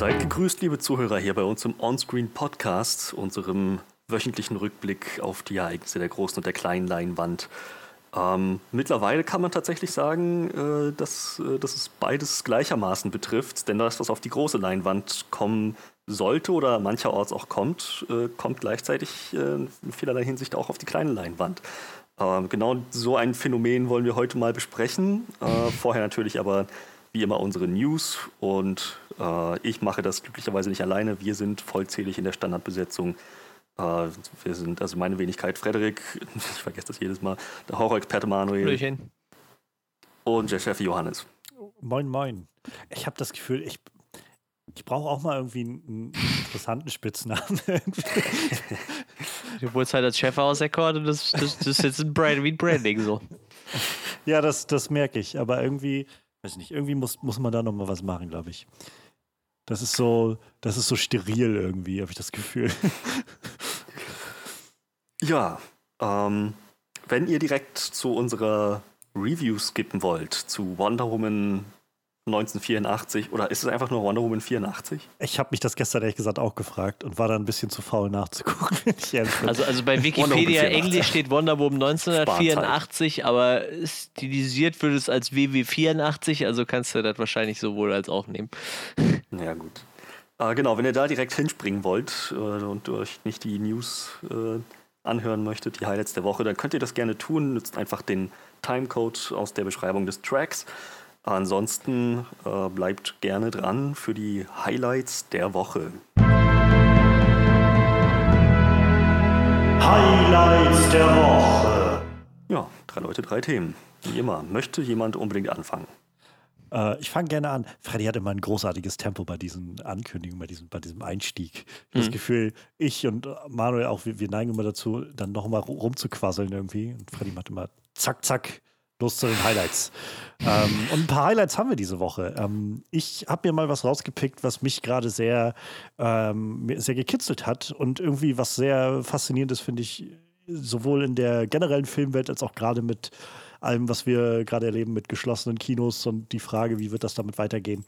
Seid gegrüßt, liebe Zuhörer, hier bei uns im Onscreen Podcast, unserem wöchentlichen Rückblick auf die Ereignisse der großen und der kleinen Leinwand. Mittlerweile kann man tatsächlich sagen, dass es beides gleichermaßen betrifft, denn das, was auf die große Leinwand kommen sollte oder mancherorts auch kommt, kommt gleichzeitig in vielerlei Hinsicht auch auf die kleine Leinwand. Genau so ein Phänomen wollen wir heute mal besprechen. Vorher natürlich aber wie immer unsere News und ich mache das glücklicherweise nicht alleine. Wir sind vollzählig in der Standardbesetzung. Wir sind also meine Wenigkeit Frederik, ich vergesse das jedes Mal, der Horror-Experte Manuel Hallöchen. und der Chef Johannes. Moin, moin. Ich habe das Gefühl, ich brauche auch mal irgendwie einen interessanten Spitznamen. Du wurdest halt als Chef auserkoren und das ist jetzt ein Branding so. Ja, das merke ich, aber irgendwie, weiß nicht, irgendwie muss man da nochmal was machen, glaube ich. Das ist so steril irgendwie, habe ich das Gefühl. Ja, wenn ihr direkt zu unserer Review skippen wollt, zu Wonder Woman 1984, oder ist es einfach nur Wonder Woman 84? Ich habe mich das gestern ehrlich gesagt auch gefragt und war da ein bisschen zu faul nachzugucken, wenn ich ehrlich bin. Also bei Wikipedia Englisch steht Wonder Woman 1984, aber stilisiert wird es als WW 84, also kannst du das wahrscheinlich sowohl als auch nehmen. Ja, gut. Genau, wenn ihr da direkt hinspringen wollt und euch nicht die News anhören möchtet, die Highlights der Woche, dann könnt ihr das gerne tun. Nutzt einfach den Timecode aus der Beschreibung des Tracks. Ansonsten bleibt gerne dran für die Highlights der Woche. Highlights der Woche. Ja, 3 Leute, 3 Themen. Wie immer. Möchte jemand unbedingt anfangen? Ich fange gerne an. Freddy hat immer ein großartiges Tempo bei diesen Ankündigungen, bei diesem Einstieg. Ich habe das Gefühl, ich und Manuel auch, wir neigen immer dazu, dann noch mal rumzuquasseln irgendwie. Und Freddy macht immer zack, zack, los zu den Highlights. Und ein paar Highlights haben wir diese Woche. Ich habe mir mal was rausgepickt, was mich gerade sehr gekitzelt hat und irgendwie was sehr Faszinierendes, finde ich, sowohl in der generellen Filmwelt als auch gerade mit allem, was wir gerade erleben mit geschlossenen Kinos und die Frage, wie wird das damit weitergehen.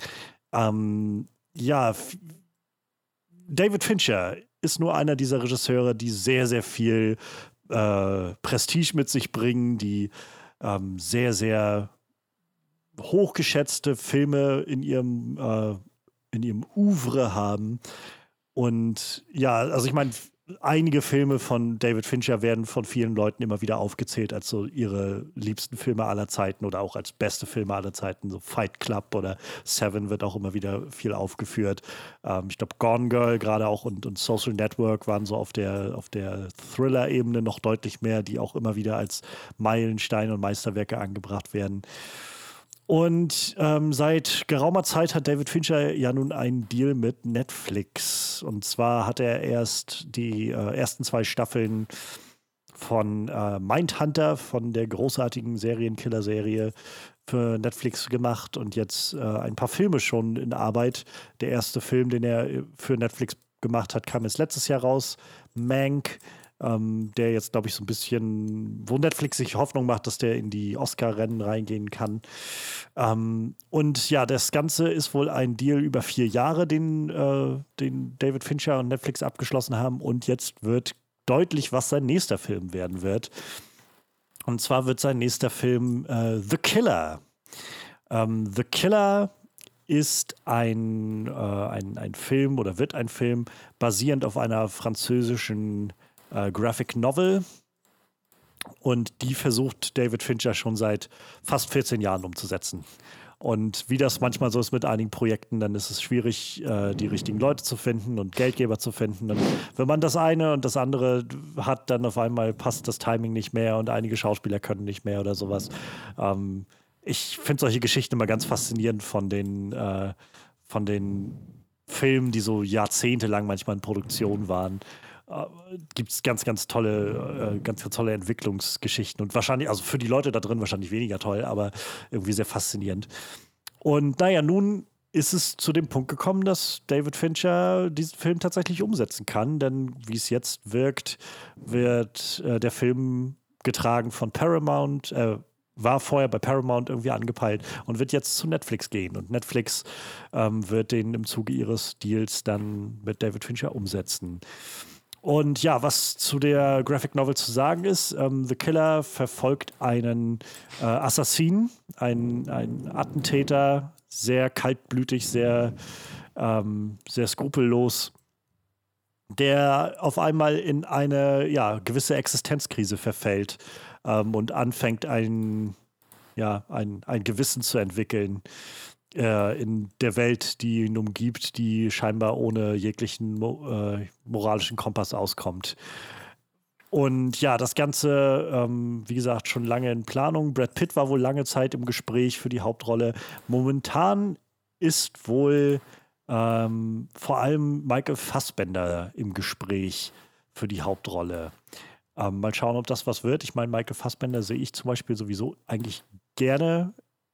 David Fincher ist nur einer dieser Regisseure, die sehr, sehr viel Prestige mit sich bringen, die sehr, sehr hochgeschätzte Filme in ihrem Oeuvre haben. Und ja, also ich meine, einige Filme von David Fincher werden von vielen Leuten immer wieder aufgezählt als so ihre liebsten Filme aller Zeiten oder auch als beste Filme aller Zeiten. So Fight Club oder Seven wird auch immer wieder viel aufgeführt. Ich glaube, Gone Girl gerade auch und Social Network waren so auf der Thriller-Ebene noch deutlich mehr, die auch immer wieder als Meilensteine und Meisterwerke angebracht werden. Und seit geraumer Zeit hat David Fincher ja nun einen Deal mit Netflix. Und zwar hat er erst die ersten 2 Staffeln von Mindhunter, von der großartigen Serienkiller-Serie für Netflix gemacht und jetzt ein paar Filme schon in Arbeit. Der erste Film, den er für Netflix gemacht hat, kam jetzt letztes Jahr raus, Mank. Der jetzt, glaube ich, so ein bisschen, wo Netflix sich Hoffnung macht, dass der in die Oscar-Rennen reingehen kann. Und ja, das Ganze ist wohl ein Deal über 4 Jahre, den David Fincher und Netflix abgeschlossen haben. Und jetzt wird deutlich, was sein nächster Film werden wird. Und zwar wird sein nächster Film The Killer. The Killer ist ein Film oder wird ein Film basierend auf einer französischen Graphic Novel, und die versucht David Fincher schon seit fast 14 Jahren umzusetzen. Und wie das manchmal so ist mit einigen Projekten, dann ist es schwierig, die richtigen Leute zu finden und Geldgeber zu finden. Und wenn man das eine und das andere hat, dann auf einmal passt das Timing nicht mehr und einige Schauspieler können nicht mehr oder sowas. Ich finde solche Geschichten immer ganz faszinierend von den Filmen, die so jahrzehntelang manchmal in Produktion waren. Gibt es ganz, ganz tolle Entwicklungsgeschichten und wahrscheinlich, also für die Leute da drin wahrscheinlich weniger toll, aber irgendwie sehr faszinierend. Und naja, nun ist es zu dem Punkt gekommen, dass David Fincher diesen Film tatsächlich umsetzen kann, denn wie es jetzt wirkt, wird der Film getragen von Paramount, war vorher bei Paramount irgendwie angepeilt und wird jetzt zu Netflix gehen. Und Netflix wird den im Zuge ihres Deals dann mit David Fincher umsetzen. Und ja, was zu der Graphic Novel zu sagen ist, The Killer verfolgt einen Assassinen, einen Attentäter, sehr kaltblütig, sehr skrupellos, der auf einmal in eine gewisse Existenzkrise verfällt und anfängt, ein Gewissen zu entwickeln in der Welt, die ihn umgibt, die scheinbar ohne jeglichen moralischen Kompass auskommt. Und ja, das Ganze, wie gesagt, schon lange in Planung. Brad Pitt war wohl lange Zeit im Gespräch für die Hauptrolle. Momentan ist wohl vor allem Michael Fassbender im Gespräch für die Hauptrolle. Mal schauen, ob das was wird. Ich meine, Michael Fassbender sehe ich zum Beispiel sowieso eigentlich gerne.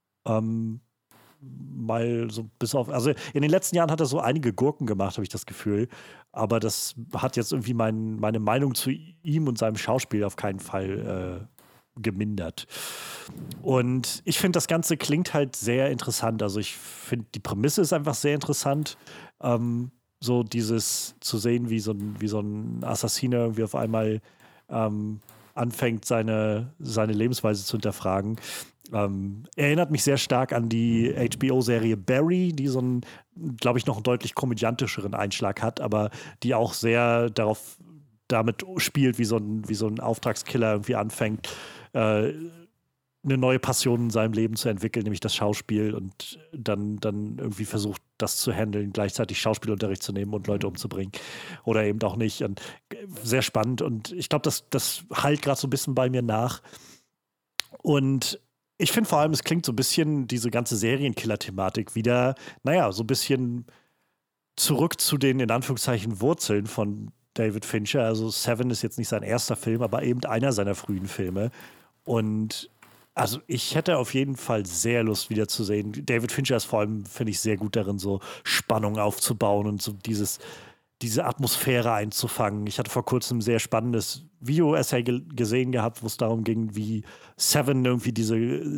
Mal so also in den letzten Jahren hat er so einige Gurken gemacht, habe ich das Gefühl. Aber das hat jetzt irgendwie meine Meinung zu ihm und seinem Schauspiel auf keinen Fall gemindert. Und ich finde, das Ganze klingt halt sehr interessant. Also ich finde, die Prämisse ist einfach sehr interessant. So dieses zu sehen, wie so ein Assassiner irgendwie auf einmal anfängt, seine Lebensweise zu hinterfragen. Erinnert mich sehr stark an die HBO-Serie Barry, die so einen, glaube ich, noch einen deutlich komödiantischeren Einschlag hat, aber die auch sehr damit spielt, wie so ein Auftragskiller irgendwie anfängt, eine neue Passion in seinem Leben zu entwickeln, nämlich das Schauspiel, und dann irgendwie versucht, das zu handeln, gleichzeitig Schauspielunterricht zu nehmen und Leute umzubringen oder eben auch nicht. Und sehr spannend, und ich glaube, das hallt gerade so ein bisschen bei mir nach. Und ich finde vor allem, es klingt so ein bisschen, diese ganze Serienkiller-Thematik wieder, so ein bisschen zurück zu den, in Anführungszeichen, Wurzeln von David Fincher. Also Seven ist jetzt nicht sein erster Film, aber eben einer seiner frühen Filme. Und also ich hätte auf jeden Fall sehr Lust, wieder zu sehen. David Fincher ist vor allem, finde ich, sehr gut darin, so Spannung aufzubauen und so diese Atmosphäre einzufangen. Ich hatte vor kurzem ein sehr spannendes Video-Essay gesehen gehabt, wo es darum ging, wie Seven irgendwie diese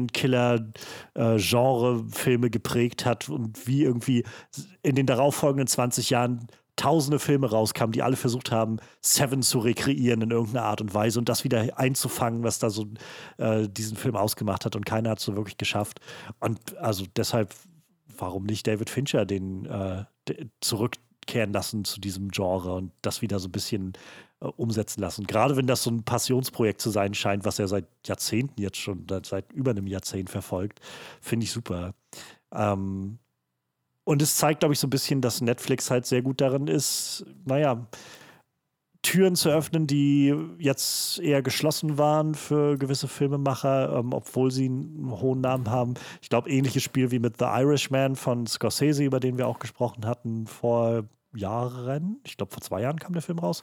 Serienkiller-Genre-Filme geprägt hat und wie irgendwie in den darauffolgenden 20 Jahren tausende Filme rauskamen, die alle versucht haben, Seven zu rekreieren in irgendeiner Art und Weise und das wieder einzufangen, was da so diesen Film ausgemacht hat, und keiner hat es so wirklich geschafft. Und also deshalb, warum nicht David Fincher den zurückkehren lassen zu diesem Genre und das wieder so ein bisschen umsetzen lassen. Gerade wenn das so ein Passionsprojekt zu sein scheint, was er seit Jahrzehnten jetzt schon, seit über einem Jahrzehnt verfolgt, finde ich super. Und es zeigt, glaube ich, so ein bisschen, dass Netflix halt sehr gut darin ist, Türen zu öffnen, die jetzt eher geschlossen waren für gewisse Filmemacher, obwohl sie einen hohen Namen haben. Ich glaube, ähnliches Spiel wie mit The Irishman von Scorsese, über den wir auch gesprochen hatten vor Jahren. Ich glaube, vor 2 Jahren kam der Film raus.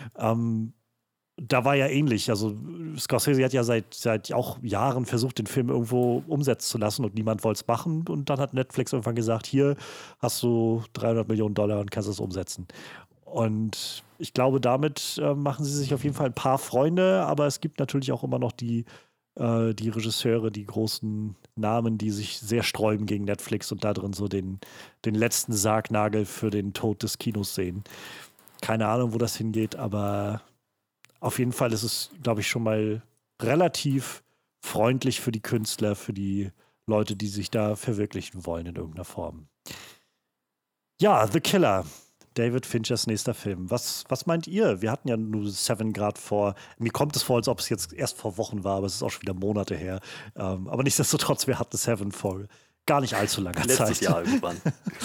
Da war ja ähnlich. Also Scorsese hat ja seit auch Jahren versucht, den Film irgendwo umsetzen zu lassen und niemand wollte es machen. Und dann hat Netflix irgendwann gesagt, hier hast du $300 Millionen und kannst es umsetzen. Und ich glaube, damit machen sie sich auf jeden Fall ein paar Freunde, aber es gibt natürlich auch immer noch die Regisseure, die großen Namen, die sich sehr sträuben gegen Netflix und da drin so den letzten Sargnagel für den Tod des Kinos sehen. Keine Ahnung, wo das hingeht, aber auf jeden Fall ist es, glaube ich, schon mal relativ freundlich für die Künstler, für die Leute, die sich da verwirklichen wollen in irgendeiner Form. Ja, The Killer. David Finchers nächster Film. Was meint ihr? Wir hatten ja nur Seven gerade vor. Mir kommt es vor, als ob es jetzt erst vor Wochen war, aber es ist auch schon wieder Monate her. Aber nichtsdestotrotz, wir hatten Seven vor gar nicht allzu langer Zeit. Letztes Jahr irgendwann.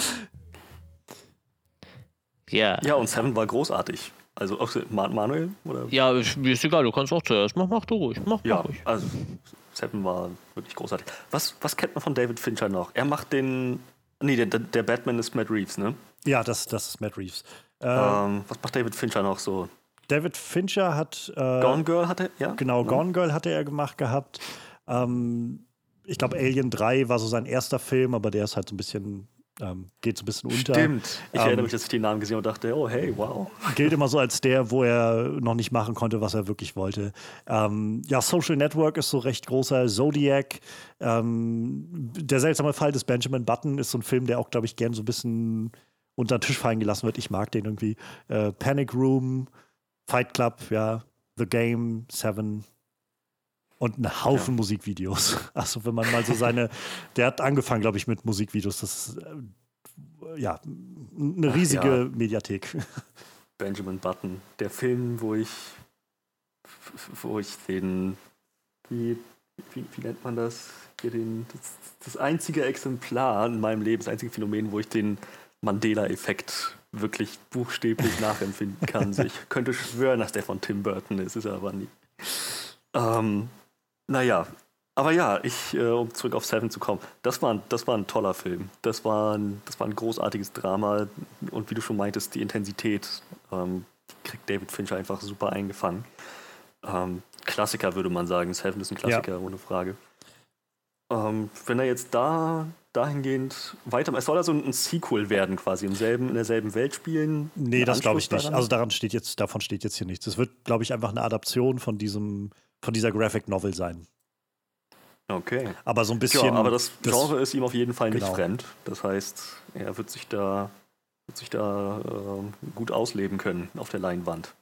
Ja. Ja, und Seven war großartig. Also auch Manuel? Oder? Ja, mir ist egal, du kannst auch zuerst. Mach du ruhig. Mach ruhig. Also Seven war wirklich großartig. Was kennt man von David Fincher noch? Er macht der Batman ist Matt Reeves, ne? Ja, das ist Matt Reeves. Was macht David Fincher noch so? David Fincher hat Gone Girl hatte er, ja? Genau, Gone Girl hatte er gemacht gehabt. Ich glaube, Alien 3 war so sein erster Film, aber der ist halt so ein bisschen Geht so ein bisschen unter. Stimmt. Ich erinnere mich, dass ich den Namen gesehen habe und dachte, oh hey, wow. Gilt immer so als der, wo er noch nicht machen konnte, was er wirklich wollte. Social Network ist so recht großer. Zodiac. Der seltsame Fall des Benjamin Button ist so ein Film, der auch, glaube ich, gern so ein bisschen unter den Tisch fallen gelassen wird. Ich mag den irgendwie. Panic Room, Fight Club, ja, The Game, Seven und einen Haufen Musikvideos. Also wenn man mal so der hat angefangen, glaube ich, mit Musikvideos. Das ist eine riesige Mediathek. Benjamin Button, der Film, wo ich den, wie nennt man das? Das einzige Exemplar in meinem Leben, das einzige Phänomen, wo ich den Mandela-Effekt wirklich buchstäblich nachempfinden kann. Also ich könnte schwören, dass der von Tim Burton ist er aber nie. Um zurück auf Seven zu kommen, das war ein toller Film. Das war ein großartiges Drama und wie du schon meintest, die Intensität, die kriegt David Fincher einfach super eingefangen. Klassiker würde man sagen, Seven ist ein Klassiker, ohne Frage. Wenn er jetzt dahingehend weiter, es soll also ein Sequel werden quasi, in derselben Welt spielen? Nee, das glaube ich nicht. Also davon steht jetzt hier nichts. Es wird, glaube ich, einfach eine Adaption von dieser Graphic Novel sein. Okay. Aber so ein bisschen. Ja, aber das Genre ist ihm auf jeden Fall nicht fremd. Das heißt, er wird sich da gut ausleben können auf der Leinwand.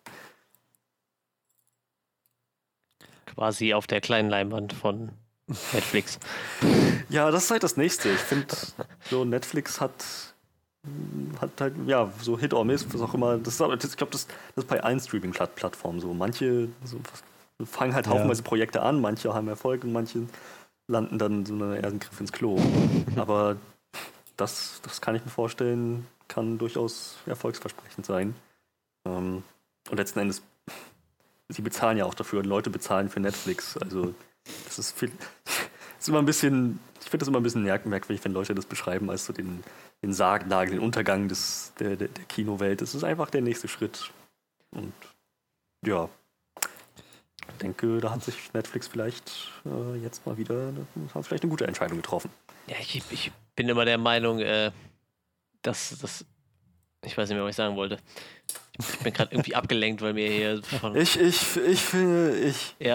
Quasi auf der kleinen Leinwand von Netflix. Ja, das ist halt das Nächste. Ich finde, so Netflix hat halt, so Hit or Miss, was auch immer. Ich glaube, das ist bei allen Streaming-Plattformen so. Manche fangen halt haufenweise Projekte an, manche haben Erfolg und manche landen dann so einen Griff ins Klo. Aber das kann ich mir vorstellen, kann durchaus erfolgsversprechend sein. Und letzten Endes, sie bezahlen ja auch dafür und Leute bezahlen für Netflix. Also das ist immer ein bisschen, ich finde das immer ein bisschen merkwürdig, wenn Leute das beschreiben als so den Sargnagel, den Untergang der Kinowelt. Das ist einfach der nächste Schritt. Und ja, ich denke, da hat sich Netflix vielleicht jetzt mal wieder vielleicht eine gute Entscheidung getroffen. Ja, ich bin immer der Meinung, dass das, ich weiß nicht mehr, was ich sagen wollte. Ich bin gerade irgendwie abgelenkt, weil mir hier von... Ich finde...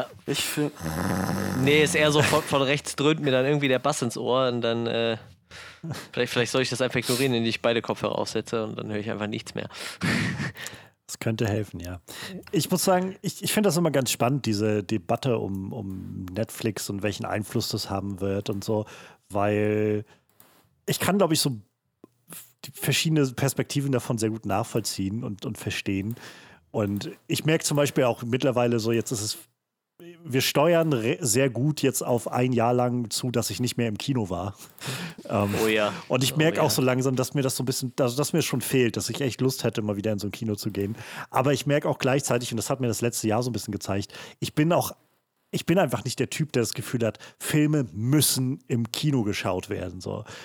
Nee, ist eher so von rechts dröhnt mir dann irgendwie der Bass ins Ohr und dann vielleicht soll ich das einfach ignorieren, indem ich beide Kopfhörer aufsetze und dann höre ich einfach nichts mehr. Das könnte helfen, ja. Ich muss sagen, ich finde das immer ganz spannend, diese Debatte um Netflix und welchen Einfluss das haben wird und so, weil ich kann, glaube ich, so die verschiedene Perspektiven davon sehr gut nachvollziehen und verstehen. Und ich merke zum Beispiel auch mittlerweile so, wir steuern sehr gut jetzt auf ein Jahr lang zu, dass ich nicht mehr im Kino war. Oh ja. Und ich merke auch so langsam, dass mir das so ein bisschen, also dass mir schon fehlt, dass ich echt Lust hätte, mal wieder in so ein Kino zu gehen. Aber ich merke auch gleichzeitig, und das hat mir das letzte Jahr so ein bisschen gezeigt, ich bin einfach nicht der Typ, der das Gefühl hat, Filme müssen im Kino geschaut werden.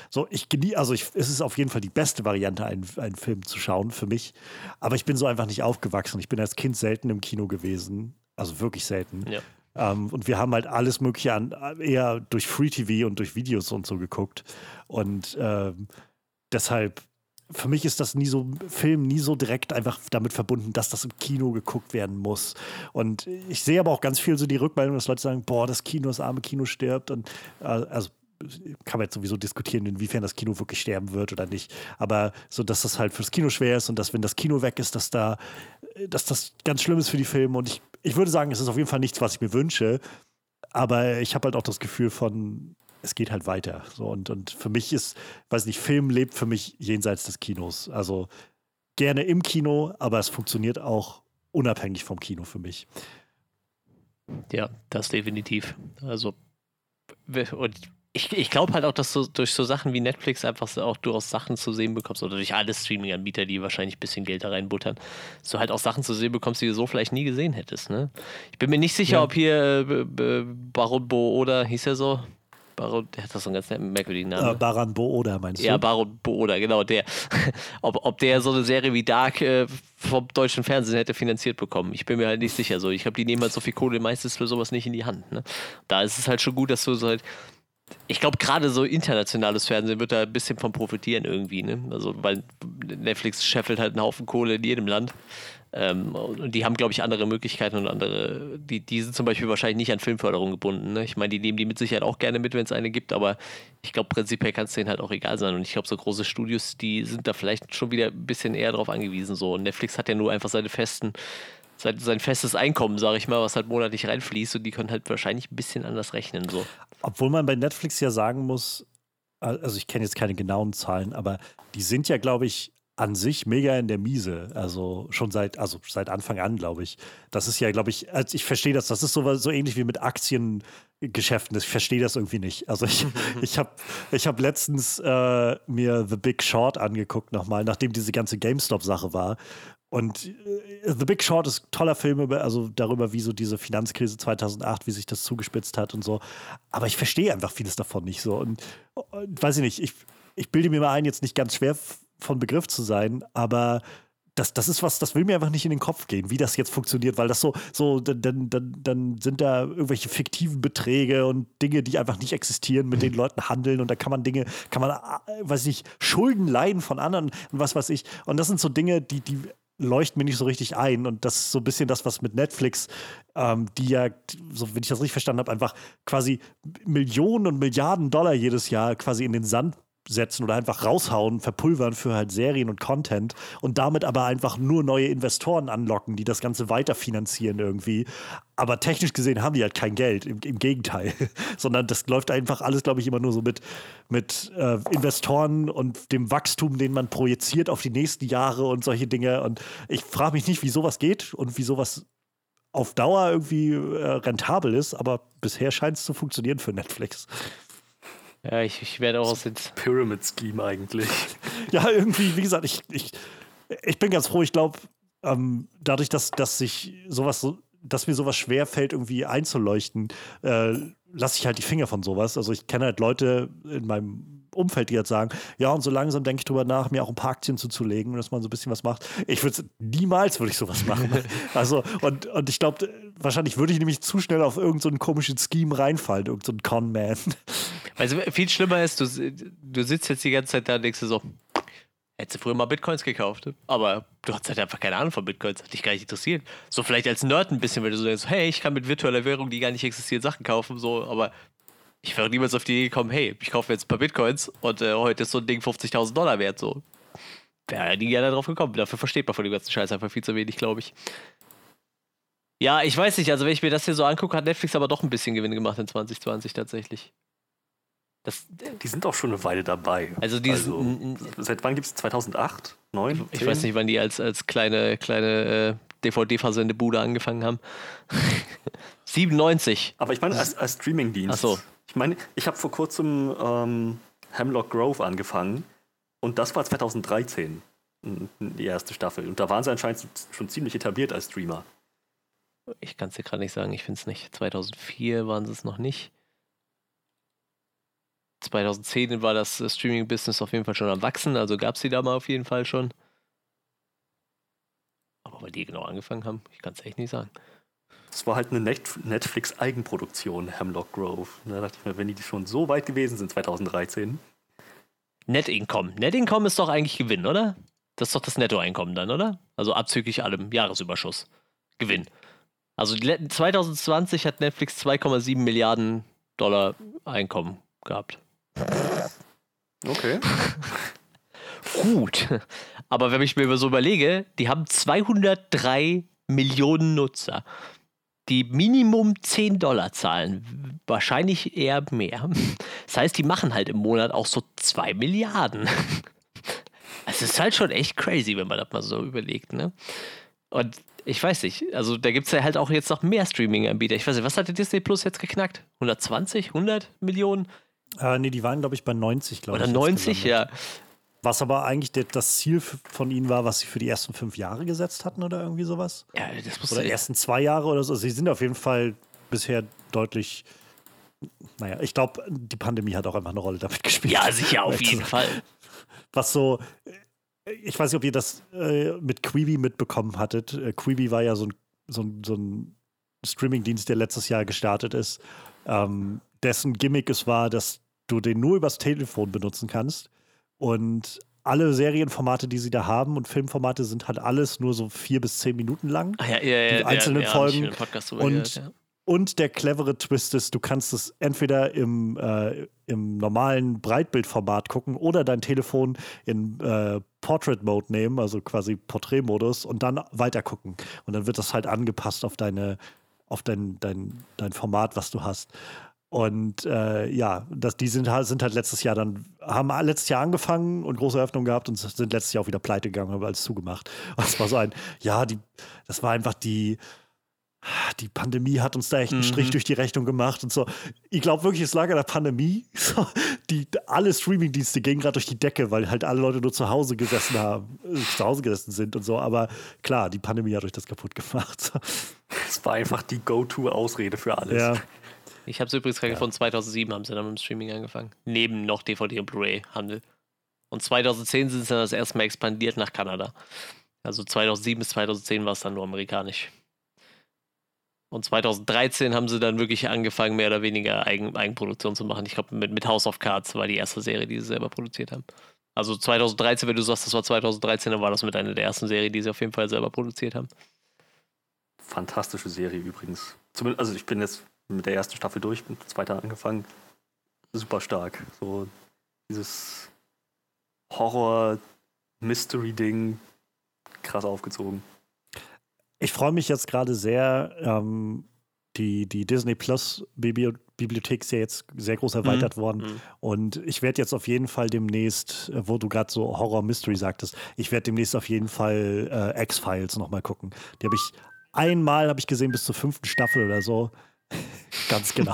Es ist auf jeden Fall die beste Variante, einen Film zu schauen für mich. Aber ich bin so einfach nicht aufgewachsen. Ich bin als Kind selten im Kino gewesen. Also wirklich selten. Ja. Und wir haben halt alles Mögliche eher durch Free TV und durch Videos und so geguckt. Und deshalb, für mich ist Film nie so direkt einfach damit verbunden, dass das im Kino geguckt werden muss. Und ich sehe aber auch ganz viel so die Rückmeldung, dass Leute sagen, das arme Kino stirbt. Und also kann man jetzt sowieso diskutieren, inwiefern das Kino wirklich sterben wird oder nicht. Aber so, dass das halt fürs Kino schwer ist und dass, wenn das Kino weg ist, dass das ganz schlimm ist für die Filme. Und ich würde sagen, es ist auf jeden Fall nichts, was ich mir wünsche. Aber ich habe halt auch das Gefühl von, es geht halt weiter. So, und für mich Film lebt für mich jenseits des Kinos. Also gerne im Kino, aber es funktioniert auch unabhängig vom Kino für mich. Ja, das definitiv. Also, und ich glaube halt auch, dass du durch so Sachen wie Netflix einfach auch durchaus Sachen zu sehen bekommst, oder durch alle Streaming-Anbieter, die wahrscheinlich ein bisschen Geld da reinbuttern, dass du halt auch Sachen zu sehen bekommst, die du so vielleicht nie gesehen hättest. Ne? Ich bin mir nicht sicher, ob hier Baron Booda, hieß er so? Der hat das so einen ganz merkwürdigen Namen. Baran Booda meinst du? Ja, Baron Booda, genau, der. Ob der so eine Serie wie Dark vom deutschen Fernsehen hätte finanziert bekommen. Ich bin mir halt nicht sicher. So. Ich glaube, die nehmen halt so viel Kohle meistens für sowas nicht in die Hand. Ne? Da ist es halt schon gut, dass du so halt ich glaube, gerade so internationales Fernsehen wird da ein bisschen von profitieren irgendwie, ne? Also, weil Netflix scheffelt halt einen Haufen Kohle in jedem Land. Und die haben, glaube ich, andere Möglichkeiten und die sind zum Beispiel wahrscheinlich nicht an Filmförderung gebunden. Ne? Ich meine, die nehmen die mit Sicherheit auch gerne mit, wenn es eine gibt, aber ich glaube, prinzipiell kann es denen halt auch egal sein. Und ich glaube, so große Studios, die sind da vielleicht schon wieder ein bisschen eher drauf angewiesen. So. Und Netflix hat ja nur einfach sein festes Einkommen, sage ich mal, was halt monatlich reinfließt und die können halt wahrscheinlich ein bisschen anders rechnen. So. Obwohl man bei Netflix ja sagen muss, also ich kenne jetzt keine genauen Zahlen, aber die sind ja, glaube ich, an sich mega in der Miese. Also schon seit Anfang an, glaube ich. Das ist ja, glaube ich, also ich verstehe das ist so ähnlich wie mit Aktiengeschäften. Ich verstehe das irgendwie nicht. Also ich hab letztens mir The Big Short angeguckt nochmal, nachdem diese ganze GameStop-Sache war. Und The Big Short ist ein toller Film darüber, wie so diese Finanzkrise 2008, wie sich das zugespitzt hat und so. Aber ich verstehe einfach vieles davon nicht so. Und weiß ich nicht, ich bilde mir mal ein, jetzt nicht ganz schwer von Begriff zu sein, aber das ist was, das will mir einfach nicht in den Kopf gehen, wie das jetzt funktioniert, weil das dann sind da irgendwelche fiktiven Beträge und Dinge, die einfach nicht existieren, mit den Leuten handeln und da kann man weiß ich, Schulden leihen von anderen und was weiß ich. Und das sind so Dinge, die leuchten mir nicht so richtig ein und das ist so ein bisschen das, was mit Netflix, die ja, so wenn ich das richtig verstanden habe, einfach quasi Millionen und Milliarden Dollar jedes Jahr quasi in den Sand setzen oder einfach raushauen, verpulvern für halt Serien und Content und damit aber einfach nur neue Investoren anlocken, die das Ganze weiterfinanzieren irgendwie. Aber technisch gesehen haben die halt kein Geld, im Gegenteil. Sondern das läuft einfach alles, glaube ich, immer nur so mit Investoren und dem Wachstum, den man projiziert auf die nächsten Jahre und solche Dinge. Und ich frage mich nicht, wie sowas geht und wie sowas auf Dauer irgendwie rentabel ist, aber bisher scheint es zu funktionieren für Netflix. Ja, ich werde auch aus dem Pyramid Scheme eigentlich. Ja, irgendwie, wie gesagt, ich bin ganz froh. Ich glaube, dadurch, dass mir sowas schwer fällt, irgendwie einzuleuchten, lasse ich halt die Finger von sowas. Also ich kenne halt Leute in meinem Umfeld, die jetzt sagen, ja, und so langsam denke ich drüber nach, mir auch ein paar Aktien zuzulegen, dass man so ein bisschen was macht. Niemals würde ich sowas machen. Also, und ich glaube, wahrscheinlich würde ich nämlich zu schnell auf irgendeinen so komischen Scheme reinfallen, irgendein so Con-Man. Also viel schlimmer ist, du sitzt jetzt die ganze Zeit da und denkst dir so, hättest du früher mal Bitcoins gekauft, aber du hast halt einfach keine Ahnung von Bitcoins, hat dich gar nicht interessiert. So vielleicht als Nerd ein bisschen, weil du so denkst, hey, ich kann mit virtueller Währung, die gar nicht existieren, Sachen kaufen, so, aber ich wäre niemals auf die Idee gekommen, hey, ich kaufe jetzt ein paar Bitcoins und heute ist so ein Ding $50.000 wert, so. Wäre ja nie gerne drauf gekommen, dafür versteht man von dem ganzen Scheiß einfach viel zu wenig, glaube ich. Ja, ich weiß nicht, also wenn ich mir das hier so angucke, hat Netflix aber doch ein bisschen Gewinn gemacht in 2020 tatsächlich. Die sind auch schon eine Weile dabei. Seit wann gibt es 2008? 9? Ich weiß nicht, wann die als kleine DVD-Versendebude angefangen haben. 97. Aber ich meine, als Streamingdienst. Ach so. Ich meine, ich habe vor kurzem Hemlock Grove angefangen und das war 2013, die erste Staffel. Und da waren sie anscheinend schon ziemlich etabliert als Streamer. Ich kann es dir gerade nicht sagen, ich finde es nicht. 2004 waren sie es noch nicht. 2010 war das Streaming-Business auf jeden Fall schon am Wachsen, also gab es die da mal auf jeden Fall schon. Aber weil die genau angefangen haben, ich kann es echt nicht sagen. Das war halt eine Netflix-Eigenproduktion, Hemlock Grove. Da dachte ich mir, wenn die schon so weit gewesen sind 2013. Net Income ist doch eigentlich Gewinn, oder? Das ist doch das Nettoeinkommen dann, oder? Also abzüglich allem Jahresüberschuss. Gewinn. Also 2020 hat Netflix 2,7 Milliarden Dollar Einkommen gehabt. Okay. Gut. Aber wenn ich mir so überlege, die haben 203 Millionen Nutzer, die Minimum $10 zahlen. Wahrscheinlich eher mehr. Das heißt, die machen halt im Monat auch so 2 Milliarden. Es ist halt schon echt crazy, wenn man das mal so überlegt, ne? Und ich weiß nicht, also da gibt es ja halt auch jetzt noch mehr Streaming-Anbieter. Ich weiß nicht, was hat der Disney Plus jetzt geknackt? 120, 100 Millionen? Nee, die waren, glaube ich, bei 90, glaube ich. Oder 90, ja. Was aber eigentlich das Ziel von ihnen war, was sie für die ersten 5 Jahre gesetzt hatten oder irgendwie sowas? Ja, das muss oder die ersten 2 Jahre oder so. Sie sind auf jeden Fall bisher deutlich. Naja, ich glaube, die Pandemie hat auch einfach eine Rolle damit gespielt. Ja, sicher, auf jeden Fall. Was so. Ich weiß nicht, ob ihr das mit Quibi mitbekommen hattet. Quibi war ja so ein Streaming-Dienst, der letztes Jahr gestartet ist, dessen Gimmick es war, dass du den nur übers Telefon benutzen kannst. Und alle Serienformate, die sie da haben und Filmformate sind halt alles nur so 4 bis 10 Minuten lang. Die einzelnen Folgen. Und der clevere Twist ist, du kannst es entweder im normalen Breitbildformat gucken oder dein Telefon in Portrait Mode nehmen, also quasi Porträtmodus, und dann weiter gucken. Und dann wird das halt angepasst auf dein Format, was du hast. Und die sind halt letztes Jahr haben letztes Jahr angefangen und große Eröffnung gehabt und sind letztes Jahr auch wieder pleite gegangen, haben alles zugemacht. Und es war so das war einfach die Pandemie hat uns da echt einen Strich durch die Rechnung gemacht und so. Ich glaube wirklich, es lag an der Pandemie. So, alle Streamingdienste gingen gerade durch die Decke, weil halt alle Leute nur zu Hause gesessen sind und so. Aber klar, die Pandemie hat euch das kaputt gemacht. Es war einfach die Go-To-Ausrede für alles. Ja. Ich habe es übrigens gerade gefunden, 2007 haben sie dann mit dem Streaming angefangen. Neben noch DVD und Blu-ray-Handel. Und 2010 sind sie dann das erste Mal expandiert nach Kanada. Also 2007 bis 2010 war es dann nur amerikanisch. Und 2013 haben sie dann wirklich angefangen, mehr oder weniger Eigenproduktion zu machen. Ich glaube, mit House of Cards war die erste Serie, die sie selber produziert haben. Also 2013, wenn du sagst, das war 2013, dann war das mit einer der ersten Serien, die sie auf jeden Fall selber produziert haben. Fantastische Serie übrigens. Also ich bin jetzt mit der ersten Staffel durch, mit der zweiten angefangen. Super stark. So dieses Horror-Mystery-Ding krass aufgezogen. Ich freue mich jetzt gerade sehr, die Disney Plus Bibliothek ist ja jetzt sehr groß erweitert worden. Und ich werde jetzt auf jeden Fall demnächst, wo du gerade so Horror-Mystery sagtest, ich werde demnächst auf jeden Fall X-Files nochmal gucken. Die habe ich einmal gesehen bis zur 5. Staffel oder so. Ganz genau.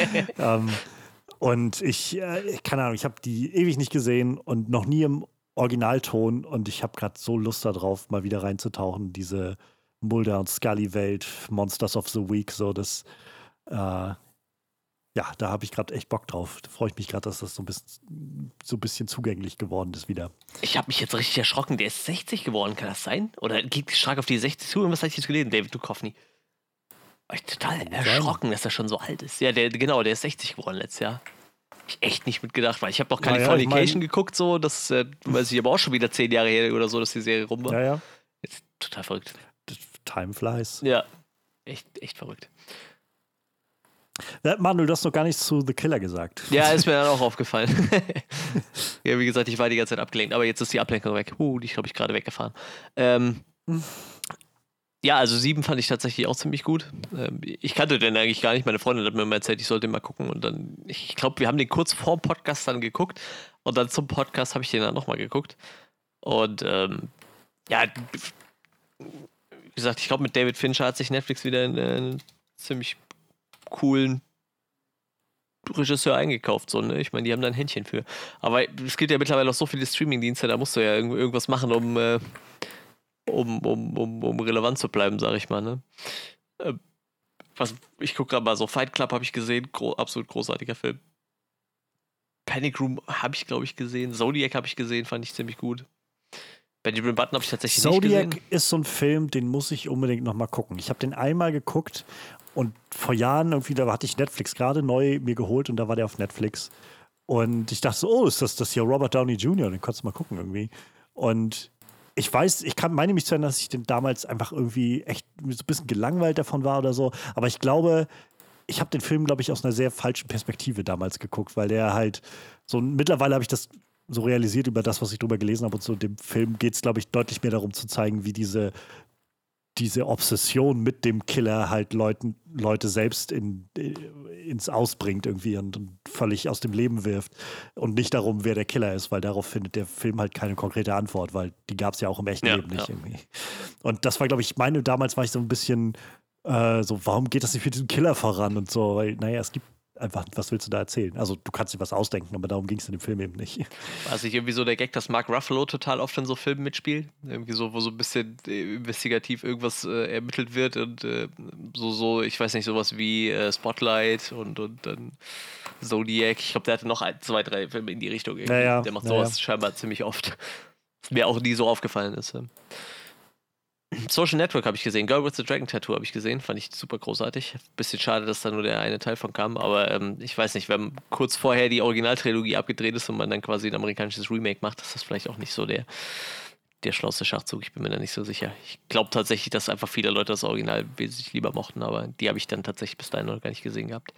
Und keine Ahnung, ich habe die ewig nicht gesehen und noch nie im Originalton. Und ich habe gerade so Lust darauf, mal wieder reinzutauchen, diese Mulder und Scully-Welt, Monsters of the Week, so das, da habe ich gerade echt Bock drauf. Da freue ich mich gerade, dass das so ein bisschen zugänglich geworden ist wieder. Ich habe mich jetzt richtig erschrocken. Der ist 60 geworden, kann das sein? Oder geht stark auf die 60 zu? Und was habe ich jetzt gelesen? David Duchovny. War ich total erschrocken, dass er schon so alt ist. Ja, der ist 60 geworden letztes Jahr. Ich echt nicht mitgedacht, weil ich habe noch Californication geguckt, so, das weiß ich aber auch schon wieder 10 Jahre her oder so, dass die Serie rum war. Ja. Jetzt total verrückt. Time flies. Ja, echt verrückt. Manuel, du hast noch gar nichts zu The Killer gesagt. Ja, ist mir dann auch aufgefallen. Ja, wie gesagt, ich war die ganze Zeit abgelenkt, aber jetzt ist die Ablenkung weg. Die ist, glaube ich, gerade weggefahren. Ja, also 7 fand ich tatsächlich auch ziemlich gut. Ich kannte den eigentlich gar nicht. Meine Freundin hat mir mal erzählt, ich sollte den mal gucken. Und dann, ich glaube, wir haben den kurz vor dem Podcast dann geguckt. Und dann zum Podcast habe ich den dann nochmal geguckt. Und wie gesagt, ich glaube, mit David Fincher hat sich Netflix wieder einen ziemlich coolen Regisseur eingekauft. So, ne? Ich meine, die haben da ein Händchen für. Aber es gibt ja mittlerweile auch so viele Streaming-Dienste, da musst du ja irgendwas machen, um relevant zu bleiben, sag ich mal. Ne? Ich gucke gerade mal so, Fight Club habe ich gesehen, absolut großartiger Film. Panic Room habe ich, glaube ich, gesehen. Zodiac habe ich gesehen, fand ich ziemlich gut. Benjamin Button habe ich tatsächlich nicht gesehen. Zodiac ist so ein Film, den muss ich unbedingt noch mal gucken. Ich habe den einmal geguckt und vor Jahren irgendwie, da hatte ich Netflix gerade neu mir geholt und da war der auf Netflix. Und ich dachte so, ist das hier Robert Downey Jr., den kannst du mal gucken irgendwie. Und ich weiß, meine mich zu erinnern, dass ich den damals einfach irgendwie echt so ein bisschen gelangweilt davon war oder so. Aber ich glaube, ich habe den Film, glaube ich, aus einer sehr falschen Perspektive damals geguckt, weil der halt so, mittlerweile habe ich das so realisiert über das, was ich drüber gelesen habe und so. Dem Film geht es, glaube ich, deutlich mehr darum zu zeigen, wie diese Obsession mit dem Killer halt Leute selbst ins Ausbringt irgendwie und völlig aus dem Leben wirft. Und nicht darum, wer der Killer ist, weil darauf findet der Film halt keine konkrete Antwort, weil die gab es ja auch im echten Leben nicht irgendwie. Und das war, glaube ich, damals war ich so ein bisschen warum geht das nicht für diesen Killer voran und so, weil, naja, es gibt einfach, was willst du da erzählen? Also du kannst dir was ausdenken, aber darum ging es in dem Film eben nicht. War es nicht irgendwie so der Gag, dass Mark Ruffalo total oft in so Filmen mitspielt? Irgendwie so, wo so ein bisschen investigativ irgendwas ermittelt wird und so, ich weiß nicht, sowas wie Spotlight und dann Zodiac. Ich glaube, der hatte noch 2, 3 Filme in die Richtung. Ja, der macht sowas scheinbar ziemlich oft. Was mir auch nie so aufgefallen ist. Social Network habe ich gesehen. Girl with the Dragon Tattoo habe ich gesehen. Fand ich super großartig. Bisschen schade, dass da nur der eine Teil von kam. Aber ich weiß nicht, wenn kurz vorher die Originaltrilogie abgedreht ist und man dann quasi ein amerikanisches Remake macht, ist das vielleicht auch nicht so der schlauste Schachzug. Ich bin mir da nicht so sicher. Ich glaube tatsächlich, dass einfach viele Leute das Original wesentlich lieber mochten. Aber die habe ich dann tatsächlich bis dahin noch gar nicht gesehen gehabt.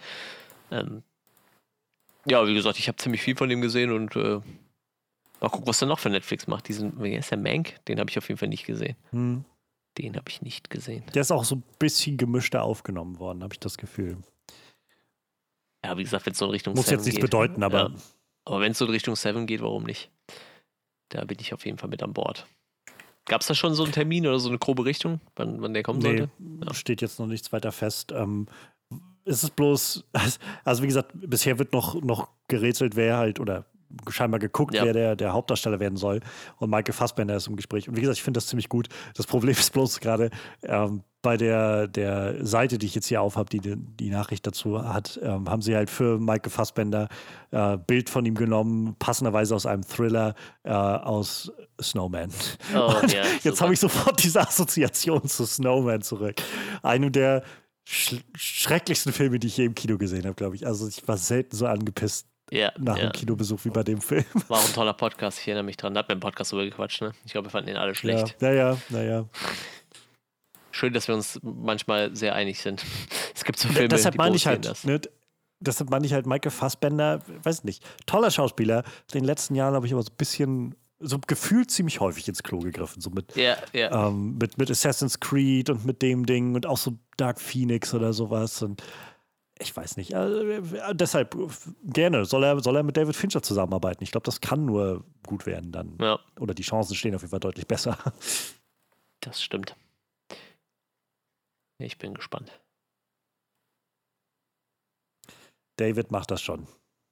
Ja, wie gesagt, ich habe ziemlich viel von dem gesehen und mal gucken, was er noch für Netflix macht. Wie heißt der, Mank? Den habe ich auf jeden Fall nicht gesehen. Den habe ich nicht gesehen. Der ist auch so ein bisschen gemischter aufgenommen worden, habe ich das Gefühl. Ja, wie gesagt, wenn es so in Richtung Muss Seven jetzt nichts geht, bedeuten, aber. Ja. Aber wenn es so in Richtung Seven geht, warum nicht? Da bin ich auf jeden Fall mit an Bord. Gab es da schon so einen Termin oder so eine grobe Richtung, wann der kommen sollte? Ja. Steht jetzt noch nichts weiter fest. Ist es bloß, also wie gesagt, bisher wird noch gerätselt, wer halt, oder scheinbar geguckt, wer der Hauptdarsteller werden soll. Und Michael Fassbender ist im Gespräch. Und wie gesagt, ich finde das ziemlich gut. Das Problem ist bloß gerade bei der Seite, die ich jetzt hier aufhabe, die Nachricht dazu hat, haben sie halt für Michael Fassbender Bild von ihm genommen, passenderweise aus einem Thriller aus Snowman. Oh, ja, jetzt habe ich sofort diese Assoziation zu Snowman zurück. Einem der schrecklichsten Filme, die ich je im Kino gesehen habe, glaube ich. Also ich war selten so angepisst nach dem Kinobesuch wie bei dem Film. War auch ein toller Podcast, ich erinnere mich dran. Da hat mir im Podcast drüber gequatscht, ne? Ich glaube, wir fanden den alle schlecht. Naja. Schön, dass wir uns manchmal sehr einig sind. Es gibt so Filme, deshalb die meine ich halt, das. Ne, deshalb meine ich halt Michael Fassbender, weiß nicht, toller Schauspieler. In den letzten Jahren habe ich aber so ein bisschen, so gefühlt ziemlich häufig ins Klo gegriffen. So mit Assassin's Creed und mit dem Ding und auch so Dark Phoenix oder sowas. Und ich weiß nicht. Deshalb gerne. Soll er mit David Fincher zusammenarbeiten? Ich glaube, das kann nur gut werden dann. Ja. Oder die Chancen stehen auf jeden Fall deutlich besser. Das stimmt. Ich bin gespannt. David macht das schon.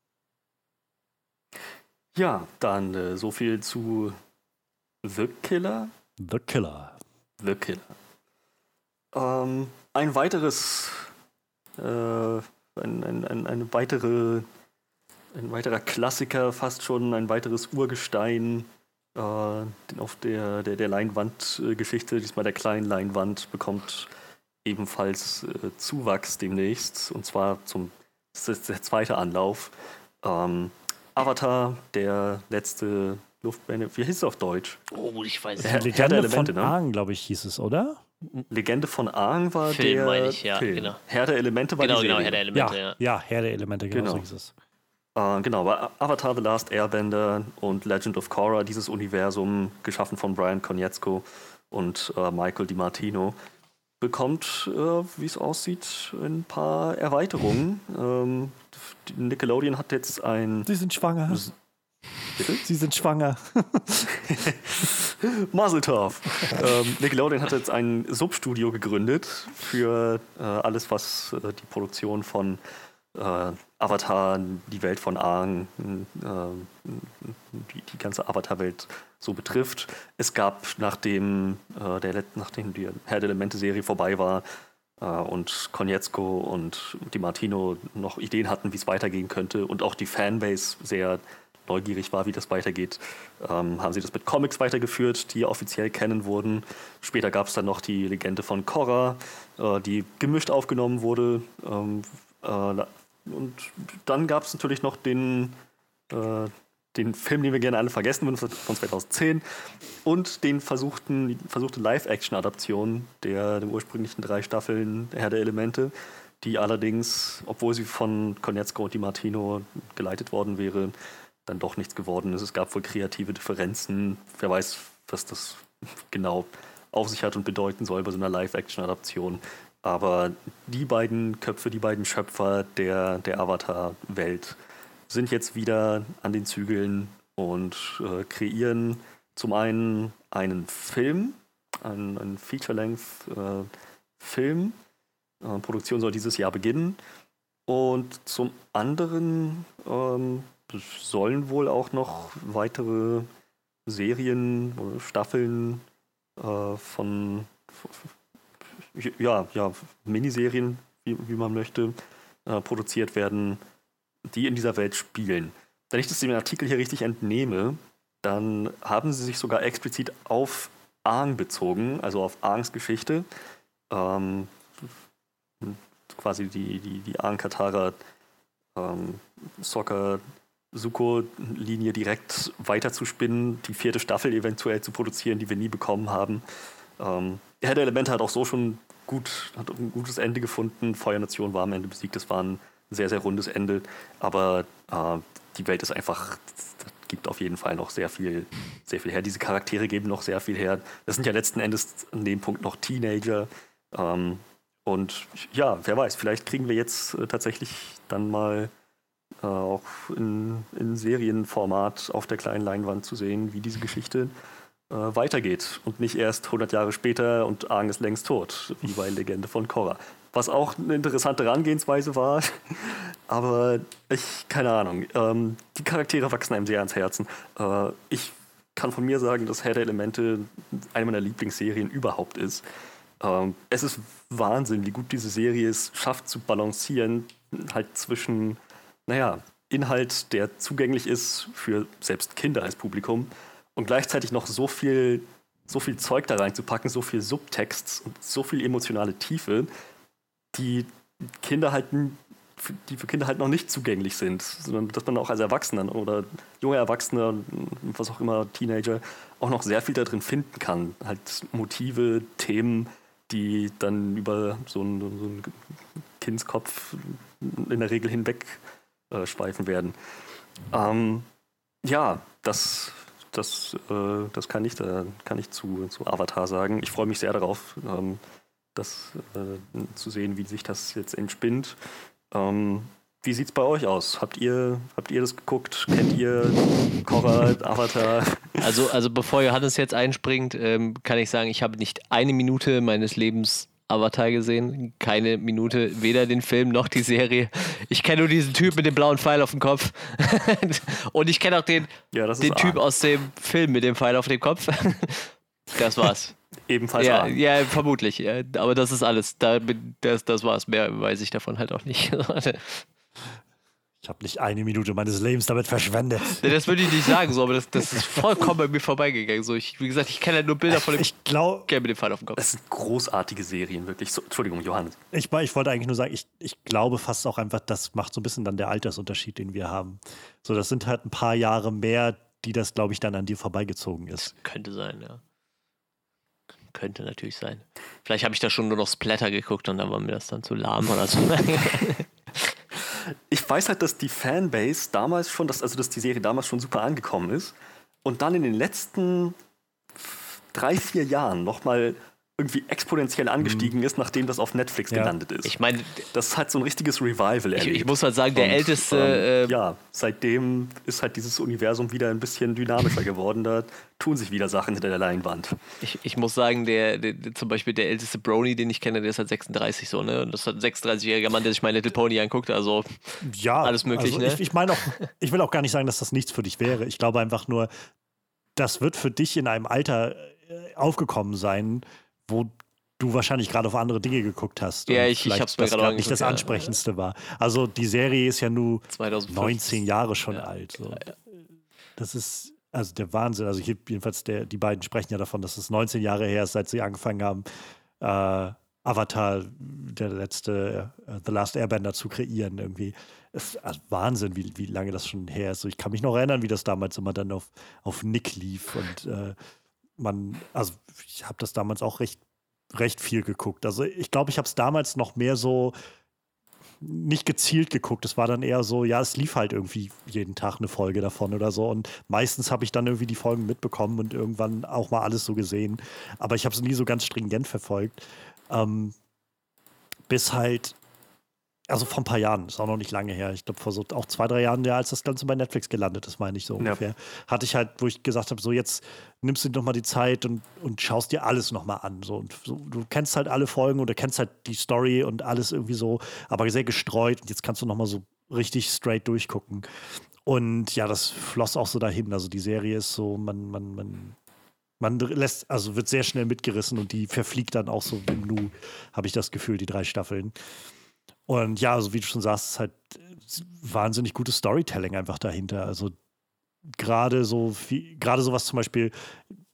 Ja, dann so viel zu The Killer. The Killer. The Killer. Ein weiteres, ein weiterer Klassiker, fast schon ein weiteres Urgestein auf der Leinwandgeschichte, diesmal der kleinen Leinwand, bekommt ebenfalls Zuwachs demnächst, und zwar das ist der zweite Anlauf. Avatar, der letzte Luftbände, wie hieß es auf Deutsch? Oh, ich weiß nicht. Legende von Aang, glaube ich, hieß es, oder? Legende von Aang war Film, der meine ich, ja, Film. Genau. Herr der Elemente war die Serie. Genau, Herr der Elemente, ja. Ja, Herr der Elemente, genau so hieß es. Genau, bei Avatar The Last Airbender und Legend of Korra, dieses Universum, geschaffen von Brian Konietzko und Michael DiMartino, bekommt, wie es aussieht, ein paar Erweiterungen. Nickelodeon hat jetzt Sie sind schwanger. Bitte? Sie sind schwanger. Mazel tov. Nickelodeon hat jetzt ein Substudio gegründet für alles, was die Produktion von Avatar, die Welt von Aang, die ganze Avatar-Welt so betrifft. Es gab, nachdem die Herr der Elemente-Serie vorbei war und Konietzko und DiMartino noch Ideen hatten, wie es weitergehen könnte, und auch die Fanbase sehr neugierig war, wie das weitergeht, haben sie das mit Comics weitergeführt, die offiziell kennen wurden. Später gab es dann noch die Legende von Korra, die gemischt aufgenommen wurde. Und dann gab es natürlich noch den Film, den wir gerne alle vergessen würden, von 2010, und die versuchte Live-Action-Adaption der ursprünglichen 3 Staffeln Herr der Elemente, die allerdings, obwohl sie von Konietzko und DiMartino geleitet worden wäre, dann doch nichts geworden ist. Es gab wohl kreative Differenzen. Wer weiß, was das genau auf sich hat und bedeuten soll bei so einer Live-Action-Adaption. Aber die beiden Köpfe, die beiden Schöpfer der Avatar-Welt sind jetzt wieder an den Zügeln und kreieren zum einen einen Film, einen Feature-Length-Film. Produktion soll dieses Jahr beginnen. Und zum anderen sollen wohl auch noch weitere Serien oder Staffeln von Miniserien, wie man möchte, produziert werden, die in dieser Welt spielen. Wenn ich das dem Artikel hier richtig entnehme, dann haben sie sich sogar explizit auf Aang bezogen, also auf Aangs Geschichte. Quasi die Aang, Katara, Sokka, Zuko-Linie direkt weiterzuspinnen, die 4. Staffel eventuell zu produzieren, die wir nie bekommen haben. Herr der Elemente hat auch so schon hat ein gutes Ende gefunden. Feuernation war am Ende besiegt, das war ein sehr, sehr rundes Ende. Aber die Welt ist einfach, das gibt auf jeden Fall noch sehr viel her. Diese Charaktere geben noch sehr viel her. Das sind ja letzten Endes an dem Punkt noch Teenager. Und ja, wer weiß, vielleicht kriegen wir jetzt tatsächlich dann mal auch in Serienformat auf der kleinen Leinwand zu sehen, wie diese Geschichte weitergeht und nicht erst 100 Jahre später und Aang ist längst tot, wie bei Legende von Korra. Was auch eine interessante Herangehensweise war, aber keine Ahnung. Die Charaktere wachsen einem sehr ans Herzen. Ich kann von mir sagen, dass Herr der Elemente eine meiner Lieblingsserien überhaupt ist. Es ist Wahnsinn, wie gut diese Serie es schafft zu balancieren, halt zwischen, Inhalt, der zugänglich ist für selbst Kinder als Publikum und gleichzeitig noch so viel Zeug da reinzupacken, so viel Subtext und so viel emotionale Tiefe, die für Kinder halt noch nicht zugänglich sind, sondern dass man auch als Erwachsener oder junger Erwachsener, was auch immer, Teenager, auch noch sehr viel da drin finden kann. Halt Motive, Themen, die dann über so einen Kindskopf in der Regel hinweg schweifen werden. Das kann ich zu Avatar sagen. Ich freue mich sehr darauf, das zu sehen, wie sich das jetzt entspinnt. Wie sieht's bei euch aus? Habt ihr das geguckt? Kennt ihr Korra, Avatar? Also bevor Johannes jetzt einspringt, kann ich sagen, ich habe nicht eine Minute meines Lebens Avatar gesehen. Keine Minute, weder den Film noch die Serie. Ich kenne nur diesen Typ mit dem blauen Pfeil auf dem Kopf. Und ich kenne auch den Typ aus dem Film mit dem Pfeil auf dem Kopf. Das war's. Ebenfalls ja, vermutlich. Ja, aber das ist alles. Das war's. Mehr weiß ich davon halt auch nicht. Ich habe nicht eine Minute meines Lebens damit verschwendet. Das würde ich nicht sagen, so, aber das ist vollkommen bei mir vorbeigegangen. So, wie gesagt, ich kenne ja nur Bilder von dem Gelb mit dem Pfeil auf dem Kopf. Das sind großartige Serien, wirklich. So, Entschuldigung, Johannes. Ich wollte eigentlich nur sagen, ich glaube fast auch einfach, das macht so ein bisschen dann der Altersunterschied, den wir haben. So, das sind halt ein paar Jahre mehr, die das, glaube ich, dann an dir vorbeigezogen ist. Das könnte sein, ja. Könnte natürlich sein. Vielleicht habe ich da schon nur noch Splatter geguckt und dann war mir das dann zu lahm oder so. Ich weiß halt, dass die Fanbase damals schon, dass die Serie damals schon super angekommen ist und dann in den letzten 3-4 Jahren nochmal irgendwie exponentiell angestiegen ist, nachdem das auf Netflix gelandet ist. Ich meine, das hat so ein richtiges Revival erlebt. Ich muss halt sagen, der älteste... seitdem ist halt dieses Universum wieder ein bisschen dynamischer geworden. Da tun sich wieder Sachen hinter der Leinwand. Ich muss sagen, zum Beispiel der älteste Brony, den ich kenne, der ist halt 36 so, ne? Und das hat ein 36-jähriger Mann, der sich My Little Pony anguckt, also alles möglich, also ne? Ich meine auch, ich will auch gar nicht sagen, dass das nichts für dich wäre. Ich glaube einfach nur, das wird für dich in einem Alter aufgekommen sein, wo du wahrscheinlich gerade auf andere Dinge geguckt hast. Ja, ich hab's mir gerade nicht das Ansprechendste war. Also die Serie ist ja nur 2005. 19 Jahre schon alt. So. Ja. Das ist also der Wahnsinn. Also jedenfalls die beiden sprechen ja davon, dass es 19 Jahre her ist, seit sie angefangen haben, Avatar, der letzte, The Last Airbender zu kreieren irgendwie. Es ist Wahnsinn, wie lange das schon her ist. So, ich kann mich noch erinnern, wie das damals immer dann auf Nick lief und ich habe das damals auch recht viel geguckt. Also ich glaube, ich habe es damals noch mehr so nicht gezielt geguckt. Es war dann eher so, ja, es lief halt irgendwie jeden Tag eine Folge davon oder so. Und meistens habe ich dann irgendwie die Folgen mitbekommen und irgendwann auch mal alles so gesehen. Aber ich habe es nie so ganz stringent verfolgt. Bis halt, also vor ein paar Jahren, ist auch noch nicht lange her. Ich glaube, vor so auch 2-3 Jahren, als das Ganze bei Netflix gelandet ist, meine ich so ungefähr. Hatte ich halt, wo ich gesagt habe, so jetzt nimmst du dir nochmal die Zeit und schaust dir alles nochmal an. So. Und so, du kennst halt alle Folgen oder kennst halt die Story und alles irgendwie so, aber sehr gestreut. Und jetzt kannst du nochmal so richtig straight durchgucken. Und ja, das floss auch so dahin. Also die Serie ist so, man wird sehr schnell mitgerissen und die verfliegt dann auch so im Nu, habe ich das Gefühl, die 3 Staffeln. Und ja, also wie du schon sagst, ist halt wahnsinnig gutes Storytelling einfach dahinter. Also gerade sowas zum Beispiel,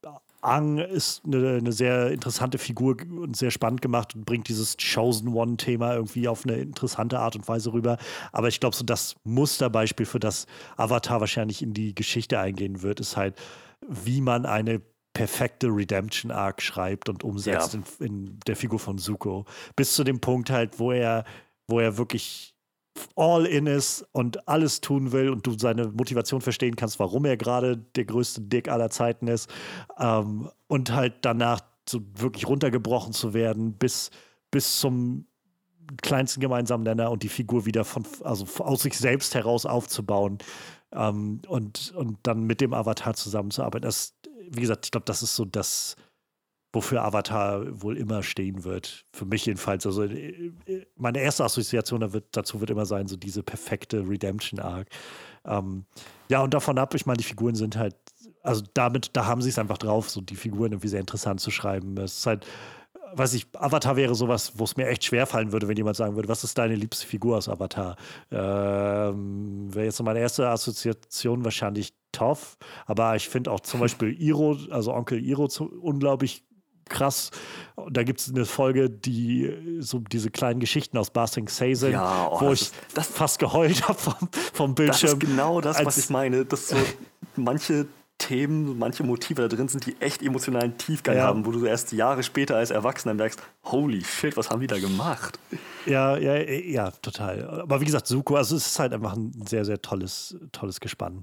Aang ist eine sehr interessante Figur und sehr spannend gemacht und bringt dieses Chosen One-Thema irgendwie auf eine interessante Art und Weise rüber. Aber ich glaube, so das Musterbeispiel, für das Avatar wahrscheinlich in die Geschichte eingehen wird, ist halt, wie man eine perfekte Redemption-Arc schreibt und umsetzt in der Figur von Zuko. Bis zu dem Punkt halt, wo er wirklich all in ist und alles tun will und du seine Motivation verstehen kannst, warum er gerade der größte Dick aller Zeiten ist, und halt danach so wirklich runtergebrochen zu werden bis zum kleinsten gemeinsamen Nenner und die Figur wieder aus sich selbst heraus aufzubauen, und dann mit dem Avatar zusammenzuarbeiten. Wie gesagt, ich glaube, das ist so das, wofür Avatar wohl immer stehen wird. Für mich jedenfalls. Also meine erste Assoziation dazu wird immer sein, so diese perfekte Redemption-Arc. Ja, und davon ab, ich meine, die Figuren sind halt, also da haben sie es einfach drauf, so die Figuren irgendwie sehr interessant zu schreiben. Es ist halt, weiß ich, Avatar wäre sowas, wo es mir echt schwerfallen würde, wenn jemand sagen würde, was ist deine liebste Figur aus Avatar? Wäre jetzt so meine erste Assoziation wahrscheinlich Toph, aber ich finde auch zum Beispiel Iroh, also Onkel Iroh, unglaublich krass. Da gibt es eine Folge, die so diese kleinen Geschichten aus Ba Sing Se sind, wo ich fast geheult habe vom Bildschirm. Das ist genau das, was ich meine. Dass so manche Themen, manche Motive da drin sind, die echt emotionalen Tiefgang haben, wo du erst Jahre später als Erwachsener merkst, holy shit, was haben die da gemacht? Ja, total. Aber wie gesagt, Zuko, also es ist halt einfach ein sehr, sehr tolles Gespann.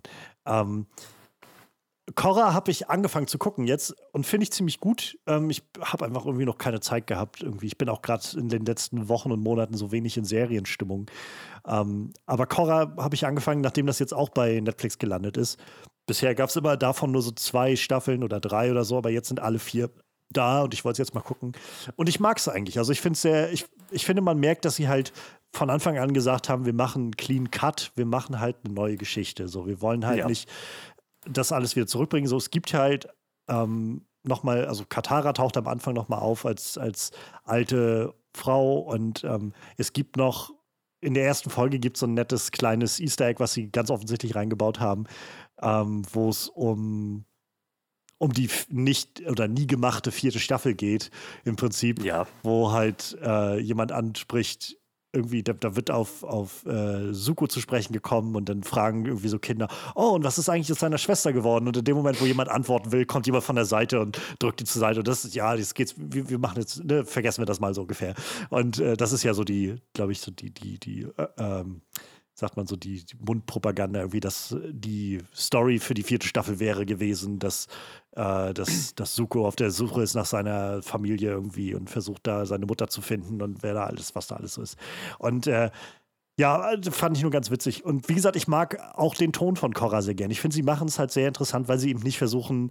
Korra habe ich angefangen zu gucken jetzt und finde ich ziemlich gut. Ich habe einfach irgendwie noch keine Zeit gehabt. Irgendwie. Ich bin auch gerade in den letzten Wochen und Monaten so wenig in Serienstimmung. Aber Korra habe ich angefangen, nachdem das jetzt auch bei Netflix gelandet ist. Bisher gab es immer davon nur so 2 Staffeln oder 3 oder so, aber jetzt sind alle 4 da und ich wollte es jetzt mal gucken. Und ich mag es eigentlich. Also ich finde, man merkt, dass sie halt von Anfang an gesagt haben, wir machen einen Clean Cut, wir machen halt eine neue Geschichte. So, wir wollen halt nicht das alles wieder zurückbringen. So, es gibt halt nochmal, also Katara taucht am Anfang nochmal auf als alte Frau und es gibt noch, in der ersten Folge gibt es so ein nettes kleines Easter Egg, was sie ganz offensichtlich reingebaut haben, wo es um die nicht oder nie gemachte 4. Staffel geht, im Prinzip, wo halt jemand anspricht, irgendwie, da wird auf Zuko zu sprechen gekommen und dann fragen irgendwie so Kinder, oh, und was ist eigentlich aus seiner Schwester geworden? Und in dem Moment, wo jemand antworten will, kommt jemand von der Seite und drückt die zur Seite. Und das ist, das geht's, wir machen jetzt, ne, vergessen wir das mal so ungefähr. Und das ist ja so die, glaube ich, so die sagt man so, die Mundpropaganda irgendwie, dass die Story für die 4. Staffel wäre gewesen, dass Zuko auf der Suche ist nach seiner Familie irgendwie und versucht da seine Mutter zu finden und was da alles so ist. Und fand ich nur ganz witzig. Und wie gesagt, ich mag auch den Ton von Korra sehr gern. Ich finde, sie machen es halt sehr interessant, weil sie eben nicht versuchen,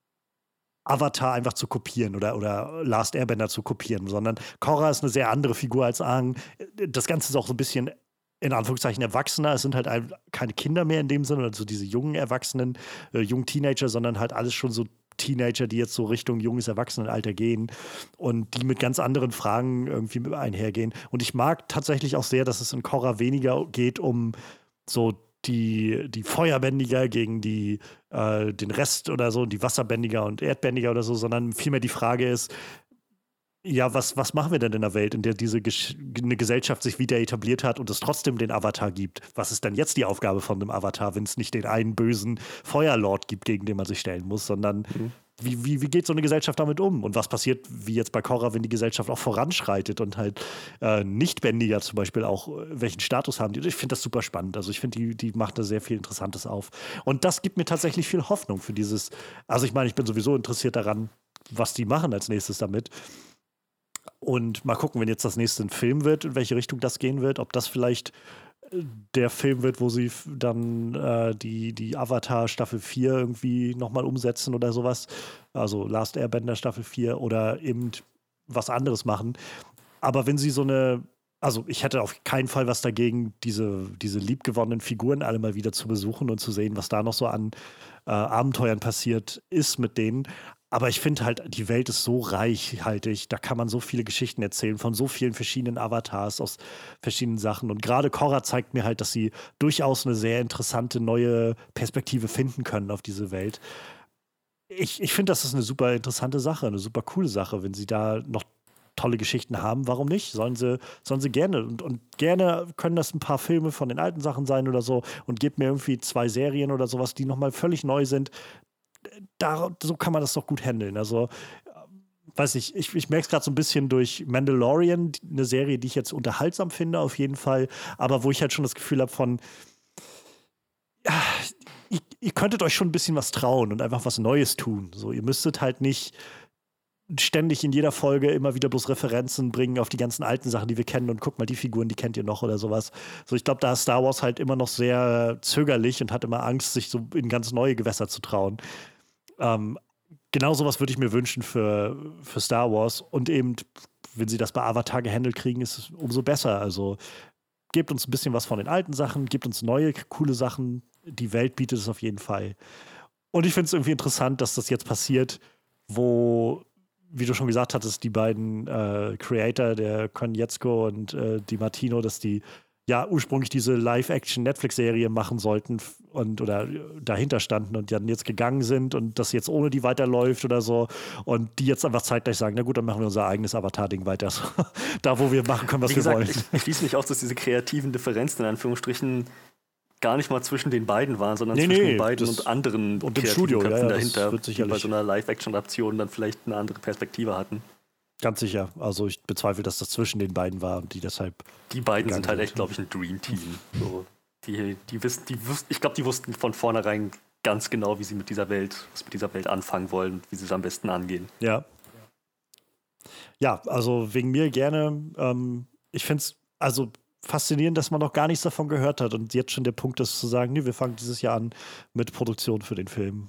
Avatar einfach zu kopieren oder Last Airbender zu kopieren, sondern Korra ist eine sehr andere Figur als Aang. Das Ganze ist auch so ein bisschen in Anführungszeichen erwachsener. Es sind halt keine Kinder mehr in dem Sinne, also diese jungen Erwachsenen, jungen Teenager, sondern halt alles schon so Teenager, die jetzt so Richtung junges Erwachsenenalter gehen und die mit ganz anderen Fragen irgendwie einhergehen. Und ich mag tatsächlich auch sehr, dass es in Korra weniger geht um so die Feuerbändiger gegen den Rest oder so, die Wasserbändiger und Erdbändiger oder so, sondern vielmehr die Frage ist, ja, was machen wir denn in der Welt, in der eine Gesellschaft sich wieder etabliert hat und es trotzdem den Avatar gibt? Was ist dann jetzt die Aufgabe von dem Avatar, wenn es nicht den einen bösen Feuerlord gibt, gegen den man sich stellen muss, sondern wie geht so eine Gesellschaft damit um? Und was passiert, wie jetzt bei Korra, wenn die Gesellschaft auch voranschreitet und halt Nichtbändiger zum Beispiel auch, welchen Status haben die? Ich finde das super spannend. Also ich finde, die macht da sehr viel Interessantes auf. Und das gibt mir tatsächlich viel Hoffnung für dieses, also ich meine, ich bin sowieso interessiert daran, was die machen als nächstes damit. Und mal gucken, wenn jetzt das nächste ein Film wird, in welche Richtung das gehen wird, ob das vielleicht der Film wird, wo sie dann die Avatar Staffel 4 irgendwie nochmal umsetzen oder sowas. Also Last Airbender Staffel 4 oder eben was anderes machen. Aber wenn sie also ich hätte auf keinen Fall was dagegen, diese liebgewonnenen Figuren alle mal wieder zu besuchen und zu sehen, was da noch so an Abenteuern passiert ist mit denen. Aber ich finde halt, die Welt ist so reichhaltig, da kann man so viele Geschichten erzählen von so vielen verschiedenen Avatars aus verschiedenen Sachen. Und gerade Korra zeigt mir halt, dass sie durchaus eine sehr interessante neue Perspektive finden können auf diese Welt. ich finde, das ist eine super interessante Sache, eine super coole Sache, wenn sie da noch tolle Geschichten haben. Warum nicht? Sollen sie gerne. Und gerne können das ein paar Filme von den alten Sachen sein oder so und gebt mir irgendwie 2 Serien oder sowas, die nochmal völlig neu sind. So kann man das doch gut handeln. Also, weiß nicht, ich merke es gerade so ein bisschen durch Mandalorian, eine Serie, die ich jetzt unterhaltsam finde, auf jeden Fall, aber wo ich halt schon das Gefühl habe von, ja, ihr könntet euch schon ein bisschen was trauen und einfach was Neues tun. So, ihr müsstet halt nicht ständig in jeder Folge immer wieder bloß Referenzen bringen auf die ganzen alten Sachen, die wir kennen und guck mal, die Figuren, die kennt ihr noch oder sowas. So, ich glaube, da ist Star Wars halt immer noch sehr zögerlich und hat immer Angst, sich so in ganz neue Gewässer zu trauen. Genau sowas würde ich mir wünschen für Star Wars und eben, wenn sie das bei Avatar gehandelt kriegen, ist es umso besser. Also gebt uns ein bisschen was von den alten Sachen, gebt uns neue, coole Sachen. Die Welt bietet es auf jeden Fall. Und ich finde es irgendwie interessant, dass das jetzt passiert, wo, wie du schon gesagt hattest, die beiden Creator, der Konietzko und Di Martino, dass die ja ursprünglich diese Live-Action-Netflix-Serie machen sollten oder dahinter standen und dann jetzt gegangen sind und das jetzt ohne die weiterläuft oder so und die jetzt einfach zeitgleich sagen, na gut, dann machen wir unser eigenes Avatar-Ding weiter. Da, wo wir machen können, was wir wollen. Ich schließe nicht aus, dass diese kreativen Differenzen in Anführungsstrichen gar nicht mal zwischen den beiden waren, sondern zwischen den beiden und anderen und dem Studio Köpfen dahinter, wird die bei so einer Live-Action-Adaption dann vielleicht eine andere Perspektive hatten. Ganz sicher. Also ich bezweifle, dass das zwischen den beiden war und die deshalb. Die beiden sind halt echt, glaube ich, ein Dream-Team. So, ich glaube, die wussten von vornherein ganz genau, wie sie mit dieser Welt anfangen wollen, wie sie es am besten angehen. Ja. Ja, also wegen mir gerne. Ich finde es also faszinierend, dass man noch gar nichts davon gehört hat und jetzt schon der Punkt ist zu sagen, nee, wir fangen dieses Jahr an mit Produktion für den Film.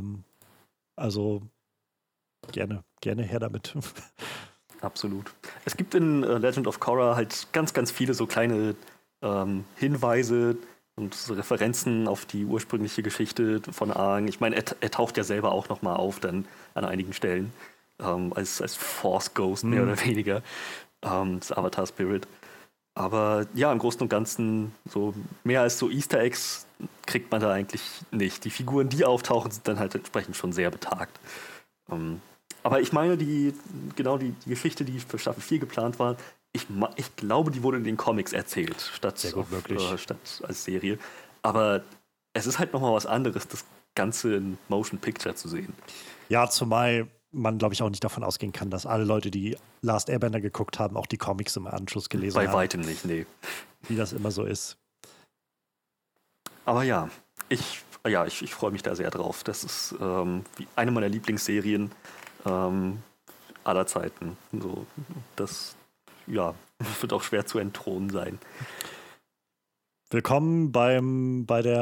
Also gerne her damit. Absolut. Es gibt in Legend of Korra halt ganz, ganz viele so kleine Hinweise und so Referenzen auf die ursprüngliche Geschichte von Aang. Ich meine, er taucht ja selber auch nochmal auf dann an einigen Stellen als Force Ghost mehr oder weniger, das Avatar Spirit. Aber ja, im Großen und Ganzen so mehr als so Easter Eggs kriegt man da eigentlich nicht. Die Figuren, die auftauchen, sind dann halt entsprechend schon sehr betagt. Aber ich meine, die Geschichte, die für Staffel 4 geplant war, ich glaube, die wurde in den Comics erzählt, statt als Serie. Aber es ist halt nochmal was anderes, das Ganze in Motion Picture zu sehen. Ja, zumal man, glaube ich, auch nicht davon ausgehen kann, dass alle Leute, die Last Airbender geguckt haben, auch die Comics im Anschluss gelesen haben. Bei weitem nicht, nee. Wie das immer so ist. Aber ja, ich freue mich da sehr drauf. Das ist eine meiner Lieblingsserien aller Zeiten. So, das wird auch schwer zu entthronen sein. Willkommen bei der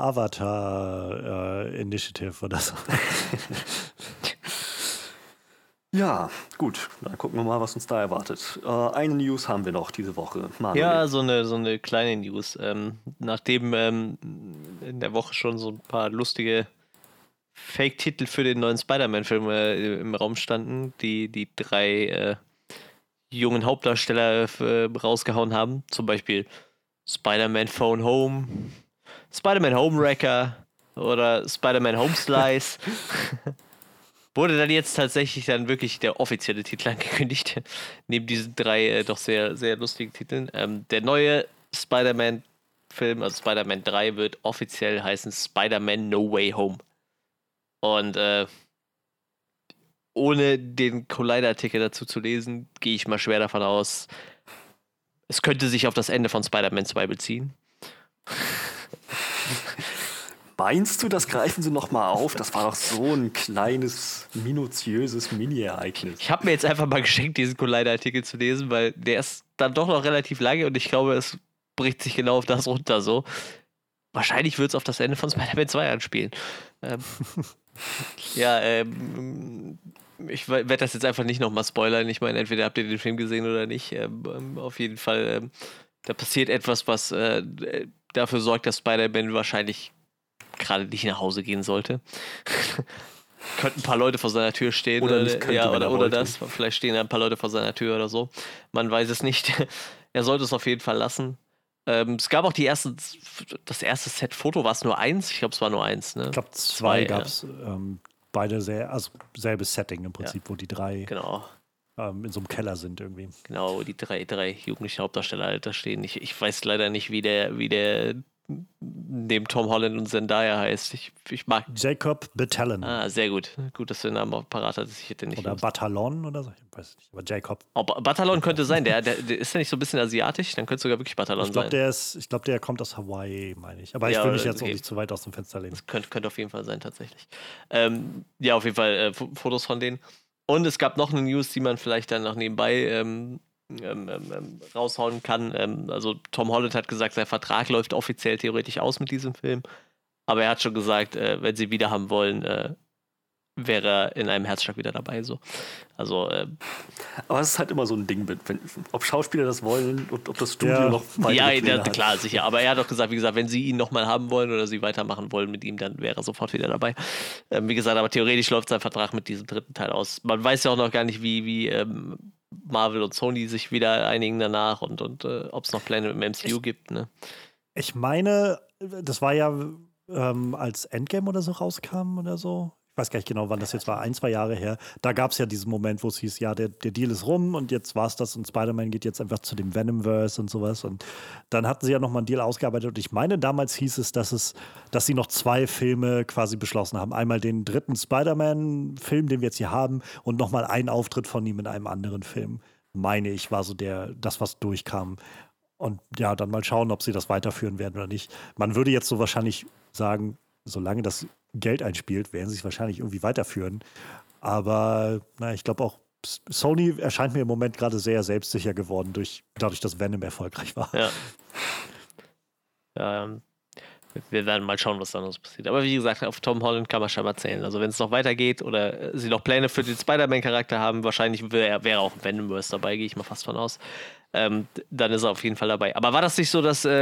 Avatar Initiative oder so. Ja, gut. Dann gucken wir mal, was uns da erwartet. Eine News haben wir noch diese Woche. Manuel. Ja, so eine kleine News. Nachdem in der Woche schon so ein paar lustige Fake-Titel für den neuen Spider-Man-Film im Raum standen, die 3 jungen Hauptdarsteller rausgehauen haben. Zum Beispiel Spider-Man Phone Home, Spider-Man Home Wrecker oder Spider-Man Home Slice. Wurde dann jetzt tatsächlich dann wirklich der offizielle Titel angekündigt, neben diesen 3 doch sehr, sehr lustigen Titeln. Der neue Spider-Man-Film, also Spider-Man 3, wird offiziell heißen Spider-Man No Way Home. Und ohne den Collider-Artikel dazu zu lesen, gehe ich mal schwer davon aus, es könnte sich auf das Ende von Spider-Man 2 beziehen. Meinst du, das greifen sie nochmal auf? Das war doch so ein kleines, minutiöses Mini-Ereignis. Ich habe mir jetzt einfach mal geschenkt, diesen Collider-Artikel zu lesen, weil der ist dann doch noch relativ lange und ich glaube, es bricht sich genau auf das runter so. Wahrscheinlich wird es auf das Ende von Spider-Man 2 anspielen. Ich werde das jetzt einfach nicht nochmal spoilern. Ich meine, entweder habt ihr den Film gesehen oder nicht. Auf jeden Fall, da passiert etwas, was dafür sorgt, dass Spider-Man wahrscheinlich gerade nicht nach Hause gehen sollte. Könnten ein paar Leute vor seiner Tür stehen. Oder nicht könnte, oder das. Vielleicht stehen ein paar Leute vor seiner Tür oder so. Man weiß es nicht. Er sollte es auf jeden Fall lassen. Es gab auch das erste Set-Foto, war es nur 1? Ich glaube, es war nur 1. Ne? Ich glaube, 2 gab es. beide selbes Setting im Prinzip, wo die drei Genau. In so einem Keller sind irgendwie. Genau, wo die drei jugendlichen Hauptdarsteller halt da stehen. Ich weiß leider nicht, wie der neben Tom Holland und Zendaya heißt. Ich mag. Jacob Batalon. Ah, sehr gut. Gut, dass du den Namen auch parat hattest. Ich hätte nicht. Oder Batalon oder so. Ich weiß nicht, aber Jacob. Oh, Batalon könnte sein. Der ist ja nicht so ein bisschen asiatisch? Dann könnte es sogar wirklich Batalon sein. Ich glaube, der kommt aus Hawaii, meine ich. Aber ich will mich jetzt auch nicht zu weit aus dem Fenster lehnen. Das könnte auf jeden Fall sein, tatsächlich. Ja, auf jeden Fall Fotos von denen. Und es gab noch eine News, die man vielleicht dann noch nebenbei raushauen kann. Also Tom Holland hat gesagt, sein Vertrag läuft offiziell theoretisch aus mit diesem Film. Aber er hat schon gesagt, wenn sie wieder haben wollen, wäre er in einem Herzschlag wieder dabei. So. Also, aber es ist halt immer so ein Ding, ob Schauspieler das wollen und ob das Studio noch weitere Pläne hat. Klar, sicher. Aber er hat doch gesagt, wie gesagt, wenn sie ihn nochmal haben wollen oder sie weitermachen wollen mit ihm, dann wäre er sofort wieder dabei. Wie gesagt, aber theoretisch läuft sein Vertrag mit diesem dritten Teil aus. Man weiß ja auch noch gar nicht, wie Marvel und Sony sich wieder einigen danach und ob es noch Pläne im MCU gibt. Ne? Ich meine, das war ja als Endgame oder so rauskam oder so. Ich weiß gar nicht genau, wann das jetzt war, 1-2 Jahre her. Da gab es ja diesen Moment, wo es hieß, ja, der Deal ist rum und jetzt war es das und Spider-Man geht jetzt einfach zu dem Venomverse und sowas. Und dann hatten sie ja nochmal einen Deal ausgearbeitet und ich meine, damals hieß es, dass sie noch 2 Filme quasi beschlossen haben. Einmal den dritten Spider-Man-Film, den wir jetzt hier haben und nochmal einen Auftritt von ihm in einem anderen Film. Meine ich, war so das, was durchkam. Und ja, dann mal schauen, ob sie das weiterführen werden oder nicht. Man würde jetzt so wahrscheinlich sagen, solange das Geld einspielt, werden sie es wahrscheinlich irgendwie weiterführen. Aber ich glaube auch, Sony erscheint mir im Moment gerade sehr selbstsicher geworden, dadurch, dass Venom erfolgreich war. Ja. Wir werden mal schauen, was da noch passiert. Aber wie gesagt, auf Tom Holland kann man schon mal zählen. Also wenn es noch weitergeht oder sie noch Pläne für den Spider-Man-Charakter haben, wahrscheinlich wäre auch ein Venomverse dabei, gehe ich mal fast von aus. Dann ist er auf jeden Fall dabei. Aber war das nicht so, dass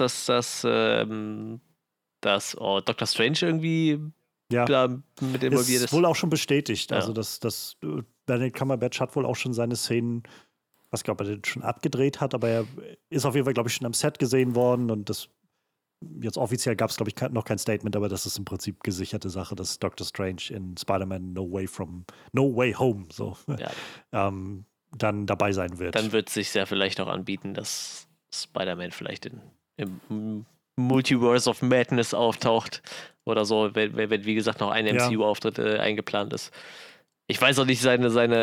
Doctor Strange irgendwie da mit involviert ist? Ist wohl auch schon bestätigt. Ja. Also das Benedict Cumberbatch hat wohl auch schon seine Szenen, ich weiß gar nicht, ob er den schon abgedreht hat, aber er ist auf jeden Fall, glaube ich, schon am Set gesehen worden und das jetzt offiziell gab es, glaube ich, noch kein Statement, aber das ist im Prinzip gesicherte Sache, dass Doctor Strange in Spider-Man No Way Home so dann dabei sein wird. Dann wird es sich ja vielleicht auch anbieten, dass Spider-Man vielleicht im Multiverse of Madness auftaucht oder so, wenn wie gesagt, noch ein MCU-Auftritt eingeplant ist. Ich weiß auch nicht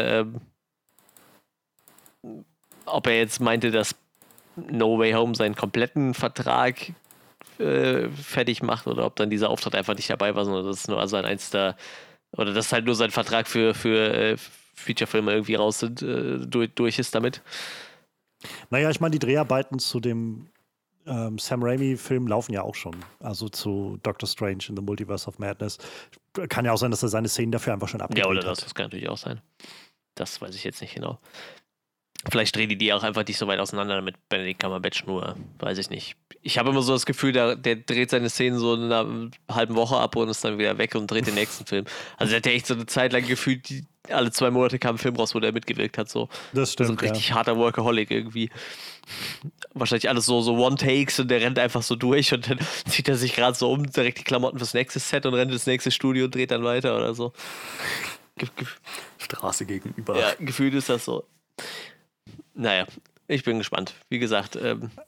ob er jetzt meinte, dass No Way Home seinen kompletten Vertrag fertig macht oder ob dann dieser Auftritt einfach nicht dabei war, sondern das ist nur oder dass halt nur sein Vertrag für Feature-Filme irgendwie raus sind, durch ist damit. Naja, ich meine, die Dreharbeiten zu dem Sam Raimi-Film laufen ja auch schon. Also zu Doctor Strange in the Multiverse of Madness. Kann ja auch sein, dass er seine Szenen dafür einfach schon abgedreht hat. Ja, oder das kann natürlich auch sein. Das weiß ich jetzt nicht genau. Vielleicht drehen die auch einfach nicht so weit auseinander, damit Benedict Cumberbatch nur, weiß ich nicht. Ich habe immer so das Gefühl, der dreht seine Szenen so in einer halben Woche ab und ist dann wieder weg und dreht den nächsten Film. Also der hat ja echt so eine Zeit lang gefühlt, alle 2 Monate kam ein Film raus, wo der mitgewirkt hat. So. Das stimmt, so ein richtig harter Workaholic irgendwie. Wahrscheinlich alles so One-Takes und der rennt einfach so durch und dann zieht er sich gerade so um, direkt die Klamotten fürs nächste Set und rennt ins nächste Studio und dreht dann weiter oder so. Straße gegenüber. Ja, gefühlt ist das so. Naja, ich bin gespannt. Wie gesagt,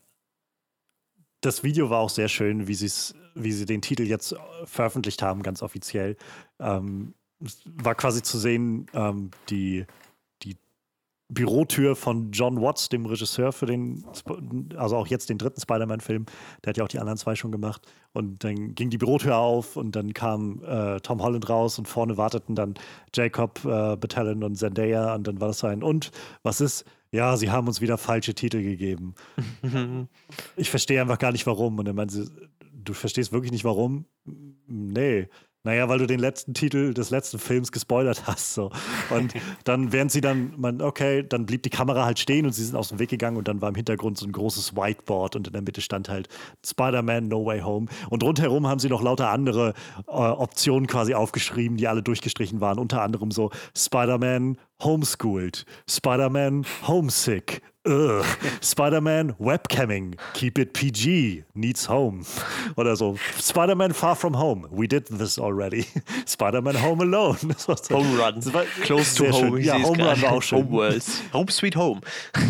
das Video war auch sehr schön, wie sie den Titel jetzt veröffentlicht haben, ganz offiziell. War quasi zu sehen, die Bürotür von John Watts, dem Regisseur für also auch jetzt den dritten Spider-Man-Film. Der hat ja auch die anderen 2 schon gemacht. Und dann ging die Bürotür auf und dann kam Tom Holland raus und vorne warteten dann Jacob Batalon und Zendaya und dann war das so und was ist? Ja, sie haben uns wieder falsche Titel gegeben. Ich verstehe einfach gar nicht, warum. Und dann meinte sie, du verstehst wirklich nicht, warum? Nee. Naja, weil du den letzten Titel des letzten Films gespoilert hast. So. Und dann, während sie dann blieb die Kamera halt stehen und sie sind aus dem Weg gegangen und dann war im Hintergrund so ein großes Whiteboard und in der Mitte stand halt Spider-Man No Way Home. Und rundherum haben sie noch lauter andere Optionen quasi aufgeschrieben, die alle durchgestrichen waren. Unter anderem so Spider-Man homeschooled. Spider-Man homesick. Spider-Man webcamming. Keep it PG. Needs home. Oder so. Spider-Man far from home. We did this already. Spider-Man home alone. Home Run. Close to home. Schön. Ja, Home Run war auch schön. Home Worlds. Home Sweet Home.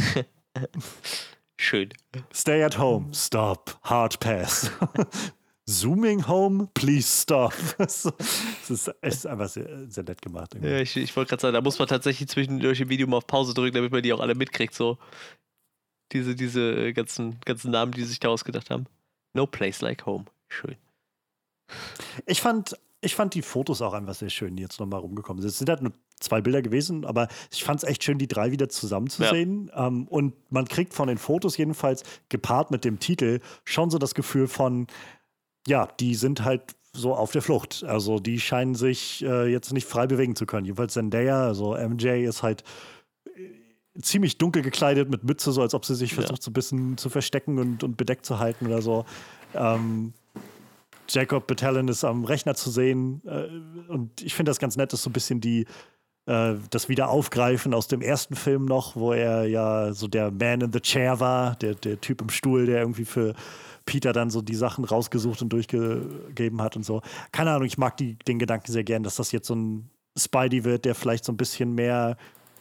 Schön. Stay at home. Stop. Hard pass. Zooming home, please stop. Das ist einfach sehr, sehr nett gemacht. Ja, ich wollte gerade sagen, da muss man tatsächlich zwischendurch im Video mal auf Pause drücken, damit man die auch alle mitkriegt. So diese ganzen Namen, die sich da ausgedacht haben. No place like home. Schön. Ich fand die Fotos auch einfach sehr schön, die jetzt nochmal rumgekommen sind. Es sind halt nur 2 Bilder gewesen, aber ich fand es echt schön, die 3 wieder zusammenzusehen. Ja. Und man kriegt von den Fotos jedenfalls, gepaart mit dem Titel, schon so das Gefühl von, ja, die sind halt so auf der Flucht. Also die scheinen sich jetzt nicht frei bewegen zu können. Jedenfalls Zendaya, also MJ ist halt ziemlich dunkel gekleidet mit Mütze, so als ob sie sich versucht, so ein bisschen zu verstecken und bedeckt zu halten oder so. Jacob Batalon ist am Rechner zu sehen. Und ich finde das ganz nett, dass so ein bisschen das Wiederaufgreifen aus dem ersten Film noch, wo er ja so der Man in the Chair war, der Typ im Stuhl, der irgendwie für Peter dann so die Sachen rausgesucht und durchgegeben hat und so. Keine Ahnung, ich mag den Gedanken sehr gern, dass das jetzt so ein Spidey wird, der vielleicht so ein bisschen mehr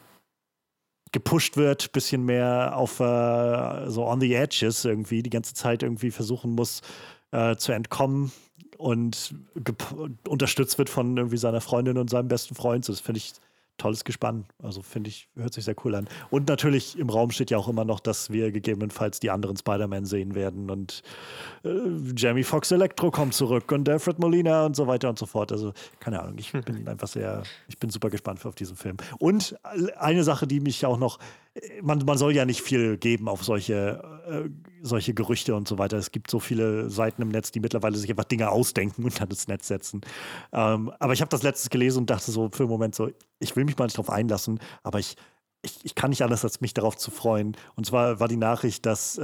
gepusht wird, bisschen mehr auf so on the edges irgendwie, die ganze Zeit irgendwie versuchen muss zu entkommen und unterstützt wird von irgendwie seiner Freundin und seinem besten Freund. So, das finde ich tolles Gespann. Also finde ich, hört sich sehr cool an. Und natürlich im Raum steht ja auch immer noch, dass wir gegebenenfalls die anderen Spider-Man sehen werden und Jamie Foxx Electro kommt zurück und Alfred Molina und so weiter und so fort. Also keine Ahnung, ich bin super gespannt auf diesen Film. Und eine Sache, die mich auch noch, man soll ja nicht viel geben auf solche Gerüchte und so weiter. Es gibt so viele Seiten im Netz, die mittlerweile sich einfach Dinge ausdenken und dann ins Netz setzen. Aber ich habe das letztes gelesen und dachte so für einen Moment so, ich will mich mal nicht drauf einlassen, aber ich kann nicht anders, als mich darauf zu freuen. Und zwar war die Nachricht, dass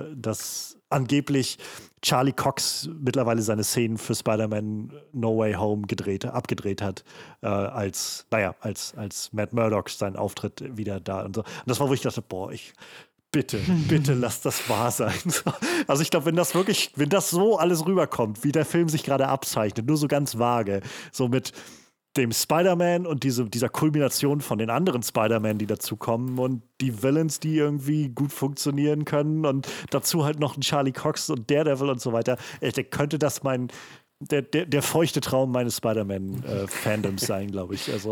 angeblich Charlie Cox mittlerweile seine Szenen für Spider-Man No Way Home abgedreht hat, als Matt Murdock seinen Auftritt wieder da und so. Und das war, wo ich dachte, boah, bitte lass das wahr sein. Also ich glaube, wenn das so alles rüberkommt, wie der Film sich gerade abzeichnet, nur so ganz vage, so mit dem Spider-Man und dieser Kulmination von den anderen Spider-Man, die dazukommen und die Villains, die irgendwie gut funktionieren können und dazu halt noch ein Charlie Cox und Daredevil und so weiter. Könnte das der feuchte Traum meines Spider-Man-Fandoms sein, glaube ich. Also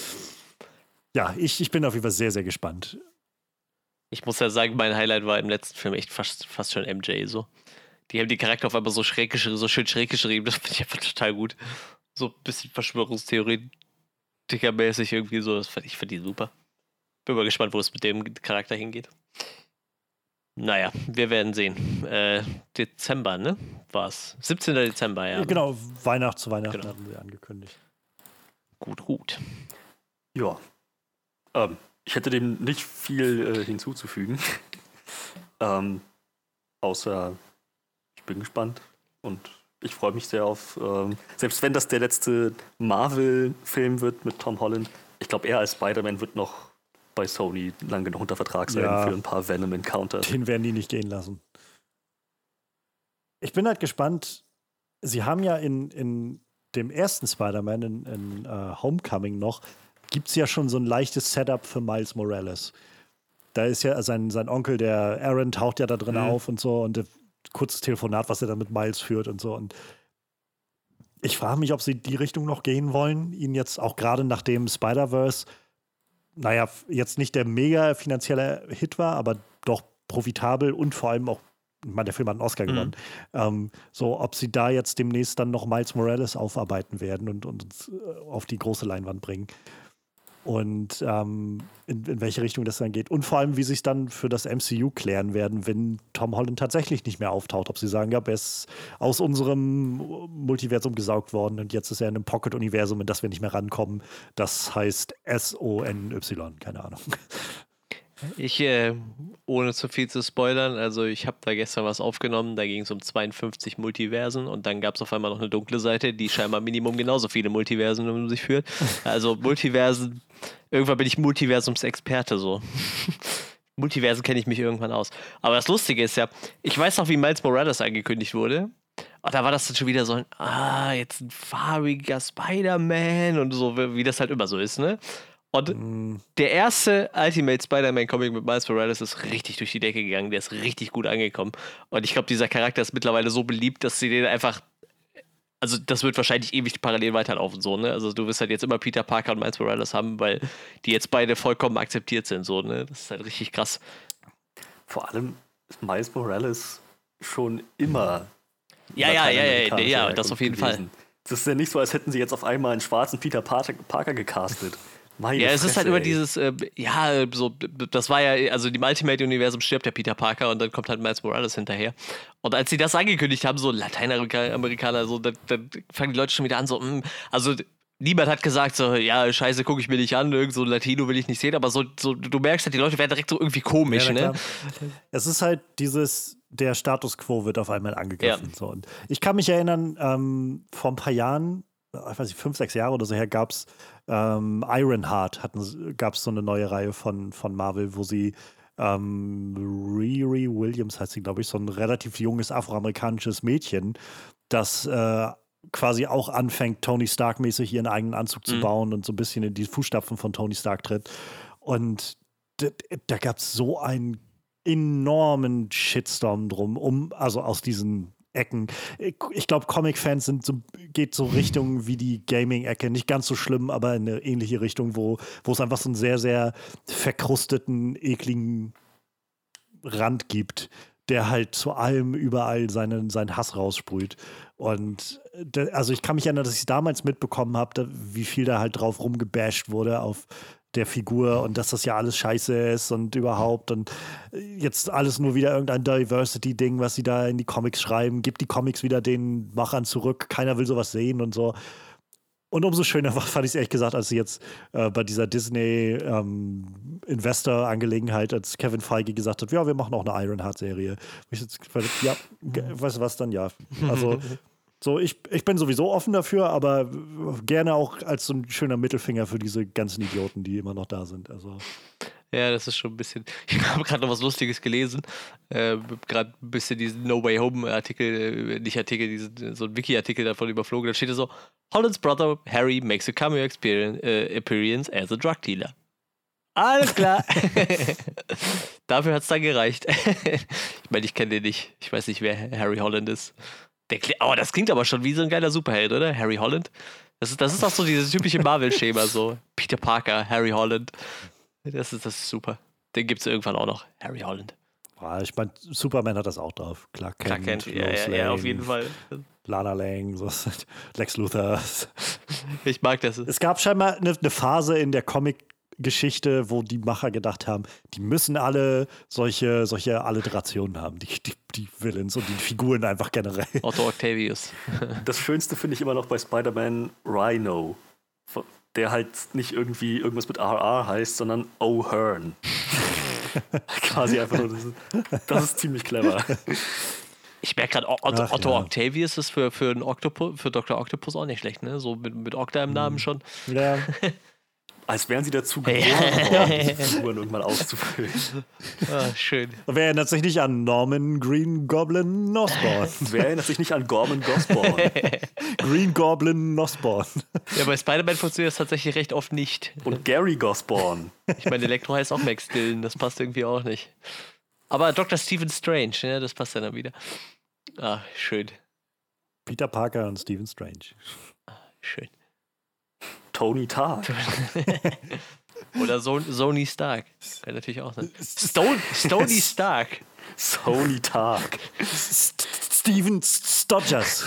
ja, ich bin auf jeden Fall sehr, sehr gespannt. Ich muss ja sagen, mein Highlight war im letzten Film echt fast schon MJ so. Die haben die Charakter auf einmal so schön schräg geschrieben, das finde ich einfach total gut. So ein bisschen Verschwörungstheoretiker-mäßig irgendwie so. Ich finde die super. Bin mal gespannt, wo es mit dem Charakter hingeht. Naja, wir werden sehen. Dezember, ne? War's. 17. Dezember, ja. Genau, zu Weihnachten hatten wir angekündigt. Gut. Ja. Ich hätte dem nicht viel hinzuzufügen. Außer ich bin gespannt und ich freue mich sehr auf, selbst wenn das der letzte Marvel-Film wird mit Tom Holland, ich glaube, er als Spider-Man wird noch bei Sony lange genug unter Vertrag sein für ein paar Venom-Encounters. Den werden die nicht gehen lassen. Ich bin halt gespannt, sie haben ja in dem ersten Spider-Man, in Homecoming noch, gibt es ja schon so ein leichtes Setup für Miles Morales. Da ist ja sein Onkel, der Aaron, taucht ja da drin auf und so und kurzes Telefonat, was er dann mit Miles führt und so. Und ich frage mich, ob sie die Richtung noch gehen wollen. Ihn jetzt auch gerade nach dem Spider-Verse, naja, jetzt nicht der mega finanzielle Hit war, aber doch profitabel und vor allem auch, ich meine, der Film hat einen Oscar gewonnen. So, ob sie da jetzt demnächst dann noch Miles Morales aufarbeiten werden und uns auf die große Leinwand bringen. Und in welche Richtung das dann geht. Und vor allem, wie sie es dann für das MCU klären werden, wenn Tom Holland tatsächlich nicht mehr auftaucht. Ob sie sagen, ja, er ist aus unserem Multiversum gesaugt worden und jetzt ist er in einem Pocket-Universum, in das wir nicht mehr rankommen. Das heißt SONY, keine Ahnung. Ich, ohne zu viel zu spoilern, also ich habe da gestern was aufgenommen, da ging es um 52 Multiversen und dann gab es auf einmal noch eine dunkle Seite, die scheinbar Minimum genauso viele Multiversen um sich führt. Also Multiversen, irgendwann bin ich Multiversums-Experte so. Multiversen kenne ich mich irgendwann aus. Aber das Lustige ist ja, ich weiß noch, wie Miles Morales angekündigt wurde. Und da war das dann schon wieder so jetzt ein farbiger Spider-Man und so, wie das halt immer so ist, ne? Und der erste Ultimate Spider-Man-Comic mit Miles Morales ist richtig durch die Decke gegangen. Der ist richtig gut angekommen. Und ich glaube, dieser Charakter ist mittlerweile so beliebt, dass sie den einfach. Also, das wird wahrscheinlich ewig parallel weiterlaufen, so, ne? Also, du wirst halt jetzt immer Peter Parker und Miles Morales haben, weil die jetzt beide vollkommen akzeptiert sind, so, ne? Das ist halt richtig krass. Vor allem ist Miles Morales schon immer. Ja, das auf jeden Fall. Es ist ja nicht so, als hätten sie jetzt auf einmal einen schwarzen Peter Parker gecastet. Meine Fresse, es ist halt immer dieses, das war ja, also im Ultimate-Universum stirbt der Peter Parker und dann kommt halt Miles Morales hinterher. Und als sie das angekündigt haben, so Lateinamerikaner, so, dann fangen die Leute schon wieder an, so, also niemand hat gesagt, so, ja, scheiße, gucke ich mir nicht an, irgend so ein Latino will ich nicht sehen, aber so, du merkst halt, die Leute werden direkt so irgendwie komisch, ja, ne? Es ist halt der Status Quo wird auf einmal angegriffen. Ja. So. Und ich kann mich erinnern, vor ein paar Jahren, ich weiß nicht, 5, 6 Jahre oder so her, gab es Ironheart, gab es so eine neue Reihe von Marvel, wo sie Riri Williams heißt sie, glaube ich, so ein relativ junges afroamerikanisches Mädchen, das quasi auch anfängt, Tony Stark-mäßig ihren eigenen Anzug zu bauen und so ein bisschen in die Fußstapfen von Tony Stark tritt. Und da gab es so einen enormen Shitstorm drum, also aus diesen Ecken. Ich glaube, Comic-Fans geht so Richtung wie die Gaming-Ecke. Nicht ganz so schlimm, aber in eine ähnliche Richtung, wo es einfach so einen sehr, sehr verkrusteten, ekligen Rand gibt, der halt zu allem überall seinen Hass raussprüht. Und also ich kann mich erinnern, dass ich es damals mitbekommen habe, wie viel da halt drauf rumgebasht wurde auf der Figur und dass das ja alles scheiße ist und überhaupt und jetzt alles nur wieder irgendein Diversity-Ding, was sie da in die Comics schreiben, gibt die Comics wieder den Machern zurück, keiner will sowas sehen und so. Und umso schöner fand ich es ehrlich gesagt, als sie jetzt bei dieser Disney-Investor-Angelegenheit, als Kevin Feige gesagt hat, ja, wir machen auch eine Ironheart-Serie. Ja, weißt du was dann? Ja. Also so, ich bin sowieso offen dafür, aber gerne auch als so ein schöner Mittelfinger für diese ganzen Idioten, die immer noch da sind. Also. Ja, das ist schon ein bisschen. Ich habe gerade noch was Lustiges gelesen. Gerade ein bisschen diesen No Way Home Artikel, so ein Wiki-Artikel davon überflogen. Da steht so: Hollands brother Harry makes a cameo appearance as a drug dealer. Alles klar. Dafür hat es dann gereicht. Ich meine, ich kenne den nicht. Ich weiß nicht, wer Harry Holland ist. Das klingt aber schon wie so ein geiler Superheld, oder? Harry Holland. Das ist auch so dieses typische Marvel-Schema, so Peter Parker, Harry Holland. Das ist super. Den gibt es irgendwann auch noch, Harry Holland. Ja, ich meine, Superman hat das auch drauf. Clark Kent, ja, auf jeden Fall. Lana Lang, so, Lex Luthor. Ich mag das. Es gab scheinbar eine Phase in der Comic-Geschichte, wo die Macher gedacht haben, die müssen alle solche Alliterationen haben, die Villains und die Figuren einfach generell. Otto Octavius. Das Schönste finde ich immer noch bei Spider-Man Rhino, der halt nicht irgendwie irgendwas mit RR heißt, sondern O'Hearn. Quasi einfach nur, das ist ziemlich clever. Ich merke gerade, Otto Octavius ist für Dr. Octopus auch nicht schlecht, ne? So mit Octa im Namen schon. Ja. Als wären sie dazu geboren worden, diese Figuren irgendwann auszufüllen. Schön. Wer erinnert sich nicht an Norman Green Goblin Osborn? Wer erinnert sich nicht an Gorman Gosborn? Green Goblin Osborn. Ja, bei Spider-Man funktioniert das tatsächlich recht oft nicht. Und Gary Gosborn. Ich meine, Elektro heißt auch Max Dillon, das passt irgendwie auch nicht. Aber Dr. Stephen Strange, ne, das passt ja dann wieder. Schön. Peter Parker und Stephen Strange. Schön. Tony Stark. Oder Sony Stark. Kann natürlich auch sein. Stony Stark. Sony Stark. Steven Stodgers.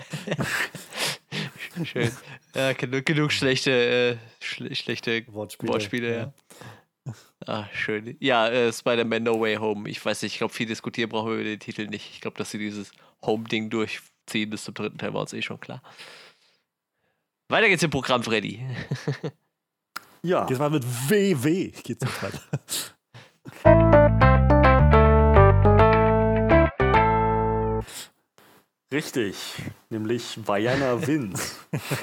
Schön. Ja, genug schlechte Wortspiele. Ja. Schön. Ja, Spider-Man No Way Home. Ich weiß nicht, ich glaube, viel diskutieren brauchen wir über den Titel nicht. Ich glaube, dass sie dieses Home-Ding durchziehen bis zum 3. Teil war uns schon klar. Weiter geht's im Programm, Freddy. Ja. Jetzt mal mit WW geht's weiter. Richtig, nämlich Vaiana Vince.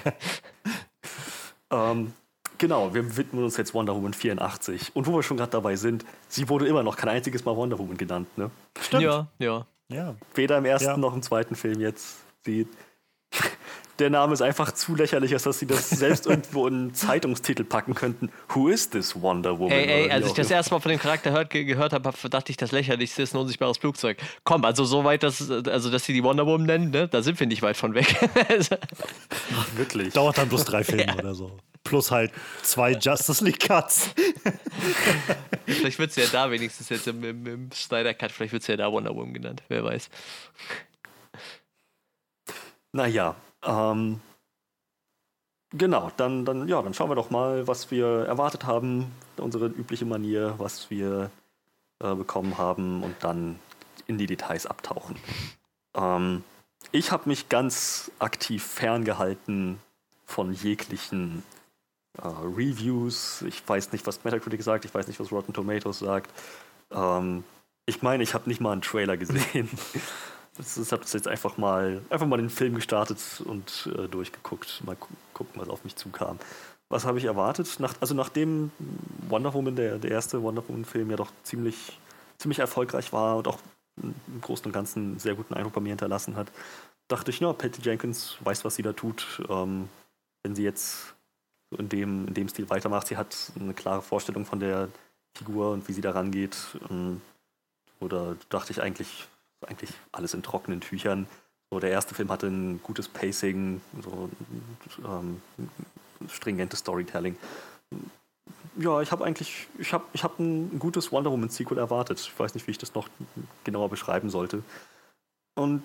Genau, wir widmen uns jetzt Wonder Woman 84. Und wo wir schon gerade dabei sind, sie wurde immer noch kein einziges Mal Wonder Woman genannt, ne? Stimmt. Ja. Weder im ersten noch im zweiten Film jetzt. Der Name ist einfach zu lächerlich, als dass sie das selbst irgendwo in einen Zeitungstitel packen könnten. Who is this Wonder Woman? Ey, als ich das erste Mal von dem Charakter gehört habe, dachte ich, das Lächerlichste ist ein unsichtbares Flugzeug. Komm, also so weit, dass sie die Wonder Woman nennen, ne? Da sind wir nicht weit von weg. Ach, wirklich? Dauert dann bloß 3 Filme oder so. Plus halt 2 Justice League Cuts. Vielleicht wird sie ja da wenigstens jetzt im Snyder Cut, vielleicht wird sie ja da Wonder Woman genannt, wer weiß. Naja, genau, dann schauen wir doch mal, was wir erwartet haben, unsere übliche Manier, was wir bekommen haben und dann in die Details abtauchen. Ich habe mich ganz aktiv ferngehalten von jeglichen Reviews. Ich weiß nicht, was Metacritic sagt, ich weiß nicht, was Rotten Tomatoes sagt. Ich meine, ich habe nicht mal einen Trailer gesehen. Ich habe jetzt einfach mal den Film gestartet und durchgeguckt. Mal gucken, was auf mich zukam. Was habe ich erwartet? Nachdem Wonder Woman, der erste Wonder Woman-Film, ja doch ziemlich erfolgreich war und auch im Großen und Ganzen einen sehr guten Eindruck bei mir hinterlassen hat, dachte ich, Patty Jenkins weiß, was sie da tut. Wenn sie jetzt so in dem Stil weitermacht, sie hat eine klare Vorstellung von der Figur und wie sie da rangeht. Oder dachte ich eigentlich alles in trockenen Tüchern. So, der erste Film hatte ein gutes Pacing, so stringentes Storytelling. Ja, ich habe ein gutes Wonder Woman Sequel erwartet. Ich weiß nicht, wie ich das noch genauer beschreiben sollte. Und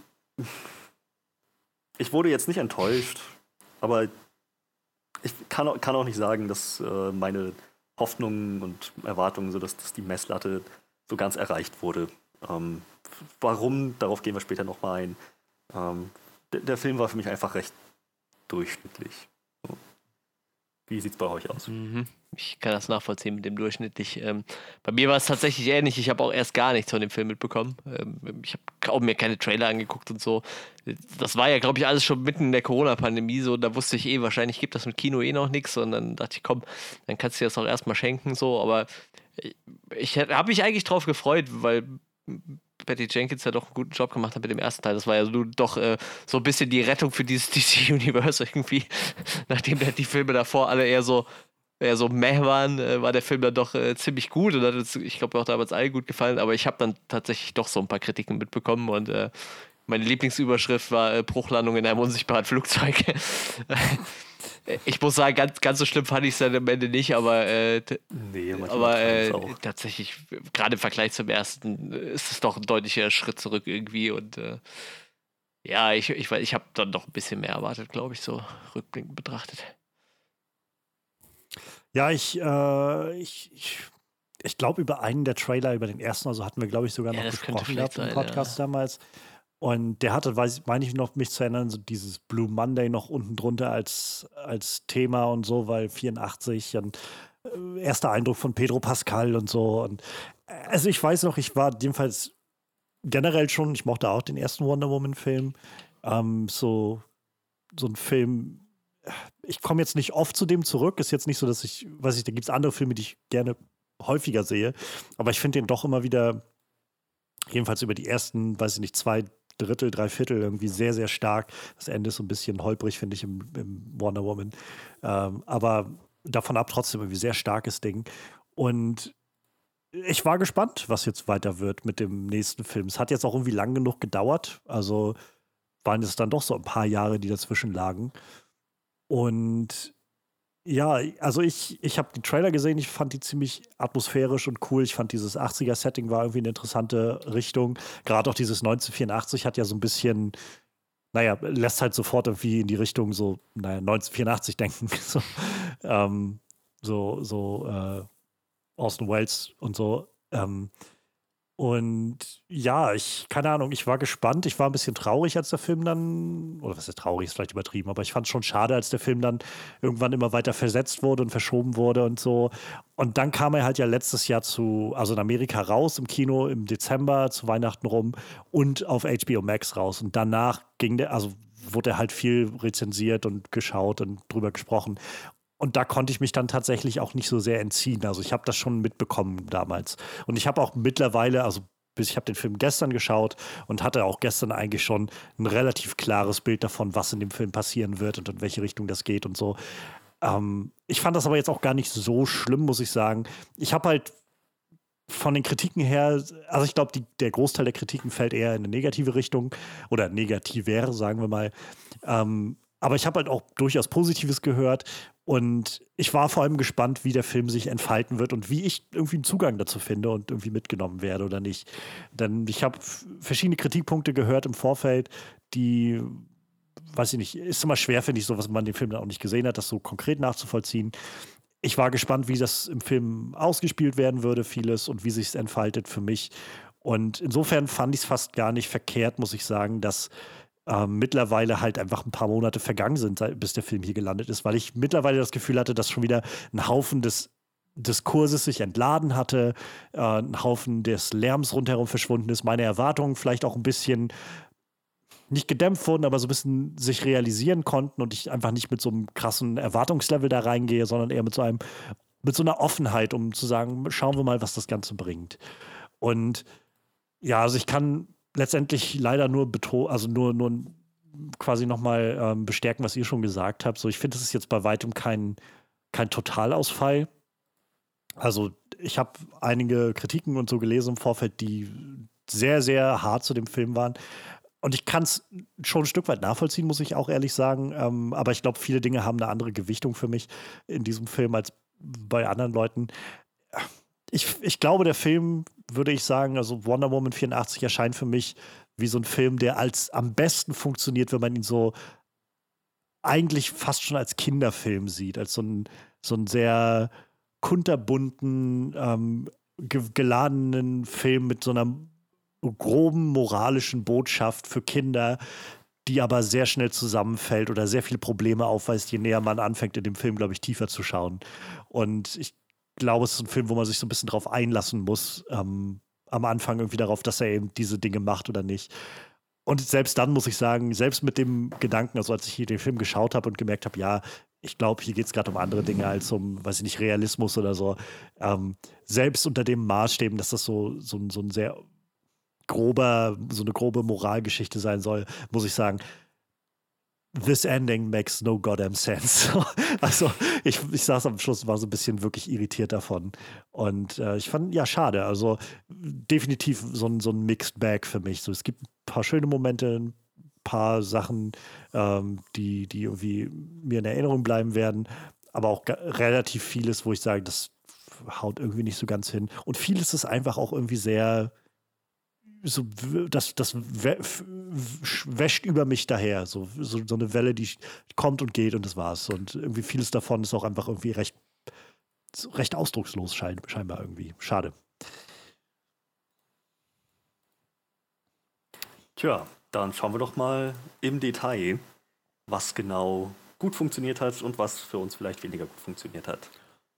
ich wurde jetzt nicht enttäuscht, aber ich kann auch nicht sagen, dass meine Hoffnungen und Erwartungen, so dass die Messlatte so ganz erreicht wurde. Warum? Darauf gehen wir später nochmal ein. Der Film war für mich einfach recht durchschnittlich. So. Wie sieht's bei euch aus? Ich kann das nachvollziehen mit dem durchschnittlich. Bei mir war es tatsächlich ähnlich. Ich habe auch erst gar nichts von dem Film mitbekommen. Ich habe auch mir keine Trailer angeguckt und so. Das war ja, glaube ich, alles schon mitten in der Corona-Pandemie so. Da wusste ich wahrscheinlich gibt das mit Kino noch nichts. Und dann dachte ich, komm, dann kannst du dir das auch erstmal schenken. So. Aber ich habe mich eigentlich drauf gefreut, weil Patty Jenkins ja doch einen guten Job gemacht hat mit dem ersten Teil. Das war ja doch so ein bisschen die Rettung für dieses DC-Universe irgendwie. Nachdem die Filme davor alle eher so meh waren, war der Film dann doch ziemlich gut und hat uns, ich glaube, auch damals allen gut gefallen. Aber ich habe dann tatsächlich doch so ein paar Kritiken mitbekommen und meine Lieblingsüberschrift war Bruchlandung in einem unsichtbaren Flugzeug. Ich muss sagen, ganz so schlimm fand ich es dann am Ende nicht, aber tatsächlich, gerade im Vergleich zum ersten, ist es doch ein deutlicher Schritt zurück irgendwie und ja, ich habe dann doch ein bisschen mehr erwartet, glaube ich, so rückblickend betrachtet. Ja, ich glaube, über einen der Trailer, über den ersten, also hatten wir, glaube ich, sogar noch gesprochen gehabt im Podcast damals. Und der hatte, meine ich noch, mich zu erinnern, so dieses Blue Monday noch unten drunter als Thema und so, weil 84 und erster Eindruck von Pedro Pascal und so. Und also ich weiß noch, ich war jedenfalls generell schon, ich mochte auch den ersten Wonder Woman-Film. So ein Film, ich komme jetzt nicht oft zu dem zurück. Ist jetzt nicht so, dass da gibt es andere Filme, die ich gerne häufiger sehe. Aber ich finde den doch immer wieder, jedenfalls über die ersten, 2 Drittel, 3/4 irgendwie sehr, sehr stark. Das Ende ist so ein bisschen holprig, finde ich, im Wonder Woman. Aber davon ab trotzdem irgendwie sehr starkes Ding. Und ich war gespannt, was jetzt weiter wird mit dem nächsten Film. Es hat jetzt auch irgendwie lang genug gedauert. Also waren es dann doch so ein paar Jahre, die dazwischen lagen. Und ja, also ich habe die Trailer gesehen, ich fand die ziemlich atmosphärisch und cool. Ich fand dieses 80er-Setting war irgendwie eine interessante Richtung. Gerade auch dieses 1984 hat ja so ein bisschen, lässt halt sofort irgendwie in die Richtung 1984 denken. So Orson Welles und so. Und ja, keine Ahnung, ich war gespannt. Ich war ein bisschen traurig, als der Film dann, oder was ist traurig, ist vielleicht übertrieben, aber ich fand es schon schade, als der Film dann irgendwann immer weiter versetzt wurde und verschoben wurde und so. Und dann kam er halt ja letztes Jahr also in Amerika raus, im Kino im Dezember zu Weihnachten rum und auf HBO Max raus. Und danach also wurde er halt viel rezensiert und geschaut und drüber gesprochen. Und da konnte ich mich dann tatsächlich auch nicht so sehr entziehen. Also ich habe das schon mitbekommen damals. Und ich habe auch mittlerweile, also ich habe den Film gestern geschaut und hatte auch gestern eigentlich schon ein relativ klares Bild davon, was in dem Film passieren wird und in welche Richtung das geht und so. Ich fand das aber jetzt auch gar nicht so schlimm, muss ich sagen. Ich habe halt von den Kritiken her, also ich glaube, der Großteil der Kritiken fällt eher in eine negative Richtung oder negativer, sagen wir mal. Aber ich habe halt auch durchaus Positives gehört und ich war vor allem gespannt, wie der Film sich entfalten wird und wie ich irgendwie einen Zugang dazu finde und irgendwie mitgenommen werde oder nicht. Denn ich habe verschiedene Kritikpunkte gehört im Vorfeld, die, weiß ich nicht, ist immer schwer, finde ich, so was man den Film dann auch nicht gesehen hat, das so konkret nachzuvollziehen. Ich war gespannt, wie das im Film ausgespielt werden würde, vieles und wie sich es entfaltet für mich. Und insofern fand ich es fast gar nicht verkehrt, muss ich sagen, dass mittlerweile halt einfach ein paar Monate vergangen sind, bis der Film hier gelandet ist, weil ich mittlerweile das Gefühl hatte, dass schon wieder ein Haufen des Diskurses sich entladen hatte, ein Haufen des Lärms rundherum verschwunden ist, meine Erwartungen vielleicht auch ein bisschen nicht gedämpft wurden, aber so ein bisschen sich realisieren konnten und ich einfach nicht mit so einem krassen Erwartungslevel da reingehe, sondern eher mit so einer Offenheit, um zu sagen, schauen wir mal, was das Ganze bringt. Und ja, also ich kann letztendlich leider nur nur quasi nochmal bestärken, was ihr schon gesagt habt. So, ich finde, das ist jetzt bei weitem kein Totalausfall. Also ich habe einige Kritiken und so gelesen im Vorfeld, die sehr, sehr hart zu dem Film waren. Und ich kann es schon ein Stück weit nachvollziehen, muss ich auch ehrlich sagen. Aber ich glaube, viele Dinge haben eine andere Gewichtung für mich in diesem Film als bei anderen Leuten. Ich glaube, der Film, würde ich sagen, also Wonder Woman 84 erscheint für mich wie so ein Film, der am besten funktioniert, wenn man ihn so eigentlich fast schon als Kinderfilm sieht, als so ein sehr kunterbunten, geladenen Film mit so einer groben moralischen Botschaft für Kinder, die aber sehr schnell zusammenfällt oder sehr viele Probleme aufweist, je näher man anfängt, in dem Film, glaube ich, tiefer zu schauen. Und ich glaube, es ist ein Film, wo man sich so ein bisschen drauf einlassen muss, am Anfang irgendwie darauf, dass er eben diese Dinge macht oder nicht. Und selbst dann muss ich sagen, selbst mit dem Gedanken, also als ich hier den Film geschaut habe und gemerkt habe, ja, ich glaube, hier geht es gerade um andere Dinge als um, weiß ich nicht, Realismus oder so. Selbst unter dem Maßstäben, dass das so ein sehr so eine grobe Moralgeschichte sein soll, muss ich sagen, this ending makes no goddamn sense. Also ich saß am Schluss, war so ein bisschen wirklich irritiert davon. Und ich fand, ja, schade. Also definitiv so ein Mixed Bag für mich. So, es gibt ein paar schöne Momente, ein paar Sachen, die irgendwie mir in Erinnerung bleiben werden, aber auch relativ vieles, wo ich sage, das haut irgendwie nicht so ganz hin. Und vieles ist einfach auch irgendwie sehr so, das wäscht über mich daher. So eine Welle, die kommt und geht und das war's. Und irgendwie vieles davon ist auch einfach irgendwie recht ausdruckslos scheinbar irgendwie. Schade. Tja, dann schauen wir doch mal im Detail, was genau gut funktioniert hat und was für uns vielleicht weniger gut funktioniert hat.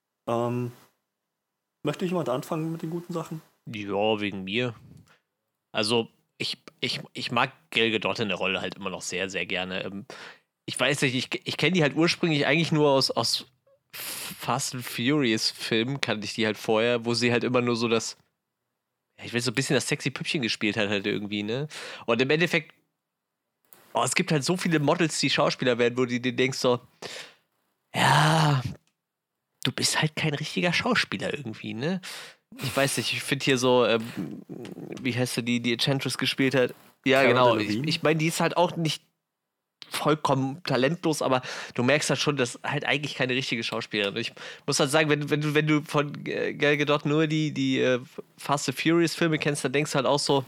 Möchte jemand anfangen mit den guten Sachen? Ja, wegen mir. Also, ich mag Gal Gadot in der Rolle halt immer noch sehr, sehr gerne. Ich weiß nicht, ich kenne die halt ursprünglich eigentlich nur aus Fast and Furious Filmen, kannte ich die halt vorher, wo sie halt immer nur so ich will so ein bisschen das sexy Püppchen gespielt hat halt irgendwie, ne? Und im Endeffekt, es gibt halt so viele Models, die Schauspieler werden, wo du dir denkst so, ja, du bist halt kein richtiger Schauspieler irgendwie, ne? Ich weiß nicht, ich finde hier so, wie heißt sie, die Enchantress gespielt hat? Ja, genau. Ich meine, die ist halt auch nicht vollkommen talentlos, aber du merkst halt schon, dass halt eigentlich keine richtige Schauspielerin. Ich muss halt sagen, wenn du von Gal Gadot nur die Fast and Furious Filme kennst, dann denkst du halt auch so,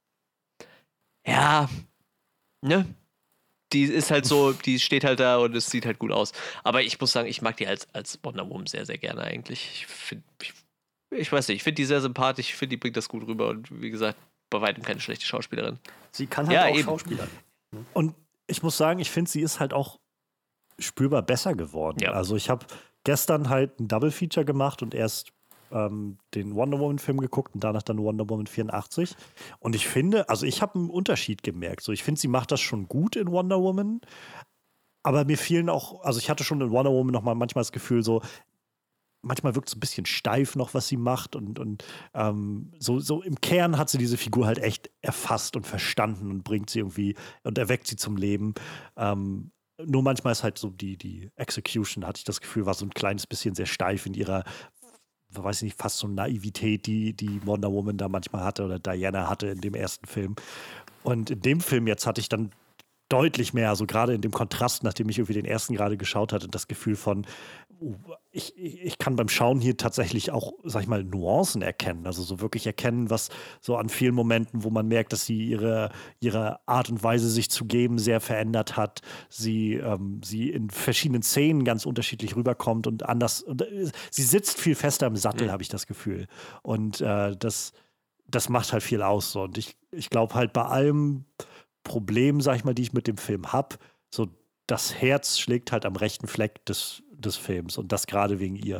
ja, ne? Die ist halt so, die steht halt da und es sieht halt gut aus. Aber ich muss sagen, ich mag die als Wonder Woman sehr, sehr gerne eigentlich. Ich finde, ich weiß nicht, ich finde die sehr sympathisch, ich finde, die bringt das gut rüber und wie gesagt, bei weitem keine schlechte Schauspielerin. Sie kann halt Ja, auch eben. Schauspielern. Und ich muss sagen, ich finde, sie ist halt auch spürbar besser geworden. Ja. Also ich habe gestern halt ein Double Feature gemacht und erst den Wonder Woman Film geguckt und danach dann Wonder Woman 84. Und ich finde, also ich habe einen Unterschied gemerkt. So, ich finde, sie macht das schon gut in Wonder Woman, aber mir fielen auch, also ich hatte schon in Wonder Woman noch mal manchmal das Gefühl, so manchmal wirkt es ein bisschen steif noch, was sie macht. Und so im Kern hat sie diese Figur halt echt erfasst und verstanden und bringt sie irgendwie und erweckt sie zum Leben. Nur manchmal ist halt so die Execution, hatte ich das Gefühl, war so ein kleines bisschen sehr steif in ihrer, weiß ich nicht, fast so Naivität, die Wonder Woman da manchmal hatte oder Diana hatte in dem ersten Film. Und in dem Film jetzt hatte ich dann deutlich mehr, also gerade in dem Kontrast, nachdem ich irgendwie den ersten gerade geschaut hatte, das Gefühl von, ich kann beim Schauen hier tatsächlich auch, sag ich mal, Nuancen erkennen. Also so wirklich erkennen, was so an vielen Momenten, wo man merkt, dass sie ihre Art und Weise, sich zu geben, sehr verändert hat. Sie in verschiedenen Szenen ganz unterschiedlich rüberkommt und anders. Sie sitzt viel fester im Sattel, habe ich das Gefühl. Und das macht halt viel aus. So. Und ich glaube halt bei allem Problem, sag ich mal, die ich mit dem Film habe, so das Herz schlägt halt am rechten Fleck des Films und das gerade wegen ihr.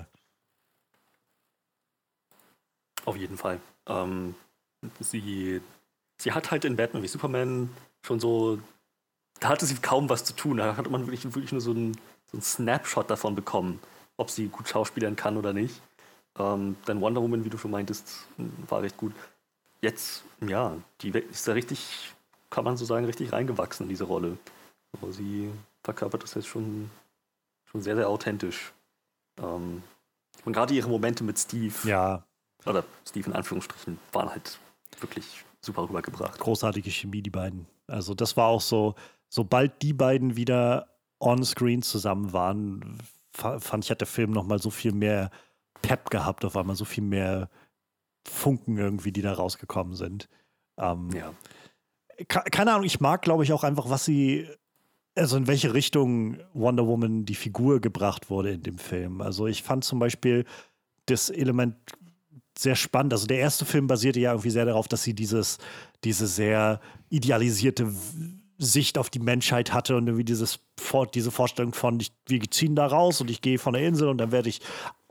Auf jeden Fall. Sie hat halt in Batman wie Superman schon so, da hatte sie kaum was zu tun. Da hat man wirklich nur so einen Snapshot davon bekommen, ob sie gut schauspielern kann oder nicht. Dann Wonder Woman, wie du schon meintest, war recht gut. Jetzt, ja, die ist da richtig, kann man so sagen, richtig reingewachsen in diese Rolle. Aber sie verkörpert das jetzt schon sehr, sehr authentisch. Und gerade ihre Momente mit Steve, ja, oder Steve in Anführungsstrichen, waren halt wirklich super rübergebracht. Großartige Chemie, die beiden. Also das war auch so, sobald die beiden wieder on-screen zusammen waren, fand ich, hat der Film nochmal so viel mehr Pep gehabt, auf einmal so viel mehr Funken irgendwie, die da rausgekommen sind. Ja. Keine Ahnung, ich mag, glaube ich, auch einfach, was sie, also in welche Richtung Wonder Woman die Figur gebracht wurde in dem Film. Also ich fand zum Beispiel das Element sehr spannend. Also der erste Film basierte ja irgendwie sehr darauf, dass sie diese sehr idealisierte Sicht auf die Menschheit hatte und irgendwie diese Vorstellung von, wir ziehen da raus und ich gehe von der Insel und dann werde ich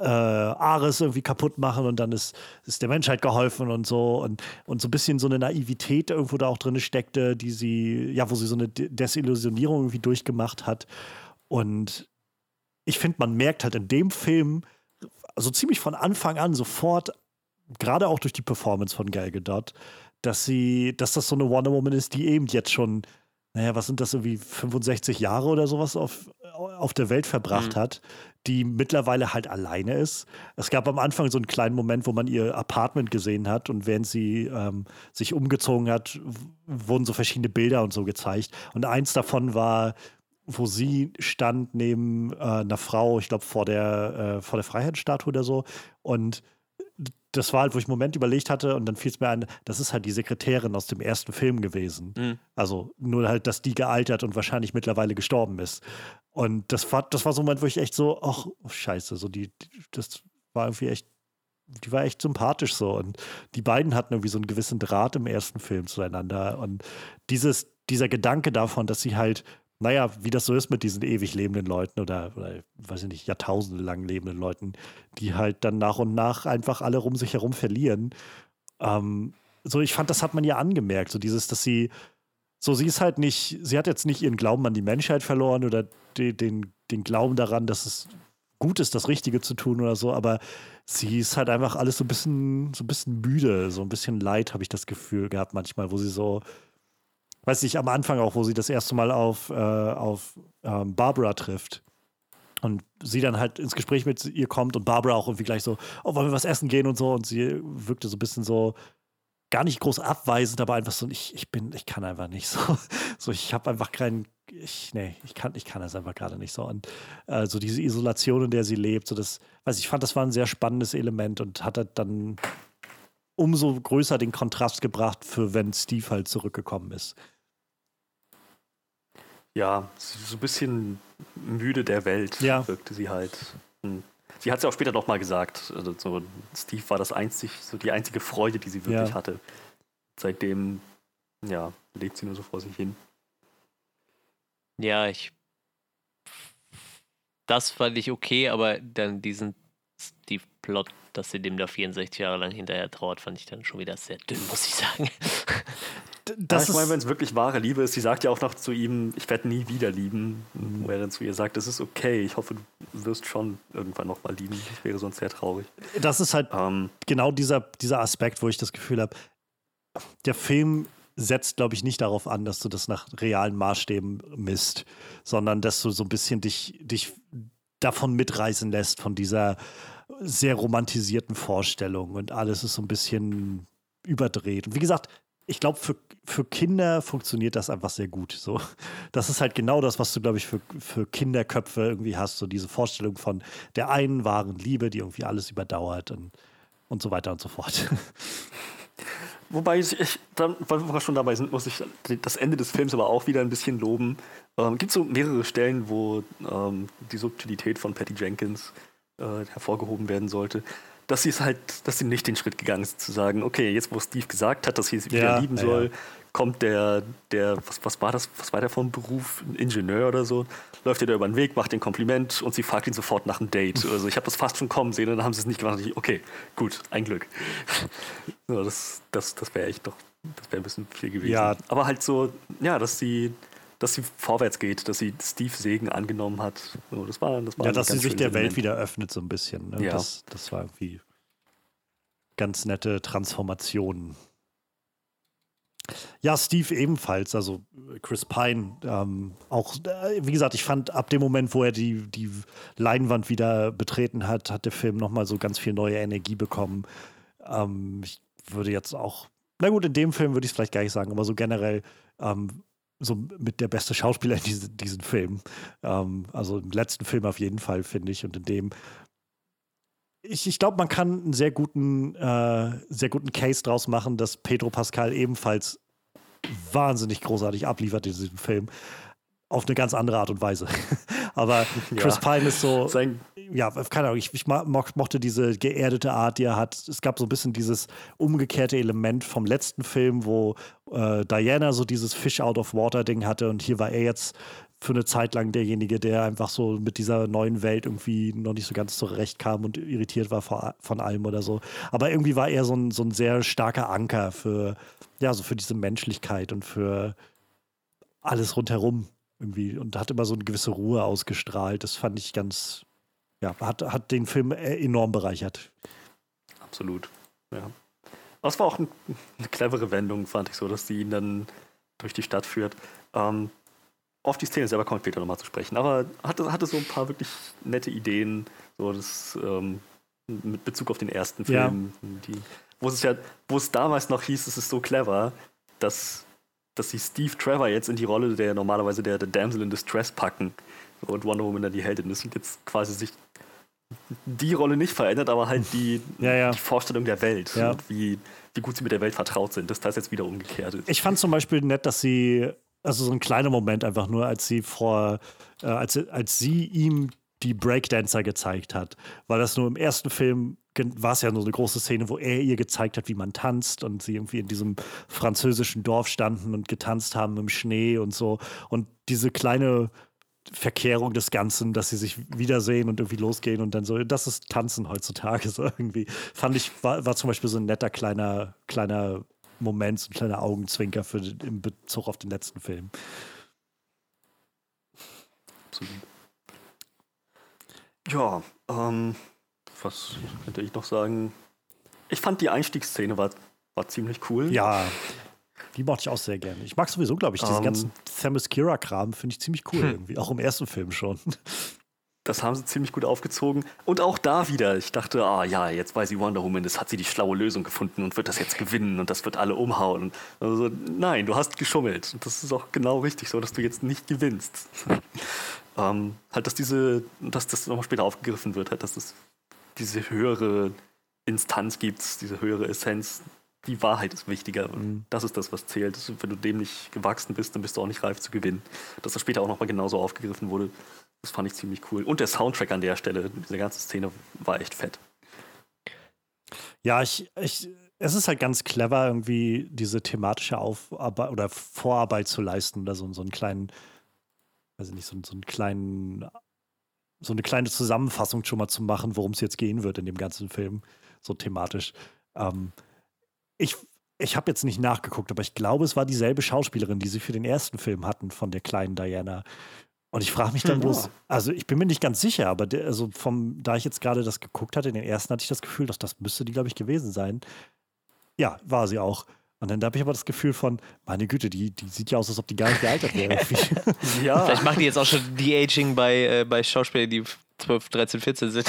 Ares irgendwie kaputt machen und dann ist der Menschheit geholfen und so. Und so ein bisschen so eine Naivität irgendwo da auch drin steckte, wo sie so eine Desillusionierung irgendwie durchgemacht hat. Und ich finde, man merkt halt in dem Film, also ziemlich von Anfang an sofort, gerade auch durch die Performance von Gal Gadot, dass das so eine Wonder Woman ist, die eben jetzt schon, naja, was sind das, irgendwie 65 Jahre oder sowas auf der Welt verbracht hat, die mittlerweile halt alleine ist. Es gab am Anfang so einen kleinen Moment, wo man ihr Apartment gesehen hat und während sie sich umgezogen hat, wurden so verschiedene Bilder und so gezeigt. Und eins davon war, wo sie stand neben einer Frau, ich glaube vor der Freiheitsstatue oder so. Und das war halt, wo ich einen Moment überlegt hatte und dann fiel es mir ein, das ist halt die Sekretärin aus dem ersten Film gewesen. Mhm. Also nur halt, dass die gealtert und wahrscheinlich mittlerweile gestorben ist. Und das war so ein Moment, wo ich echt so, ach, scheiße, so das war irgendwie echt, die war echt sympathisch so. Und die beiden hatten irgendwie so einen gewissen Draht im ersten Film zueinander. Und dieser Gedanke davon, dass sie halt, naja, wie das so ist mit diesen ewig lebenden Leuten oder weiß ich nicht, Jahrtausende lang lebenden Leuten, die halt dann nach und nach einfach alle sich herum verlieren. So, ich fand, das hat man ja angemerkt, so dass sie ist halt nicht, sie hat jetzt nicht ihren Glauben an die Menschheit verloren oder den Glauben daran, dass es gut ist, das Richtige zu tun oder so, aber sie ist halt einfach alles so ein bisschen müde, so ein bisschen leid, habe ich das Gefühl gehabt manchmal, wo sie so, weiß ich, am Anfang auch, wo sie das erste Mal auf Barbara trifft und sie dann halt ins Gespräch mit ihr kommt und Barbara auch irgendwie gleich so, oh, wollen wir was essen gehen und so, und sie wirkte so ein bisschen so gar nicht groß abweisend, aber einfach so, ich kann einfach nicht so ich habe einfach ich kann das einfach gerade nicht so. Und so diese Isolation, in der sie lebt, so das, ich fand, das war ein sehr spannendes Element und hat halt dann umso größer den Kontrast gebracht, für wenn Steve halt zurückgekommen ist. Ja, so ein bisschen müde der Welt wirkte sie halt. sie hat es ja auch später noch mal gesagt. Also so, Steve war die einzige Freude, die sie wirklich hatte. Seitdem, ja, lebt sie nur so vor sich hin. Ja, das fand ich okay, aber dann diesen Steve-Plot, dass sie dem da 64 Jahre lang hinterher trauert, fand ich dann schon wieder sehr dünn, muss ich sagen. Ich meine, wenn es wirklich wahre Liebe ist, sie sagt ja auch noch zu ihm, ich werde nie wieder lieben, wo er dann zu ihr sagt, das ist okay, ich hoffe, du wirst schon irgendwann noch mal lieben, das wäre sonst sehr traurig. Das ist halt genau dieser Aspekt, wo ich das Gefühl habe, der Film setzt, glaube ich, nicht darauf an, dass du das nach realen Maßstäben misst, sondern dass du so ein bisschen dich davon mitreißen lässt, von dieser sehr romantisierten Vorstellung und alles ist so ein bisschen überdreht. Und wie gesagt, ich glaube, für Kinder funktioniert das einfach sehr gut. So. Das ist halt genau das, was du, glaube ich, für Kinderköpfe irgendwie hast. So diese Vorstellung von der einen wahren Liebe, die irgendwie alles überdauert und so weiter und so fort. Wobei weil wir schon dabei sind, muss ich das Ende des Films aber auch wieder ein bisschen loben. Gibt so mehrere Stellen, wo die Subtilität von Patty Jenkins hervorgehoben werden sollte. Dass sie nicht den Schritt gegangen ist, zu sagen, okay, jetzt wo Steve gesagt hat, dass sie es wieder lieben soll, kommt was war der vom Beruf? Ein Ingenieur oder so, läuft er da über den Weg, macht den Kompliment und sie fragt ihn sofort nach einem Date. Also ich habe das fast schon kommen sehen und dann haben sie es nicht gemacht. Okay, gut, ein Glück. Ja, das wäre echt das wäre ein bisschen viel gewesen. Ja. Aber halt so, ja, dass sie vorwärts geht, dass sie Steve Segen angenommen hat. So, das war ja, dass sie sich der Welt wieder öffnet so ein bisschen. Ne? Ja. Das war irgendwie ganz nette Transformation. Ja, Steve ebenfalls, also Chris Pine. Auch, wie gesagt, ich fand ab dem Moment, wo er die Leinwand wieder betreten hat, hat der Film nochmal so ganz viel neue Energie bekommen. Ich würde jetzt auch, na gut, in dem Film würde ich es vielleicht gar nicht sagen, aber so generell so mit der beste Schauspieler in diesen Film. Also im letzten Film auf jeden Fall, finde ich. Und in dem ich glaube, man kann einen sehr guten Case draus machen, dass Pedro Pascal ebenfalls wahnsinnig großartig abliefert in diesem Film. Auf eine ganz andere Art und Weise. Aber Chris Pine ist so, keine Ahnung, ich mochte diese geerdete Art, die er hat. Es gab so ein bisschen dieses umgekehrte Element vom letzten Film, wo Diana so dieses Fish-out-of-water-Ding hatte und hier war er jetzt für eine Zeit lang derjenige, der einfach so mit dieser neuen Welt irgendwie noch nicht so ganz zurechtkam und irritiert war von allem oder so. Aber irgendwie war er so ein sehr starker Anker für diese Menschlichkeit und für alles rundherum irgendwie und hat immer so eine gewisse Ruhe ausgestrahlt. Das fand ich hat den Film enorm bereichert. Absolut, ja. Das war auch eine clevere Wendung, fand ich so, dass die ihn dann durch die Stadt führt. Auf die Szene selber kommt später nochmal zu sprechen, aber hatte so ein paar wirklich nette Ideen, so das mit Bezug auf den ersten Film, wo es damals noch hieß, es ist so clever, dass sie Steve Trevor jetzt in die Rolle der normalerweise der Damsel in Distress packen und Wonder Woman dann die Heldin ist und jetzt quasi sich die Rolle nicht verändert, aber halt die Vorstellung der Welt und wie gut sie mit der Welt vertraut sind, dass das jetzt wieder umgekehrt ist. Ich fand zum Beispiel nett, dass sie, also so ein kleiner Moment einfach nur, als sie als sie ihm die Breakdancer gezeigt hat, weil das nur im ersten Film war es ja nur eine große Szene, wo er ihr gezeigt hat, wie man tanzt und sie irgendwie in diesem französischen Dorf standen und getanzt haben im Schnee und so. Und diese kleine Verkehrung des Ganzen, dass sie sich wiedersehen und irgendwie losgehen und dann so, das ist Tanzen heutzutage. So irgendwie fand ich, war zum Beispiel so ein netter kleiner Moment, so ein kleiner Augenzwinker in Bezug auf den letzten Film. Absolut. Ja, was könnte ich noch sagen? Ich fand die Einstiegsszene war ziemlich cool. Ja, die mochte ich auch sehr gerne. Ich mag sowieso, glaube ich, diesen ganzen Themyscira-Kram finde ich ziemlich cool irgendwie, auch im ersten Film schon. Das haben sie ziemlich gut aufgezogen. Und auch da wieder, ich dachte, jetzt weiß sie Wonder Woman, das hat sie die schlaue Lösung gefunden und wird das jetzt gewinnen und das wird alle umhauen. Also nein, du hast geschummelt. Und das ist auch genau richtig so, dass du jetzt nicht gewinnst. Halt, dass das nochmal später aufgegriffen wird, halt, dass es diese höhere Instanz gibt, diese höhere Essenz, die Wahrheit ist wichtiger. Das ist das, was zählt. Wenn du dem nicht gewachsen bist, dann bist du auch nicht reif zu gewinnen. Dass das später auch nochmal genauso aufgegriffen wurde, das fand ich ziemlich cool. Und der Soundtrack an der Stelle, diese ganze Szene, war echt fett. Ja, es ist halt ganz clever, irgendwie diese thematische Aufarbeit oder Vorarbeit zu leisten oder so einen kleinen, weiß ich nicht, so eine kleine Zusammenfassung schon mal zu machen, worum es jetzt gehen wird in dem ganzen Film, so thematisch. Ich habe jetzt nicht nachgeguckt, aber ich glaube, es war dieselbe Schauspielerin, die sie für den ersten Film hatten von der kleinen Diana. Und ich frage mich dann bloß, also ich bin mir nicht ganz sicher, aber da ich jetzt gerade das geguckt hatte, den ersten hatte ich das Gefühl, dass das müsste die, glaube ich, gewesen sein. Ja, war sie auch. Und dann habe ich aber das Gefühl von, meine Güte, die sieht ja aus, als ob die gar nicht gealtert wäre. Ja. Vielleicht machen die jetzt auch schon De-Aging bei Schauspielern, die 12, 13, 14 sind.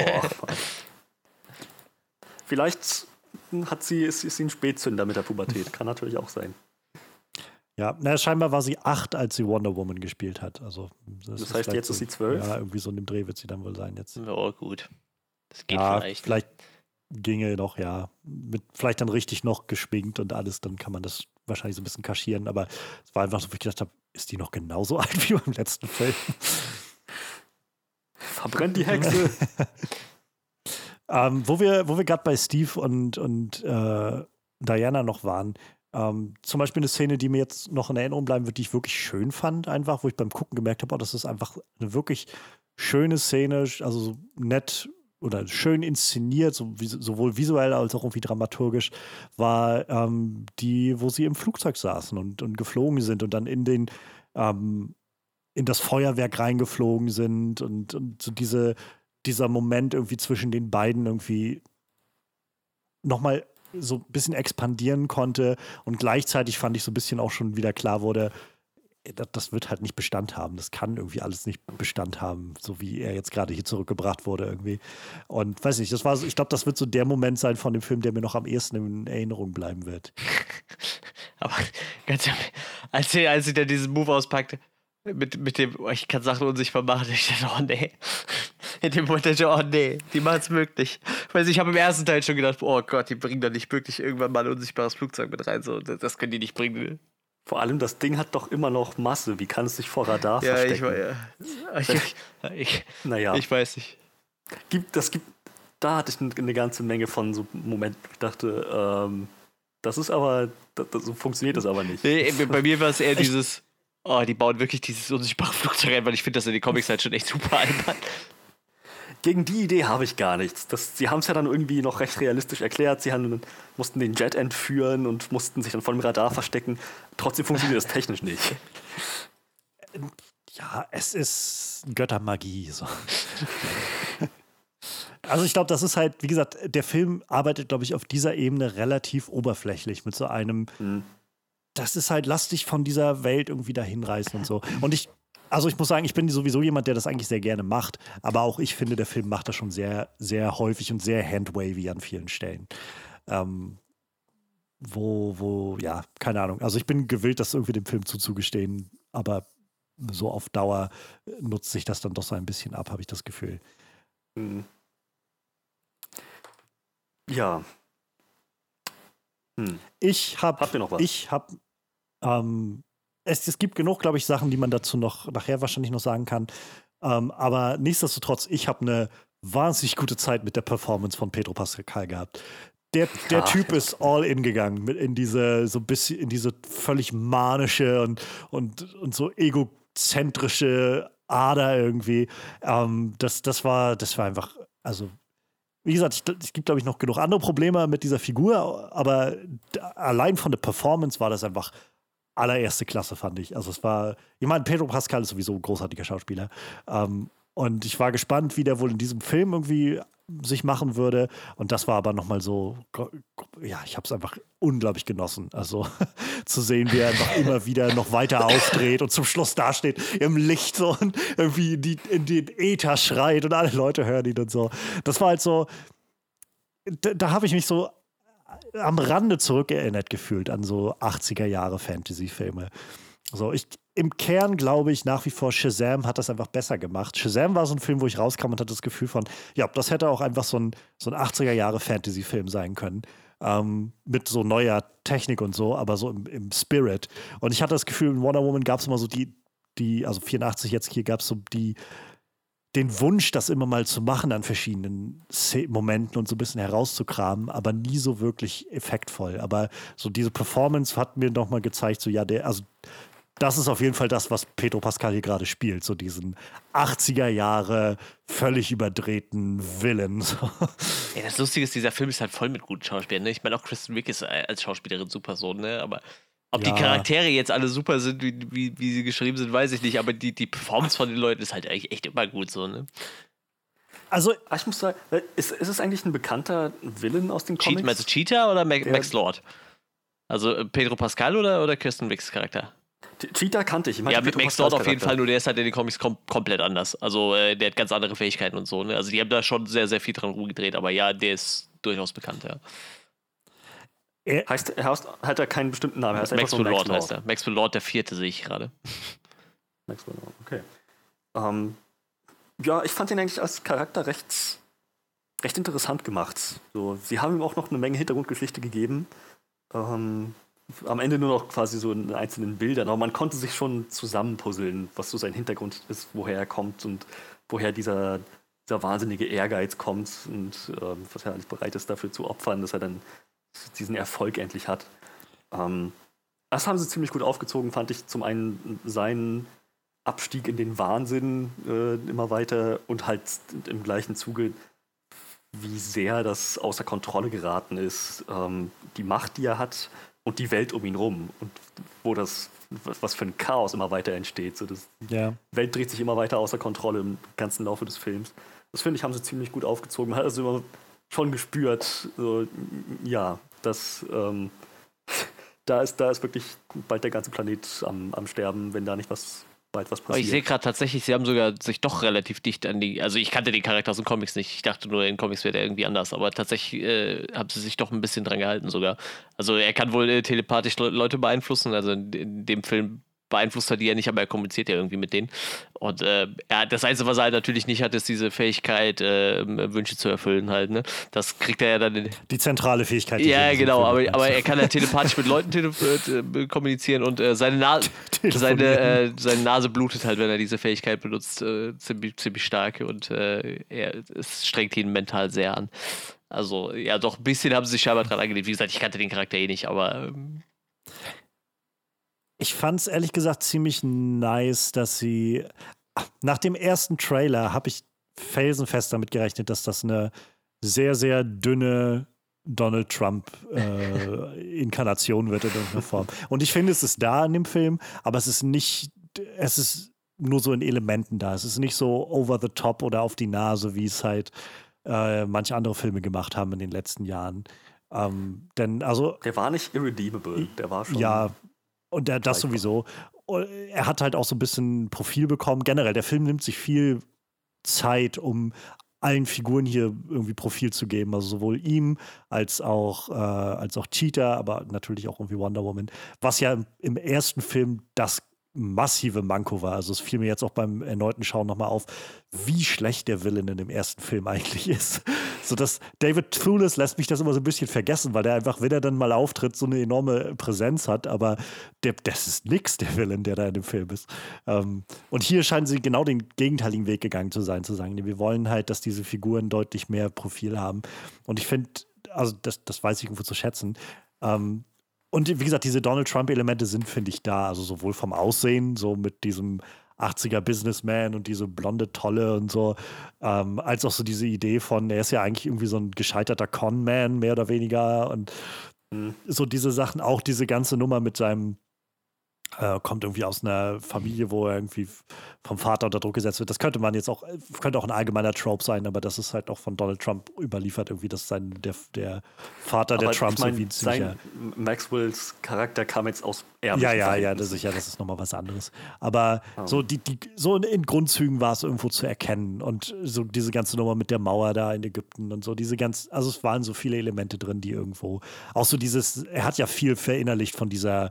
Vielleicht ist sie ein Spätzünder mit der Pubertät. Kann natürlich auch sein. Ja, scheinbar war sie 8, als sie Wonder Woman gespielt hat. Also, das heißt, jetzt ist sie 12? Ja, irgendwie so in dem Dreh wird sie dann wohl sein jetzt. Oh, gut. Das geht vielleicht. Vielleicht ginge noch, ja. Vielleicht dann richtig noch geschminkt und alles, dann kann man das wahrscheinlich so ein bisschen kaschieren. Aber es war einfach so, wo ich gedacht habe, ist die noch genauso alt wie beim letzten Film? Verbrennt die Hexe! Wo wir gerade bei Steve und Diana noch waren, zum Beispiel eine Szene, die mir jetzt noch in Erinnerung bleiben wird, die ich wirklich schön fand, einfach, wo ich beim Gucken gemerkt habe, das ist einfach eine wirklich schöne Szene, also so nett oder schön inszeniert, sowohl visuell als auch irgendwie dramaturgisch, war die, wo sie im Flugzeug saßen und geflogen sind und dann in das Feuerwerk reingeflogen sind und so dieser Moment irgendwie zwischen den beiden irgendwie nochmal so ein bisschen expandieren konnte und gleichzeitig fand ich so ein bisschen auch schon wieder klar wurde, das wird halt nicht Bestand haben. Das kann irgendwie alles nicht Bestand haben, so wie er jetzt gerade hier zurückgebracht wurde irgendwie. Und weiß nicht, ich glaube, das wird so der Moment sein von dem Film, der mir noch am ehesten in Erinnerung bleiben wird. Aber ganz ehrlich, als sie dann diesen Move auspackte, mit dem, ich kann Sachen unsichtbar machen, ich dachte, oh nee. In dem Moment dachte ich, oh nee, die machen es möglich. Weil ich habe im ersten Teil schon gedacht, oh Gott, die bringen doch nicht wirklich irgendwann mal ein unsichtbares Flugzeug mit rein. So, das können die nicht bringen. Vor allem, das Ding hat doch immer noch Masse. Wie kann es sich vor Radar verstecken? Ich weiß nicht. Da hatte ich eine ganze Menge von so Momenten, wo ich dachte, so funktioniert das aber nicht. Nee, bei mir war es eher dieses, die bauen wirklich dieses unsichtbare Flugzeug rein, weil ich finde das in den Comics halt schon echt super albern. Gegen die Idee habe ich gar nichts. Sie haben es ja dann irgendwie noch recht realistisch erklärt. Sie mussten den Jet entführen und mussten sich dann vor dem Radar verstecken. Trotzdem funktioniert das technisch nicht. Ja, es ist Göttermagie. So. Also ich glaube, das ist halt, wie gesagt, der Film arbeitet, glaube ich, auf dieser Ebene relativ oberflächlich mit so einem, das ist halt, lass dich von dieser Welt irgendwie dahin reißen und so. Und ich muss sagen, ich bin sowieso jemand, der das eigentlich sehr gerne macht, aber auch ich finde, der Film macht das schon sehr, sehr häufig und sehr handwavy an vielen Stellen. Ja, keine Ahnung. Also ich bin gewillt, das irgendwie dem Film zuzugestehen, aber so auf Dauer nutzt sich das dann doch so ein bisschen ab, habe ich das Gefühl. Ja. Habt ihr noch was? Es gibt genug, glaube ich, Sachen, die man dazu noch nachher wahrscheinlich noch sagen kann. Aber nichtsdestotrotz, ich habe eine wahnsinnig gute Zeit mit der Performance von Pedro Pascal gehabt. Der Typ ist all in gegangen, in diese völlig manische und so egozentrische Ader irgendwie. Das war einfach, also wie gesagt, es gibt, glaube ich, noch genug andere Probleme mit dieser Figur, aber allein von der Performance war das einfach allererste Klasse, fand ich. Also ich meine, Pedro Pascal ist sowieso ein großartiger Schauspieler. Und ich war gespannt, wie der wohl in diesem Film irgendwie sich machen würde. Und das war aber nochmal so, ja, ich habe es einfach unglaublich genossen. Also zu sehen, wie er einfach immer wieder noch weiter aufdreht und zum Schluss dasteht im Licht so und irgendwie in den Äther schreit und alle Leute hören ihn und so. Das war halt so, da habe ich mich so am Rande zurückerinnert gefühlt an so 80er Jahre Fantasy-Filme. Also im Kern glaube ich nach wie vor, Shazam hat das einfach besser gemacht. Shazam war so ein Film, wo ich rauskam und hatte das Gefühl von, ja, das hätte auch einfach so ein 80er Jahre Fantasy-Film sein können. mit so neuer Technik und so, aber so im Spirit. Und ich hatte das Gefühl, in Wonder Woman gab es immer so also 84 jetzt hier gab es so den Wunsch, das immer mal zu machen an verschiedenen Momenten und so ein bisschen herauszukramen, aber nie so wirklich effektvoll. Aber so diese Performance hat mir noch mal gezeigt, so ja, also das ist auf jeden Fall das, was Pedro Pascal hier gerade spielt, so diesen 80er Jahre völlig überdrehten Villain. Ja, das Lustige ist, dieser Film ist halt voll mit guten Schauspielern. Ne? Ich meine, auch Kristen Wiig ist als Schauspielerin super so, ne? Aber ob die Charaktere jetzt alle super sind, wie sie geschrieben sind, weiß ich nicht. Aber die Performance von den Leuten ist halt eigentlich echt immer gut so, ne? Also, ich muss sagen, ist es eigentlich ein bekannter Villain aus den Comics? Meinst du Cheetah oder Max Lord? Also Pedro Pascal oder Kirsten Wicks Charakter? Cheetah kannte ich. Ja, mit Max Lord auf jeden Fall, nur der ist halt in den Comics komplett anders. Also der hat ganz andere Fähigkeiten und so. Ne? Also die haben da schon sehr, sehr viel dran rumgedreht, aber ja, der ist durchaus bekannt, ja. Hat er keinen bestimmten Namen? Maxwell Lord heißt er. Maxwell Lord, der 4. sehe ich gerade. Maxwell Lord, okay. Ja, ich fand ihn eigentlich als Charakter recht interessant gemacht. So, sie haben ihm auch noch eine Menge Hintergrundgeschichte gegeben. Am Ende nur noch quasi so in einzelnen Bildern, aber man konnte sich schon zusammenpuzzeln, was so sein Hintergrund ist, woher er kommt und woher dieser wahnsinnige Ehrgeiz kommt und was er alles bereit ist dafür zu opfern, dass er dann diesen Erfolg endlich hat. Das haben sie ziemlich gut aufgezogen, fand ich. Zum einen seinen Abstieg in den Wahnsinn immer weiter und halt im gleichen Zuge, wie sehr das außer Kontrolle geraten ist, die Macht, die er hat und die Welt um ihn rum und wo was für ein Chaos immer weiter entsteht. So, die Welt dreht sich immer weiter außer Kontrolle im ganzen Laufe des Films. Das finde ich, haben sie ziemlich gut aufgezogen. Man hat also immer schon gespürt, so, ja, dass da ist wirklich bald der ganze Planet am Sterben, wenn da nicht bald was passiert. Aber ich sehe gerade tatsächlich, sie haben sogar sich doch relativ dicht an also ich kannte den Charakter aus den Comics nicht, ich dachte nur, in den Comics wäre der irgendwie anders, aber tatsächlich haben sie sich doch ein bisschen dran gehalten sogar. Also er kann wohl telepathisch Leute beeinflussen, also in dem Film beeinflusst er die ja nicht, aber er kommuniziert ja irgendwie mit denen. Und das Einzige, was er halt natürlich nicht hat, ist diese Fähigkeit, Wünsche zu erfüllen halt, ne? Das kriegt er ja dann... Die zentrale Fähigkeit. Ja, genau, aber er kann ja telepathisch mit Leuten kommunizieren und seine Nase blutet halt, wenn er diese Fähigkeit benutzt, ziemlich stark und es strengt ihn mental sehr an. Also, ja, doch, ein bisschen haben sie sich scheinbar dran angelegt. Wie gesagt, ich kannte den Charakter eh nicht, aber... Ich fand es ehrlich gesagt ziemlich nice, dass sie nach dem ersten Trailer habe ich felsenfest damit gerechnet, dass das eine sehr, sehr dünne Donald Trump-Inkarnation wird in irgendeiner Form. Und ich finde, es ist da in dem Film, aber es ist nur so in Elementen da. Es ist nicht so over the top oder auf die Nase, wie es halt manche andere Filme gemacht haben in den letzten Jahren. Denn der war nicht irredeemable, der war schon... Ja, und das sowieso. Er hat halt auch so ein bisschen Profil bekommen. Generell, der Film nimmt sich viel Zeit, um allen Figuren hier irgendwie Profil zu geben. Also sowohl ihm als auch Cheetah, aber natürlich auch irgendwie Wonder Woman. Was ja im ersten Film das massive Manko war. Also es fiel mir jetzt auch beim erneuten Schauen nochmal auf, wie schlecht der Villain in dem ersten Film eigentlich ist. So dass David Thewlis lässt mich das immer so ein bisschen vergessen, weil der einfach, wenn er dann mal auftritt, so eine enorme Präsenz hat, aber das ist nix, der Villain, der da in dem Film ist. Und hier scheinen sie genau den gegenteiligen Weg gegangen zu sein, zu sagen, nee, wir wollen halt, dass diese Figuren deutlich mehr Profil haben. Und ich finde, also das weiß ich irgendwo zu schätzen. Und wie gesagt, diese Donald Trump-Elemente sind, finde ich, da. Also sowohl vom Aussehen, so mit diesem 80er-Businessman und diese blonde Tolle und so, als auch so diese Idee von, er ist ja eigentlich irgendwie so ein gescheiterter Con-Man, mehr oder weniger. Und so diese Sachen, auch diese ganze Nummer mit seinem kommt irgendwie aus einer Familie, wo er irgendwie vom Vater unter Druck gesetzt wird. Das könnte auch ein allgemeiner Trope sein, aber das ist halt auch von Donald Trump überliefert, irgendwie, dass der Vater der Trumps irgendwie ein ziemlicher... Maxwells Charakter kam jetzt aus erblichen das ist nochmal was anderes. Aber so in Grundzügen war es irgendwo zu erkennen und so diese ganze Nummer mit der Mauer da in Ägypten und so, also es waren so viele Elemente drin, die irgendwo, auch so er hat ja viel verinnerlicht von dieser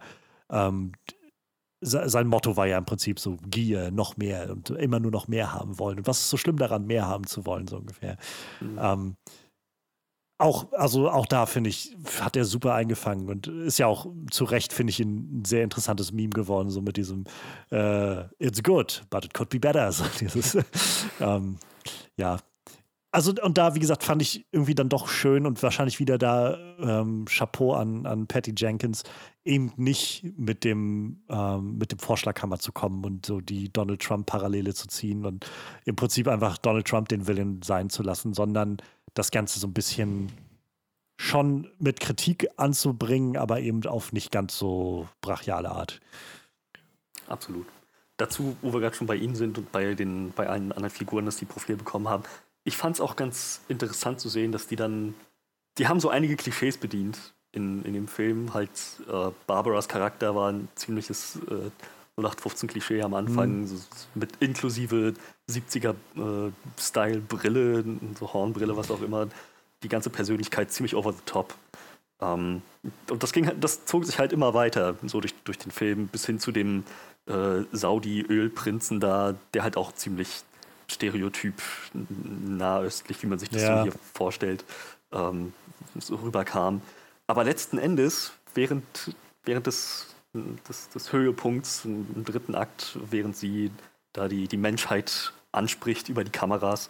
sein Motto war ja im Prinzip so Gier, noch mehr und immer nur noch mehr haben wollen. Und was ist so schlimm daran, mehr haben zu wollen, so ungefähr. auch da, finde ich, hat er super eingefangen und ist ja auch zu Recht, finde ich, ein sehr interessantes Meme geworden, so mit diesem It's good, but it could be better. So dieses, ja. Also, und da, wie gesagt, fand ich irgendwie dann doch schön und wahrscheinlich wieder da Chapeau an Patty Jenkins, eben nicht mit dem Vorschlaghammer zu kommen und so die Donald Trump-Parallele zu ziehen und im Prinzip einfach Donald Trump den Villain sein zu lassen, sondern das Ganze so ein bisschen schon mit Kritik anzubringen, aber eben auf nicht ganz so brachiale Art. Absolut. Dazu, wo wir gerade schon bei Ihnen sind und bei allen anderen Figuren, dass die Profile bekommen haben, ich fand es auch ganz interessant zu sehen, dass die haben so einige Klischees bedient in dem Film. Halt, Barbaras Charakter war ein ziemliches 0815-Klischee am Anfang, so mit inklusive 70er-Style-Brille, so Hornbrille, was auch immer. Die ganze Persönlichkeit ziemlich over the top. Und das zog sich halt immer weiter, so durch den Film, bis hin zu dem Saudi-Ölprinzen da, der halt auch ziemlich stereotyp nahöstlich, wie man sich das so hier vorstellt, so rüberkam. Aber letzten Endes, während des Höhepunkts im dritten Akt, während sie da die Menschheit anspricht über die Kameras,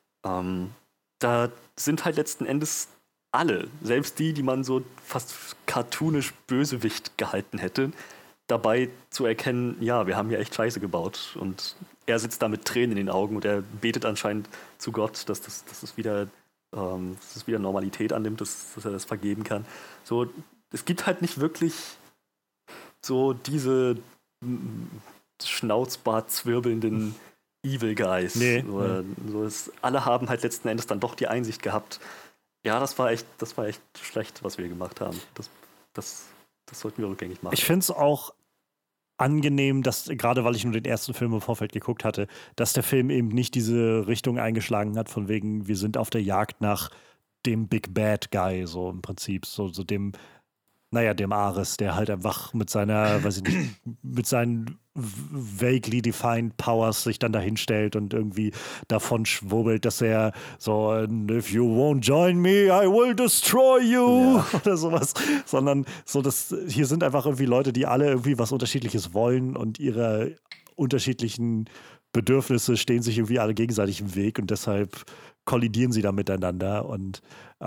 da sind halt letzten Endes alle, selbst die man so fast cartoonisch Bösewicht gehalten hätte, dabei zu erkennen, ja, wir haben hier echt Scheiße gebaut. Und er sitzt da mit Tränen in den Augen und er betet anscheinend zu Gott, dass es wieder Normalität annimmt, dass er das vergeben kann. So, es gibt halt nicht wirklich so diese Schnauzbart zwirbelnden Evil Guys. Nee. Alle haben halt letzten Endes dann doch die Einsicht gehabt, ja, das war echt schlecht, was wir gemacht haben. Das sollten wir rückgängig machen. Ich finde es auch angenehm, dass, gerade weil ich nur den ersten Film im Vorfeld geguckt hatte, dass der Film eben nicht diese Richtung eingeschlagen hat, von wegen, wir sind auf der Jagd nach dem Big Bad Guy, so im Prinzip, so dem Ares, der halt einfach mit seiner, weiß ich nicht, mit seinen vaguely defined Powers sich dann dahin stellt und irgendwie davon schwurbelt, dass er so, if you won't join me, I will destroy you oder sowas, sondern so, hier sind einfach irgendwie Leute, die alle irgendwie was Unterschiedliches wollen und ihre unterschiedlichen Bedürfnisse stehen sich irgendwie alle gegenseitig im Weg und deshalb kollidieren sie da miteinander und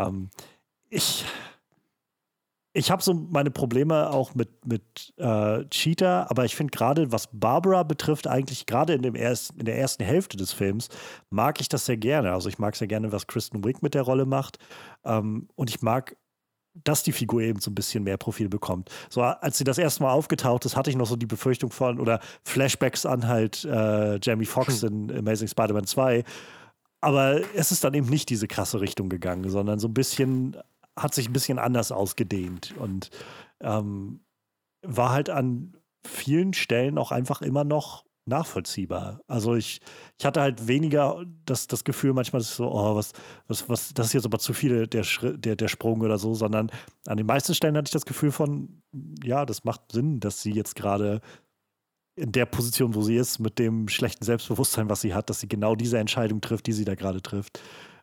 ich habe so meine Probleme auch mit Cheetah, aber ich finde gerade, was Barbara betrifft, eigentlich gerade in der ersten Hälfte des Films, mag ich das sehr gerne. Also ich mag sehr gerne, was Kristen Wiig mit der Rolle macht. Und ich mag, dass die Figur eben so ein bisschen mehr Profil bekommt. So, als sie das erste Mal aufgetaucht ist, hatte ich noch so die Befürchtung von, oder Flashbacks an halt Jamie Foxx in Amazing Spider-Man 2. Aber es ist dann eben nicht diese krasse Richtung gegangen, sondern so ein bisschen hat sich ein bisschen anders ausgedehnt und war halt an vielen Stellen auch einfach immer noch nachvollziehbar. Also ich hatte halt weniger das Gefühl manchmal, dass so, was, das ist jetzt aber zu viel der Sprung oder so, sondern an den meisten Stellen hatte ich das Gefühl von, ja, das macht Sinn, dass sie jetzt gerade in der Position, wo sie ist, mit dem schlechten Selbstbewusstsein, was sie hat, dass sie genau diese Entscheidung trifft, die sie da gerade trifft.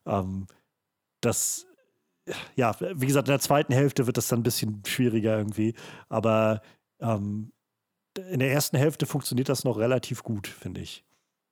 Ja, wie gesagt, in der zweiten Hälfte wird das dann ein bisschen schwieriger irgendwie. Aber in der ersten Hälfte funktioniert das noch relativ gut, finde ich.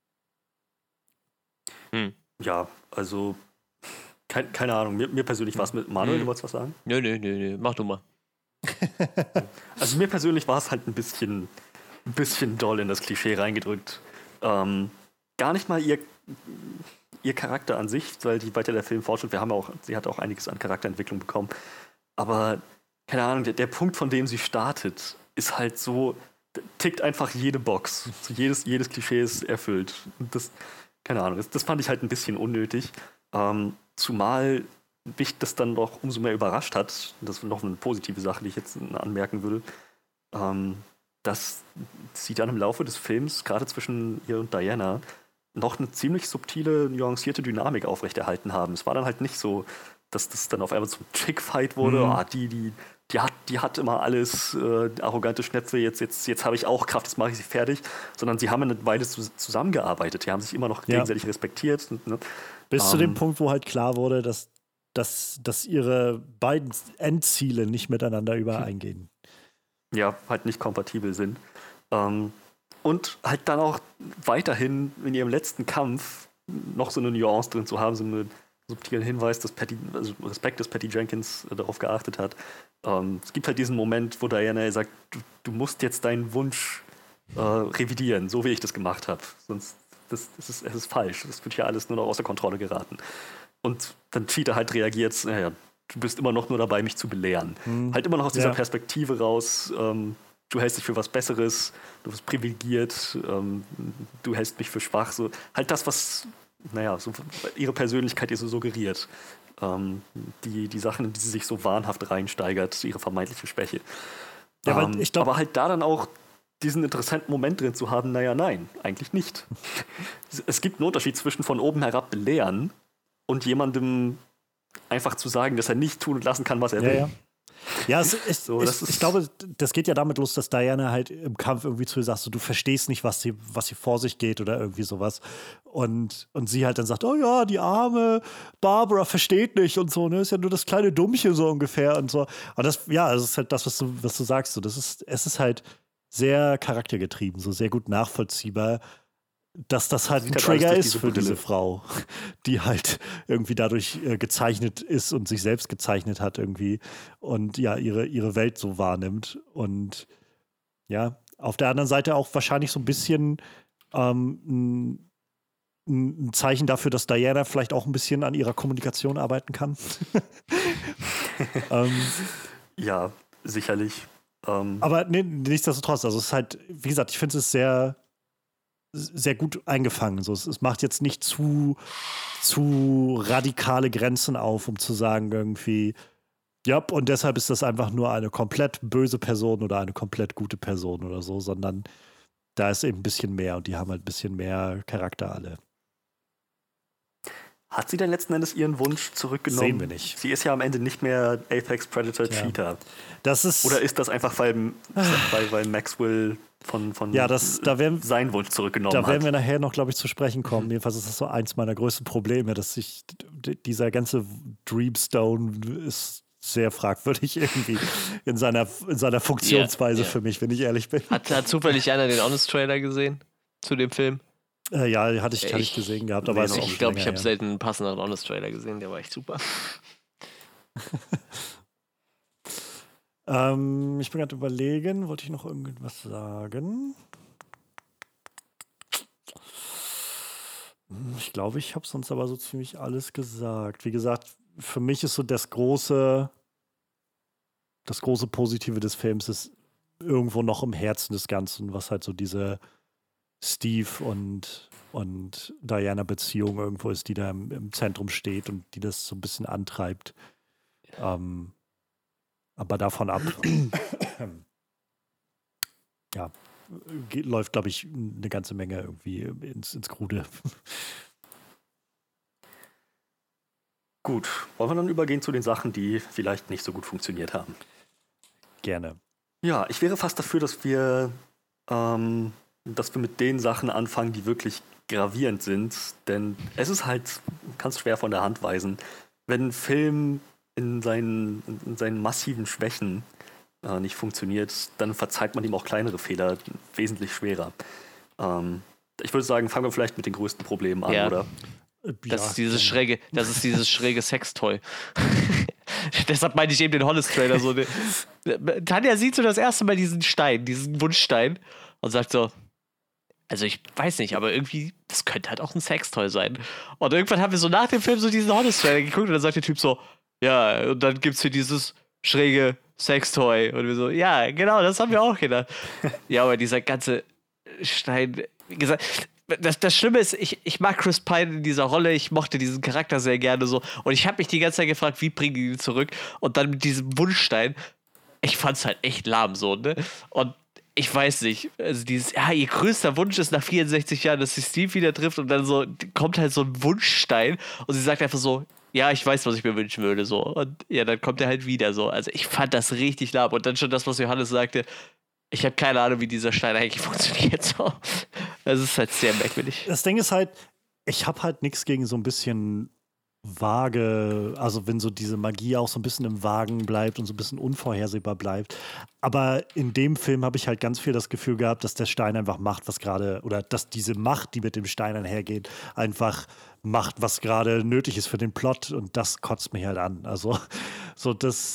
Ja, also keine Ahnung. Mir persönlich war es mit Manuel, du wolltest was sagen? Nö, mach du mal. Also mir persönlich war es halt ein bisschen doll in das Klischee reingedrückt. Gar nicht mal ihr Charakter an sich, weil je weiter der Film fortschritt, sie hat auch einiges an Charakterentwicklung bekommen. Aber, keine Ahnung, der Punkt, von dem sie startet, ist halt so, tickt einfach jede Box. So jedes Klischee ist erfüllt. Das, keine Ahnung, das fand ich halt ein bisschen unnötig. Zumal mich das dann doch umso mehr überrascht hat, das ist noch eine positive Sache, die ich jetzt anmerken würde, dass sie dann im Laufe des Films, gerade zwischen ihr und Diana, noch eine ziemlich subtile, nuancierte Dynamik aufrechterhalten haben. Es war dann halt nicht so, dass das dann auf einmal zum Chick-Fight wurde. Die hat immer alles, arrogante Schnepfe, jetzt habe ich auch Kraft, jetzt mache ich sie fertig. Sondern sie haben eine Weile zusammengearbeitet. Die haben sich immer noch gegenseitig respektiert. Bis zu dem Punkt, wo halt klar wurde, dass dass ihre beiden Endziele nicht miteinander übereingehen. Ja, halt nicht kompatibel sind. Und halt dann auch weiterhin in ihrem letzten Kampf noch so eine Nuance drin zu haben, so einen subtilen Hinweis, dass Respekt, dass Patty Jenkins darauf geachtet hat. Es gibt halt diesen Moment, wo Diana sagt, du musst jetzt deinen Wunsch revidieren, so wie ich das gemacht habe. Sonst es ist falsch. Das wird hier alles nur noch außer Kontrolle geraten. Und dann Cheetah halt reagiert, naja, du bist immer noch nur dabei, mich zu belehren. Halt immer noch aus dieser Perspektive raus, du hältst dich für was Besseres, du bist privilegiert, du hältst mich für schwach. So, halt das, was, so ihre Persönlichkeit ihr so suggeriert. Die Sachen, in die sie sich so wahnhaft reinsteigert, ihre vermeintliche Schwäche. Ja, ich glaub, aber halt da dann auch diesen interessanten Moment drin zu haben, nein, eigentlich nicht. Es gibt einen Unterschied zwischen von oben herab belehren und jemandem einfach zu sagen, dass er nicht tun und lassen kann, was er will. Ja, ich glaube, das geht ja damit los, dass Diana halt im Kampf irgendwie zu ihr sagt, so, du verstehst nicht, was sie vor sich geht oder irgendwie sowas. Und sie halt dann sagt, oh ja, die arme Barbara versteht nicht und so, ne, ist ja nur das kleine Dummchen so ungefähr und so. Und das ist halt das, was du sagst, so, es ist halt sehr charaktergetrieben, so sehr gut nachvollziehbar, dass das halt ein Trigger ist für diese Frau, die halt irgendwie dadurch gezeichnet ist und sich selbst gezeichnet hat irgendwie und ja, ihre Welt so wahrnimmt. Und ja, auf der anderen Seite auch wahrscheinlich so ein bisschen ein Zeichen dafür, dass Diana vielleicht auch ein bisschen an ihrer Kommunikation arbeiten kann. Ja, sicherlich. Aber nichtsdestotrotz, also es ist halt, wie gesagt, ich finde es sehr sehr gut eingefangen. So, es macht jetzt nicht zu radikale Grenzen auf, um zu sagen irgendwie, ja, und deshalb ist das einfach nur eine komplett böse Person oder eine komplett gute Person oder so, sondern da ist eben ein bisschen mehr und die haben halt ein bisschen mehr Charakter alle. Hat sie denn letzten Endes ihren Wunsch zurückgenommen? Sehen wir nicht. Sie ist ja am Ende nicht mehr Apex Predator Cheetah. Oder ist das einfach, weil Maxwell von seinen Wunsch zurückgenommen hat? Da werden wir nachher noch, glaube ich, zu sprechen kommen. Jedenfalls ist das so eins meiner größten Probleme, dass dieser ganze Dreamstone ist sehr fragwürdig irgendwie in seiner Funktionsweise für mich, wenn ich ehrlich bin. Hat zufällig einer den Honest-Trailer gesehen zu dem Film? Ja, hatte ich gesehen gehabt. Aber ich glaube, ich habe selten einen passenderen Honest-Trailer gesehen, der war echt super. Ich bin gerade überlegen, wollte ich noch irgendwas sagen? Ich glaube, ich habe sonst aber so ziemlich alles gesagt. Wie gesagt, für mich ist so das große Positive des Films ist irgendwo noch im Herzen des Ganzen, was halt so diese Steve und Diana-Beziehung irgendwo ist, die da im Zentrum steht und die das so ein bisschen antreibt. Aber davon ab läuft, glaube ich, eine ganze Menge irgendwie ins Krude. Gut, wollen wir dann übergehen zu den Sachen, die vielleicht nicht so gut funktioniert haben? Gerne. Ja, ich wäre fast dafür, dass wir mit den Sachen anfangen, die wirklich gravierend sind. Denn es ist halt, kannst schwer von der Hand weisen, wenn ein Film in seinen massiven Schwächen nicht funktioniert, dann verzeiht man ihm auch kleinere Fehler wesentlich schwerer. Ich würde sagen, fangen wir vielleicht mit den größten Problemen an, oder? Das ist dieses schräge Sextoy. Deshalb meinte ich eben den Hollis-Trailer so. Tanja sieht so das erste Mal diesen Wunschstein und sagt so, also ich weiß nicht, aber irgendwie, das könnte halt auch ein Sextoy sein. Und irgendwann haben wir so nach dem Film so diesen Hollis-Trailer geguckt und dann sagt der Typ so, ja, und dann gibt's hier dieses schräge Sextoy. Und wir so, ja, genau, das haben wir auch gedacht. Ja, aber dieser ganze Stein, wie gesagt, das Schlimme ist, ich mag Chris Pine in dieser Rolle, ich mochte diesen Charakter sehr gerne so. Und ich habe mich die ganze Zeit gefragt, wie bringen die ihn zurück? Und dann mit diesem Wunschstein, ich fand's halt echt lahm so, ne? Und ich weiß nicht, also ihr größter Wunsch ist nach 64 Jahren, dass sie Steve wieder trifft und dann so kommt halt so ein Wunschstein und sie sagt einfach so, ja, ich weiß, was ich mir wünschen würde, so. Und ja, dann kommt er halt wieder so. Also ich fand das richtig lahm. Und dann schon das, was Johannes sagte, ich habe keine Ahnung, wie dieser Stein eigentlich funktioniert, so. Das ist halt sehr merkwürdig. Das Ding ist halt, ich habe halt nichts gegen so ein bisschen vage, also wenn so diese Magie auch so ein bisschen im Vagen bleibt und so ein bisschen unvorhersehbar bleibt. Aber in dem Film habe ich halt ganz viel das Gefühl gehabt, dass der Stein einfach macht, was gerade, oder dass diese Macht, die mit dem Stein einhergeht, einfach macht, was gerade nötig ist für den Plot, und das kotzt mich halt an. Also so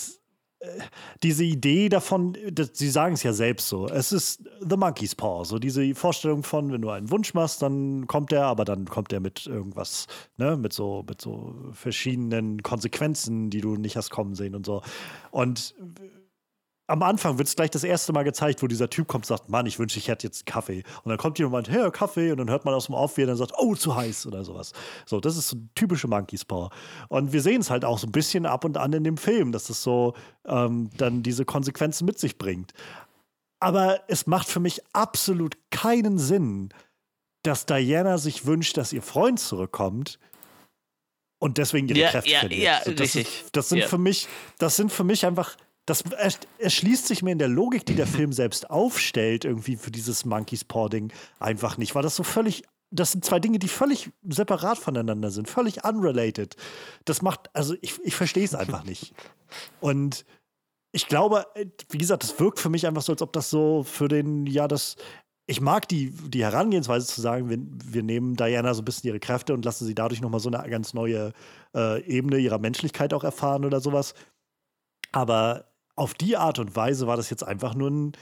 diese Idee davon, sie sagen es ja selbst so, es ist The Monkey's Paw, so diese Vorstellung von, wenn du einen Wunsch machst, dann kommt der, aber dann kommt der mit irgendwas, ne, mit so verschiedenen Konsequenzen, die du nicht hast kommen sehen und so. Und am Anfang wird es gleich das erste Mal gezeigt, wo dieser Typ kommt und sagt, Mann, ich wünsche, ich hätte jetzt einen Kaffee. Und dann kommt jemand und meint, hey, Kaffee. Und dann hört man aus dem Off, wie er dann sagt, oh, zu heiß oder sowas. So, das ist so typische Monkey's Paw. Und wir sehen es halt auch so ein bisschen ab und an in dem Film, dass es so dann diese Konsequenzen mit sich bringt. Aber es macht für mich absolut keinen Sinn, dass Diana sich wünscht, dass ihr Freund zurückkommt und deswegen ihre Kräfte verliert. Ja, so, richtig. Das sind für mich einfach. Das erschließt sich mir in der Logik, die der Film selbst aufstellt, irgendwie für dieses Monkey's Paw-Ding einfach nicht. Weil das so völlig, das sind zwei Dinge, die völlig separat voneinander sind, völlig unrelated. Das macht, also ich verstehe es einfach nicht. Und ich glaube, wie gesagt, das wirkt für mich einfach so, als ob das so für den, ich mag die Herangehensweise zu sagen, wir nehmen Diana so ein bisschen ihre Kräfte und lassen sie dadurch nochmal so eine ganz neue Ebene ihrer Menschlichkeit auch erfahren oder sowas. Aber auf die Art und Weise war das jetzt einfach nur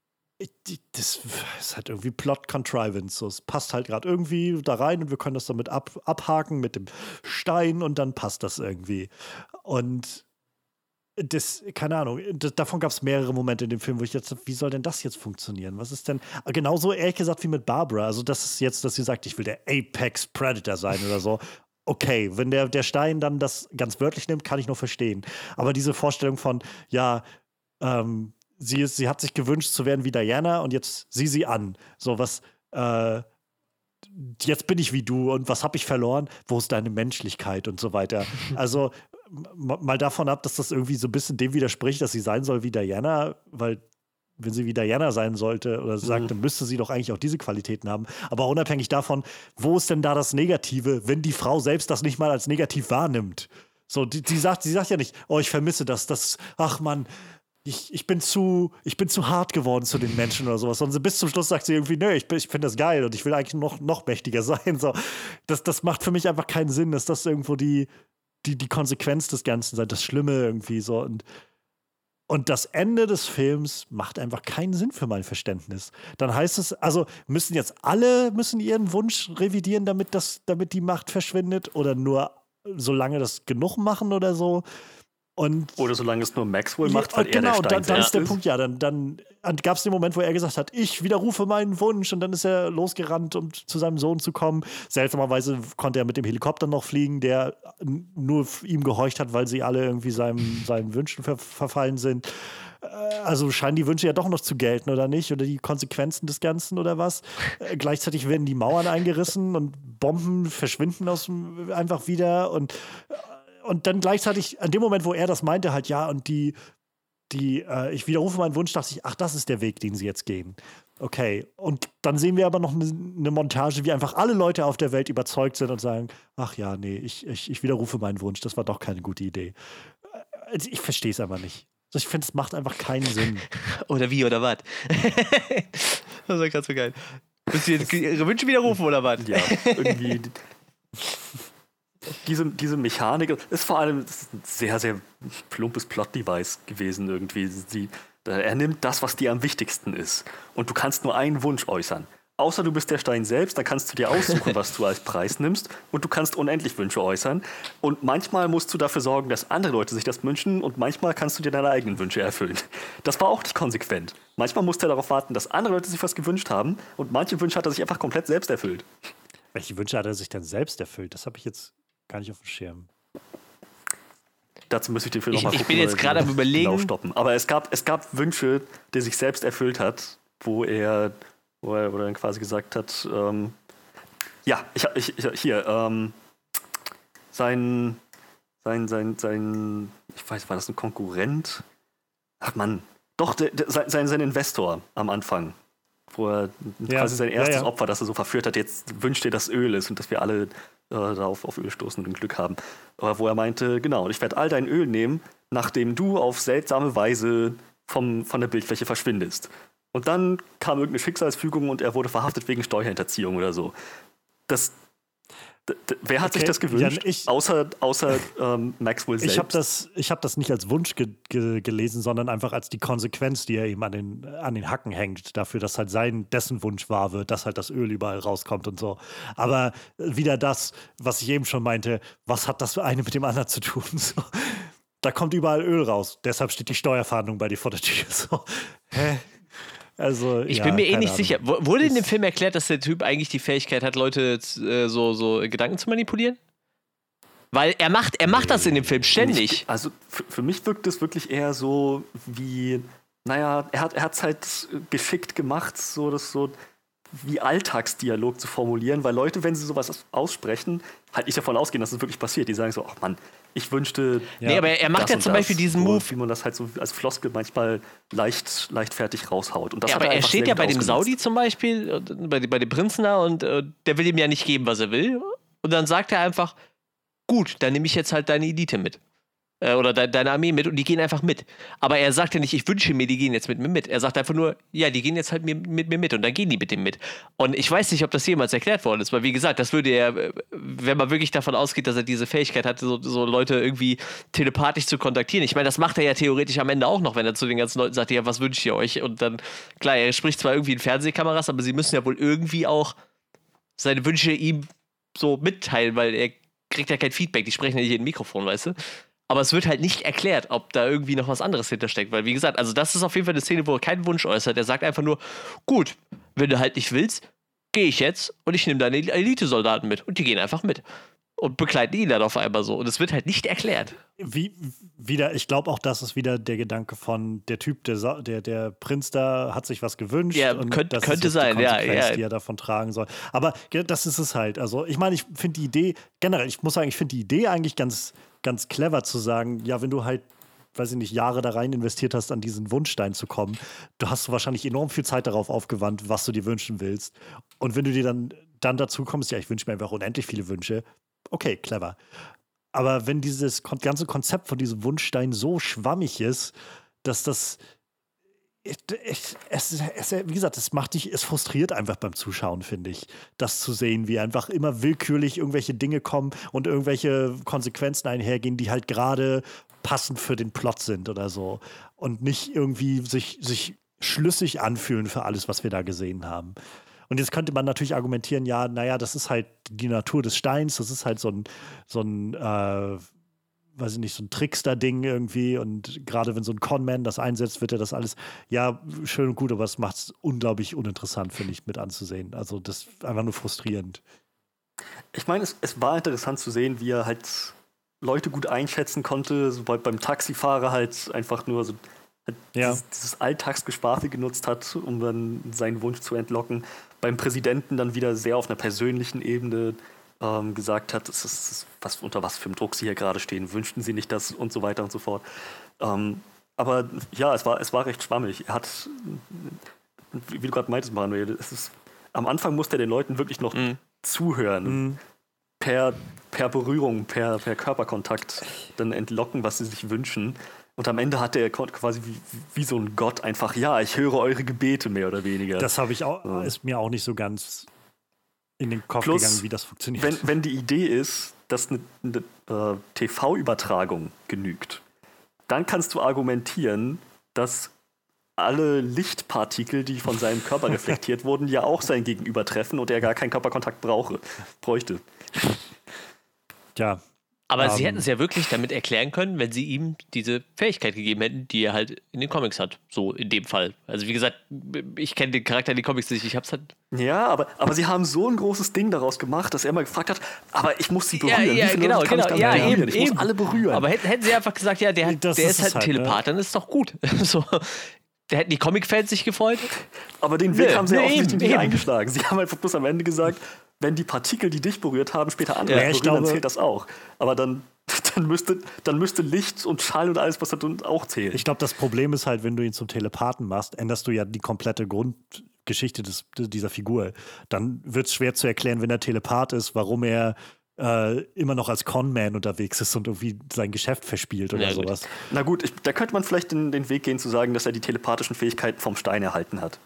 das ist halt irgendwie Plot-Contrivance. So, es passt halt gerade irgendwie da rein und wir können das damit abhaken mit dem Stein und dann passt das irgendwie. Und keine Ahnung, davon gab es mehrere Momente in dem Film, wo ich jetzt, wie soll denn das jetzt funktionieren? Was ist denn, genauso ehrlich gesagt wie mit Barbara, also das ist jetzt, dass sie sagt, ich will der Apex Predator sein oder so. Okay, wenn der Stein dann das ganz wörtlich nimmt, kann ich noch verstehen. Aber diese Vorstellung von, ja, sie hat sich gewünscht zu werden wie Diana und jetzt sieh sie an. So was, jetzt bin ich wie du und was habe ich verloren? Wo ist deine Menschlichkeit und so weiter? Also mal davon ab, dass das irgendwie so ein bisschen dem widerspricht, dass sie sein soll wie Diana, weil wenn sie wie Diana sein sollte oder sagt, dann müsste sie doch eigentlich auch diese Qualitäten haben. Aber unabhängig davon, wo ist denn da das Negative, wenn die Frau selbst das nicht mal als negativ wahrnimmt? So, sie sagt ja nicht, oh, ich vermisse das, ach Mann, ich bin zu hart geworden zu den Menschen oder sowas. Sondern bis zum Schluss sagt sie irgendwie, nö, ich finde das geil und ich will eigentlich noch mächtiger sein. So, das macht für mich einfach keinen Sinn, dass das irgendwo die Konsequenz des Ganzen sei, das Schlimme irgendwie so. Und das Ende des Films macht einfach keinen Sinn für mein Verständnis. Dann heißt es, also müssen jetzt alle ihren Wunsch revidieren, damit die Macht verschwindet oder nur solange das genug machen oder so. Oder solange es nur Maxwell macht, weil er der Stein dann ist der Punkt, ja, dann gab es den Moment, wo er gesagt hat, ich widerrufe meinen Wunsch und dann ist er losgerannt, um zu seinem Sohn zu kommen. Seltsamerweise konnte er mit dem Helikopter noch fliegen, der nur ihm gehorcht hat, weil sie alle irgendwie seinen Wünschen verfallen sind. Also scheinen die Wünsche ja doch noch zu gelten, oder nicht? Oder die Konsequenzen des Ganzen oder was? Gleichzeitig werden die Mauern eingerissen und Bomben verschwinden einfach wieder und dann gleichzeitig, an dem Moment, wo er das meinte, halt, ja, und ich widerrufe meinen Wunsch, dachte ich, ach, das ist der Weg, den sie jetzt gehen. Okay. Und dann sehen wir aber noch eine Montage, wie einfach alle Leute auf der Welt überzeugt sind und sagen, ach ja, nee, ich widerrufe meinen Wunsch, das war doch keine gute Idee. Ich verstehe es einfach nicht. Ich finde, es macht einfach keinen Sinn. Oder wie, oder was? Das war gerade so geil. Willst du jetzt ihre Wünsche widerrufen, oder was? Ja, irgendwie. Diese Mechanik ist vor allem ein sehr, sehr plumpes Plot-Device gewesen irgendwie. Er nimmt das, was dir am wichtigsten ist. Und du kannst nur einen Wunsch äußern. Außer du bist der Stein selbst, dann kannst du dir aussuchen, was du als Preis nimmst. Und du kannst unendlich Wünsche äußern. Und manchmal musst du dafür sorgen, dass andere Leute sich das wünschen. Und manchmal kannst du dir deine eigenen Wünsche erfüllen. Das war auch nicht konsequent. Manchmal musst du darauf warten, dass andere Leute sich was gewünscht haben. Und manche Wünsche hat er sich einfach komplett selbst erfüllt. Welche Wünsche hat er sich denn selbst erfüllt? Das habe ich jetzt gar nicht auf dem Schirm. Dazu müsste ich den Film nochmal gucken. Ich bin jetzt gerade am Überlegen. Genau stoppen. Aber es gab Wünsche, die sich selbst erfüllt hat, wo er dann quasi gesagt hat, sein, ich weiß, war das ein Konkurrent? Ach Mann, doch, sein Investor am Anfang, wo er quasi sein erstes Opfer, das er so verführt hat, jetzt wünscht er, dass Öl ist und dass wir alle darauf auf Öl stoßen und Glück haben. Aber wo er meinte, genau, ich werde all dein Öl nehmen, nachdem du auf seltsame Weise von der Bildfläche verschwindest. Und dann kam irgendeine Schicksalsfügung und er wurde verhaftet wegen Steuerhinterziehung oder so. Wer hat sich das gewünscht? Außer Maxwell selbst. Ich hab das nicht als Wunsch gelesen, sondern einfach als die Konsequenz, die er ihm an den Hacken hängt, dafür, dass halt dessen Wunsch wahr wird, dass halt das Öl überall rauskommt und so. Aber wieder das, was ich eben schon meinte, was hat das eine mit dem anderen zu tun? So. Da kommt überall Öl raus. Deshalb steht die Steuerfahndung bei dir vor der Tür. So. Hä? Also, ich bin mir nicht sicher. Wurde in dem Film erklärt, dass der Typ eigentlich die Fähigkeit hat, Leute so Gedanken zu manipulieren? Weil er macht das in dem Film ständig. Also für mich wirkt es wirklich eher so wie, er hat es halt geschickt gemacht, so das so wie Alltagsdialog zu formulieren, weil Leute, wenn sie sowas aussprechen, halt nicht davon ausgehen, dass es wirklich passiert. Die sagen so, ach Mann, ich wünschte... Nee, aber er macht ja zum Beispiel diesen Move... Wie man das halt so als Floskel manchmal leichtfertig raushaut. Und das aber er steht ja bei dem Saudi zum Beispiel, bei dem Prinzen da, und der will ihm ja nicht geben, was er will. Und dann sagt er einfach, gut, dann nehme ich jetzt halt deine Elite mit. Oder deine Armee mit, und die gehen einfach mit. Aber er sagt ja nicht, ich wünsche mir, die gehen jetzt mit mir mit. Er sagt einfach nur, ja, die gehen jetzt halt mit mir mit, und dann gehen die mit dem mit. Und ich weiß nicht, ob das jemals erklärt worden ist, weil wie gesagt, das würde er, wenn man wirklich davon ausgeht, dass er diese Fähigkeit hat, so Leute irgendwie telepathisch zu kontaktieren. Ich meine, das macht er ja theoretisch am Ende auch noch, wenn er zu den ganzen Leuten sagt, ja, was wünscht ihr euch? Und dann, klar, er spricht zwar irgendwie in Fernsehkameras, aber sie müssen ja wohl irgendwie auch seine Wünsche ihm so mitteilen, weil er kriegt ja kein Feedback, die sprechen ja nicht in ein Mikrofon, weißt du? Aber es wird halt nicht erklärt, ob da irgendwie noch was anderes hintersteckt. Weil, wie gesagt, also das ist auf jeden Fall eine Szene, wo er keinen Wunsch äußert. Er sagt einfach nur, gut, wenn du halt nicht willst, gehe ich jetzt und ich nehme deine Elite-Soldaten mit. Und die gehen einfach mit. Und begleiten ihn dann auf einmal so. Und es wird halt nicht erklärt. Ich glaube auch, das ist wieder der Gedanke von der Typ, der Prinz da hat sich was gewünscht. Ja, und könnte das ist jetzt sein, die Konsequenz, ja. die er davon tragen soll. Aber das ist es halt. Also ich meine, ich finde die Idee, generell, ich muss sagen, ich finde die Idee eigentlich ganz clever zu sagen, ja, wenn du halt, weiß ich nicht, Jahre da rein investiert hast, an diesen Wunschstein zu kommen, du hast wahrscheinlich enorm viel Zeit darauf aufgewandt, was du dir wünschen willst. Und wenn du dir dann dazu kommst, ja, ich wünsche mir einfach unendlich viele Wünsche, okay, clever. Aber wenn dieses ganze Konzept von diesem Wunschstein so schwammig ist, dass das wie gesagt, es frustriert einfach beim Zuschauen, finde ich, das zu sehen, wie einfach immer willkürlich irgendwelche Dinge kommen und irgendwelche Konsequenzen einhergehen, die halt gerade passend für den Plot sind oder so und nicht irgendwie sich schlüssig anfühlen für alles, was wir da gesehen haben. Und jetzt könnte man natürlich argumentieren, ja, das ist halt die Natur des Steins, das ist halt so ein weiß ich nicht, so ein Trickster-Ding irgendwie, und gerade wenn so ein Conman das einsetzt, wird er das alles, ja, schön und gut, aber es macht es unglaublich uninteressant, finde ich, mit anzusehen. Also das ist einfach nur frustrierend. Ich meine, es war interessant zu sehen, wie er halt Leute gut einschätzen konnte, so beim Taxifahrer halt einfach nur so dieses Alltagsgesparte genutzt hat, um dann seinen Wunsch zu entlocken. Beim Präsidenten dann wieder sehr auf einer persönlichen Ebene gesagt hat, unter was für einem Druck sie hier gerade stehen, wünschten sie nicht das und so weiter und so fort. Aber ja, es war recht schwammig. Er hat, wie du gerade meintest, Manuel, am Anfang musste er den Leuten wirklich noch zuhören, per Berührung, per Körperkontakt dann entlocken, was sie sich wünschen. Und am Ende hat er quasi wie so ein Gott einfach, ja, ich höre eure Gebete, mehr oder weniger. Das habe ich auch, ist mir auch nicht so ganz in den Kopf gegangen, wie das funktioniert. Wenn die Idee ist, dass eine TV-Übertragung genügt, dann kannst du argumentieren, dass alle Lichtpartikel, die von seinem Körper reflektiert wurden, ja auch sein Gegenüber treffen und er gar keinen Körperkontakt bräuchte. Ja. Aber sie hätten es ja wirklich damit erklären können, wenn sie ihm diese Fähigkeit gegeben hätten, die er halt in den Comics hat. So in dem Fall. Also wie gesagt, ich kenne den Charakter in den Comics nicht, ich hab's halt... Ja, aber sie haben so ein großes Ding daraus gemacht, dass er mal gefragt hat, aber ich muss sie berühren. Ja, genau. Ja, eben. Ich muss alle berühren. Aber hätten sie einfach gesagt, ja, der ist halt ein Telepath, dann ist doch gut. So... Da hätten die Comic-Fans sich gefreut. Aber den Weg haben sie ja offensichtlich nicht eingeschlagen. Sie haben einfach bloß am Ende gesagt, wenn die Partikel, die dich berührt haben, später andere berühren, dann zählt das auch. Aber dann müsste Licht und Schall und alles, was da drin auch zählen. Ich glaube, das Problem ist halt, wenn du ihn zum Telepathen machst, änderst du ja die komplette Geschichte dieser Figur. Dann wird es schwer zu erklären, wenn er Telepath ist, warum er immer noch als Conman unterwegs ist und irgendwie sein Geschäft verspielt oder sowas. Na gut, da könnte man vielleicht den Weg gehen zu sagen, dass er die telepathischen Fähigkeiten vom Stein erhalten hat.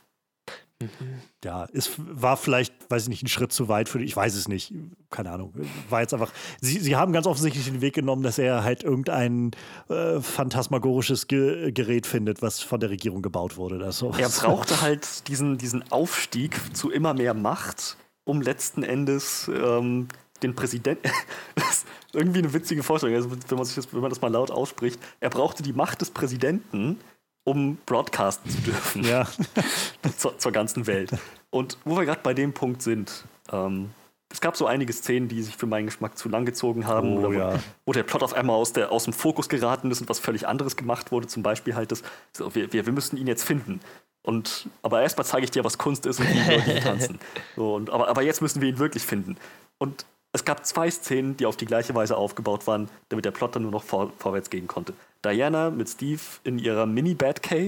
Ja, es war vielleicht, weiß ich nicht, ein Schritt zu weit für die, ich weiß es nicht, keine Ahnung. War jetzt einfach, sie haben ganz offensichtlich den Weg genommen, dass er halt irgendein phantasmagorisches Gerät findet, was von der Regierung gebaut wurde. Oder so. Er brauchte halt diesen Aufstieg zu immer mehr Macht, um letzten Endes den Präsidenten, das ist irgendwie eine witzige Vorstellung, also wenn man das mal laut ausspricht, er brauchte die Macht des Präsidenten, um broadcasten zu dürfen. Ja. zur ganzen Welt. Und wo wir gerade bei dem Punkt sind, es gab so einige Szenen, die sich für meinen Geschmack zu lang gezogen haben, wo der Plot auf einmal aus dem Fokus geraten ist und was völlig anderes gemacht wurde. Zum Beispiel halt wir müssen ihn jetzt finden. Aber erstmal zeige ich dir, was Kunst ist und wie Leute hier tanzen. Aber jetzt müssen wir ihn wirklich finden. Und es gab 2 Szenen, die auf die gleiche Weise aufgebaut waren, damit der Plot dann nur noch vorwärts gehen konnte. Diana mit Steve in ihrer Mini-Batcave,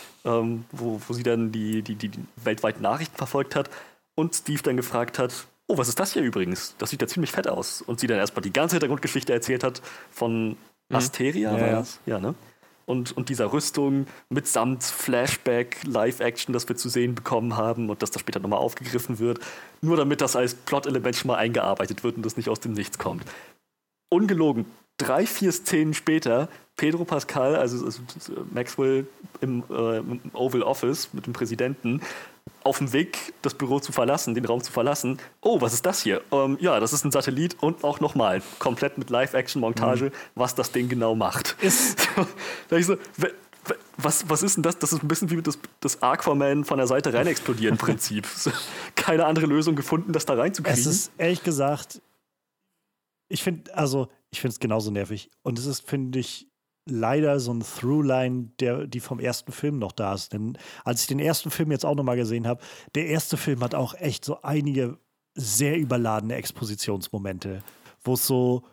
wo sie dann die weltweiten Nachrichten verfolgt hat und Steve dann gefragt hat, oh, was ist das hier übrigens? Das sieht ja ziemlich fett aus. Und sie dann erstmal die ganze Hintergrundgeschichte erzählt hat von Asteria, war das? Ja, ne? Und dieser Rüstung mitsamt Flashback, Live-Action, das wir zu sehen bekommen haben und dass das später nochmal aufgegriffen wird, nur damit das als Plot-Element schon mal eingearbeitet wird und das nicht aus dem Nichts kommt. Ungelogen, 3-4 Szenen später, Pedro Pascal, also Maxwell im Oval Office mit dem Präsidenten, auf dem Weg, das Büro zu verlassen, den Raum zu verlassen. Oh, was ist das hier? Ja, das ist ein Satellit und auch nochmal komplett mit Live-Action-Montage, was das Ding genau macht. Da ich so, was ist denn das? Das ist ein bisschen wie das Aquaman von der Seite rein explodieren Prinzip. Keine andere Lösung gefunden, das da reinzukriegen. Es ist ehrlich gesagt, ich finde es genauso nervig. Und es ist, finde ich, leider so ein Throughline, die vom ersten Film noch da ist. Denn als ich den ersten Film jetzt auch nochmal gesehen habe, der erste Film hat auch echt so einige sehr überladene Expositionsmomente, wo es so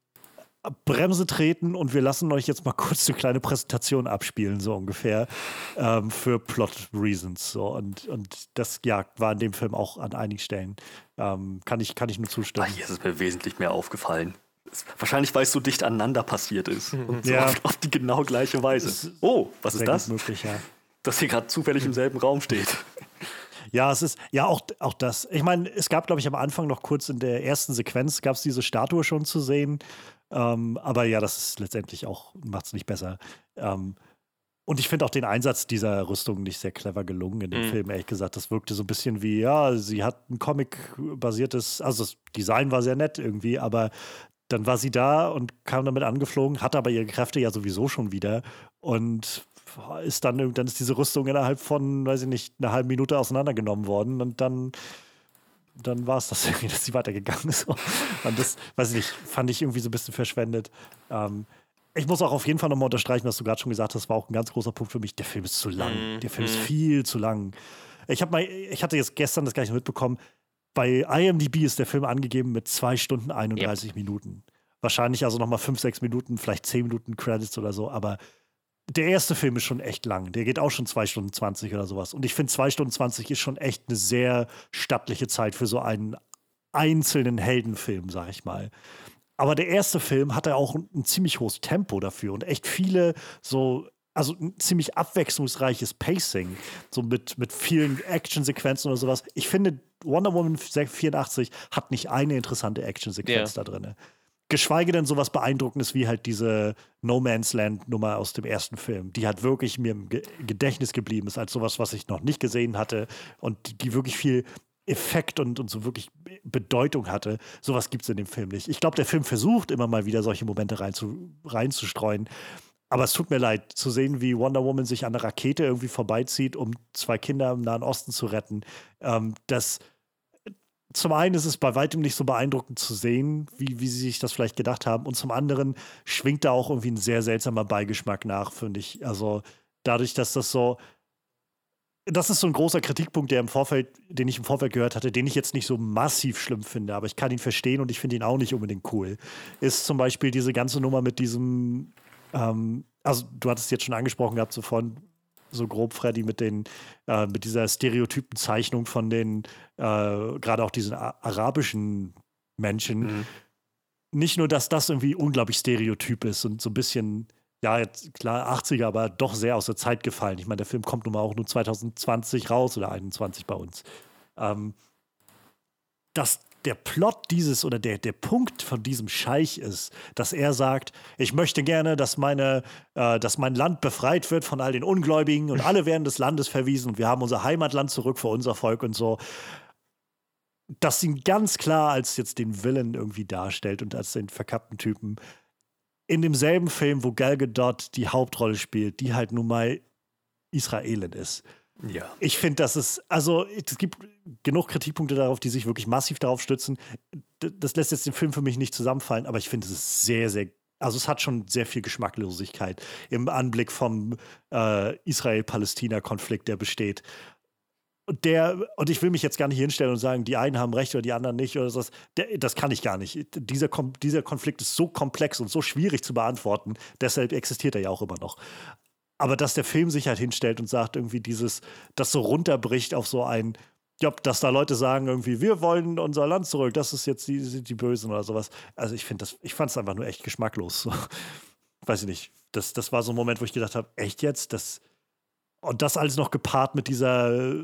Bremse treten und wir lassen euch jetzt mal kurz eine kleine Präsentation abspielen, so ungefähr, für Plot-Reasons. So. Und das war in dem Film auch an einigen Stellen. Kann ich nur zustimmen. Hier ist es mir wesentlich mehr aufgefallen. Wahrscheinlich, weil es so dicht aneinander passiert ist. Und so auf die genau gleiche Weise. Oh, was ist das? Möglich, ja. Dass hier gerade zufällig im selben Raum steht. Ja, es ist, ja, auch das. Ich meine, es gab, glaube ich, am Anfang noch kurz in der ersten Sequenz, gab es diese Statue schon zu sehen. Aber ja, das ist letztendlich auch, macht es nicht besser. Und ich finde auch den Einsatz dieser Rüstung nicht sehr clever gelungen in dem Film, ehrlich gesagt. Das wirkte so ein bisschen wie, ja, sie hat ein Comic-basiertes, also das Design war sehr nett irgendwie, aber dann war sie da und kam damit angeflogen, hatte aber ihre Kräfte ja sowieso schon wieder und ist dann ist diese Rüstung innerhalb von, weiß ich nicht, einer halben Minute auseinandergenommen worden und dann war es das irgendwie, dass sie weitergegangen ist. Und das, weiß ich nicht, fand ich irgendwie so ein bisschen verschwendet. Ich muss auch auf jeden Fall nochmal unterstreichen, was du gerade schon gesagt hast, war auch ein ganz großer Punkt für mich. Der Film ist zu lang. Der Film ist viel zu lang. Ich hatte jetzt gestern das gar nicht mitbekommen. Bei IMDb ist der Film angegeben mit 2 Stunden 31 Minuten. Wahrscheinlich also nochmal 5-6 Minuten, vielleicht 10 Minuten Credits oder so. Aber der erste Film ist schon echt lang. Der geht auch schon 2 Stunden 20 oder sowas. Und ich finde, 2 Stunden 20 ist schon echt eine sehr stattliche Zeit für so einen einzelnen Heldenfilm, sag ich mal. Aber der erste Film hatte auch ein ziemlich hohes Tempo dafür und echt viele also ein ziemlich abwechslungsreiches Pacing, so mit vielen Actionsequenzen oder sowas. Ich finde, Wonder Woman 84 hat nicht eine interessante Actionsequenz da drin. Geschweige denn sowas Beeindruckendes wie halt diese No Man's Land-Nummer aus dem ersten Film, die halt wirklich mir im Gedächtnis geblieben ist, als sowas, was ich noch nicht gesehen hatte und die wirklich viel Effekt und so wirklich Bedeutung hatte. Sowas gibt es in dem Film nicht. Ich glaube, der Film versucht immer mal wieder solche Momente reinzustreuen. Aber es tut mir leid, zu sehen, wie Wonder Woman sich an einer Rakete irgendwie vorbeizieht, um 2 Kinder im Nahen Osten zu retten. Zum einen ist es bei weitem nicht so beeindruckend zu sehen, wie sie sich das vielleicht gedacht haben. Und zum anderen schwingt da auch irgendwie ein sehr seltsamer Beigeschmack nach, finde ich. Also dadurch, dass das so ist so ein großer Kritikpunkt, den ich im Vorfeld gehört hatte, den ich jetzt nicht so massiv schlimm finde, aber ich kann ihn verstehen und ich finde ihn auch nicht unbedingt cool, ist zum Beispiel diese ganze Nummer mit diesem also du hattest jetzt schon angesprochen gehabt, so von so grob, Freddy, mit dieser Stereotypenzeichnung von den, gerade auch diesen arabischen Menschen. Mhm. Nicht nur, dass das irgendwie unglaublich stereotyp ist und so ein bisschen, ja, jetzt klar 80er, aber doch sehr aus der Zeit gefallen. Ich meine, der Film kommt nun mal auch nur 2020 raus oder 21 bei uns. Dass der Plot oder der Punkt von diesem Scheich ist, dass er sagt, ich möchte gerne, dass mein Land befreit wird von all den Ungläubigen und alle werden des Landes verwiesen und wir haben unser Heimatland zurück für unser Volk und so. Das ihn ganz klar als jetzt den Villain irgendwie darstellt und als den verkappten Typen. In demselben Film, wo Gal Gadot die Hauptrolle spielt, die halt nun mal Israelin ist. Ja. Ich finde, es gibt genug Kritikpunkte darauf, die sich wirklich massiv darauf stützen. Das lässt jetzt den Film für mich nicht zusammenfallen, aber ich finde, es ist sehr, sehr, also es hat schon sehr viel Geschmacklosigkeit im Anblick vom Israel-Palästina-Konflikt, der besteht. Und ich will mich jetzt gar nicht hinstellen und sagen, die einen haben recht oder die anderen nicht oder so. Das kann ich gar nicht. Dieser Konflikt ist so komplex und so schwierig zu beantworten, deshalb existiert er ja auch immer noch. Aber dass der Film sich halt hinstellt und sagt, irgendwie das so runterbricht auf so ein, ja, dass da Leute sagen, irgendwie, wir wollen unser Land zurück, das ist jetzt die Bösen oder sowas. Also ich fand es einfach nur echt geschmacklos. So. Weiß ich nicht. Das war so ein Moment, wo ich gedacht habe, echt jetzt? Und das alles noch gepaart mit dieser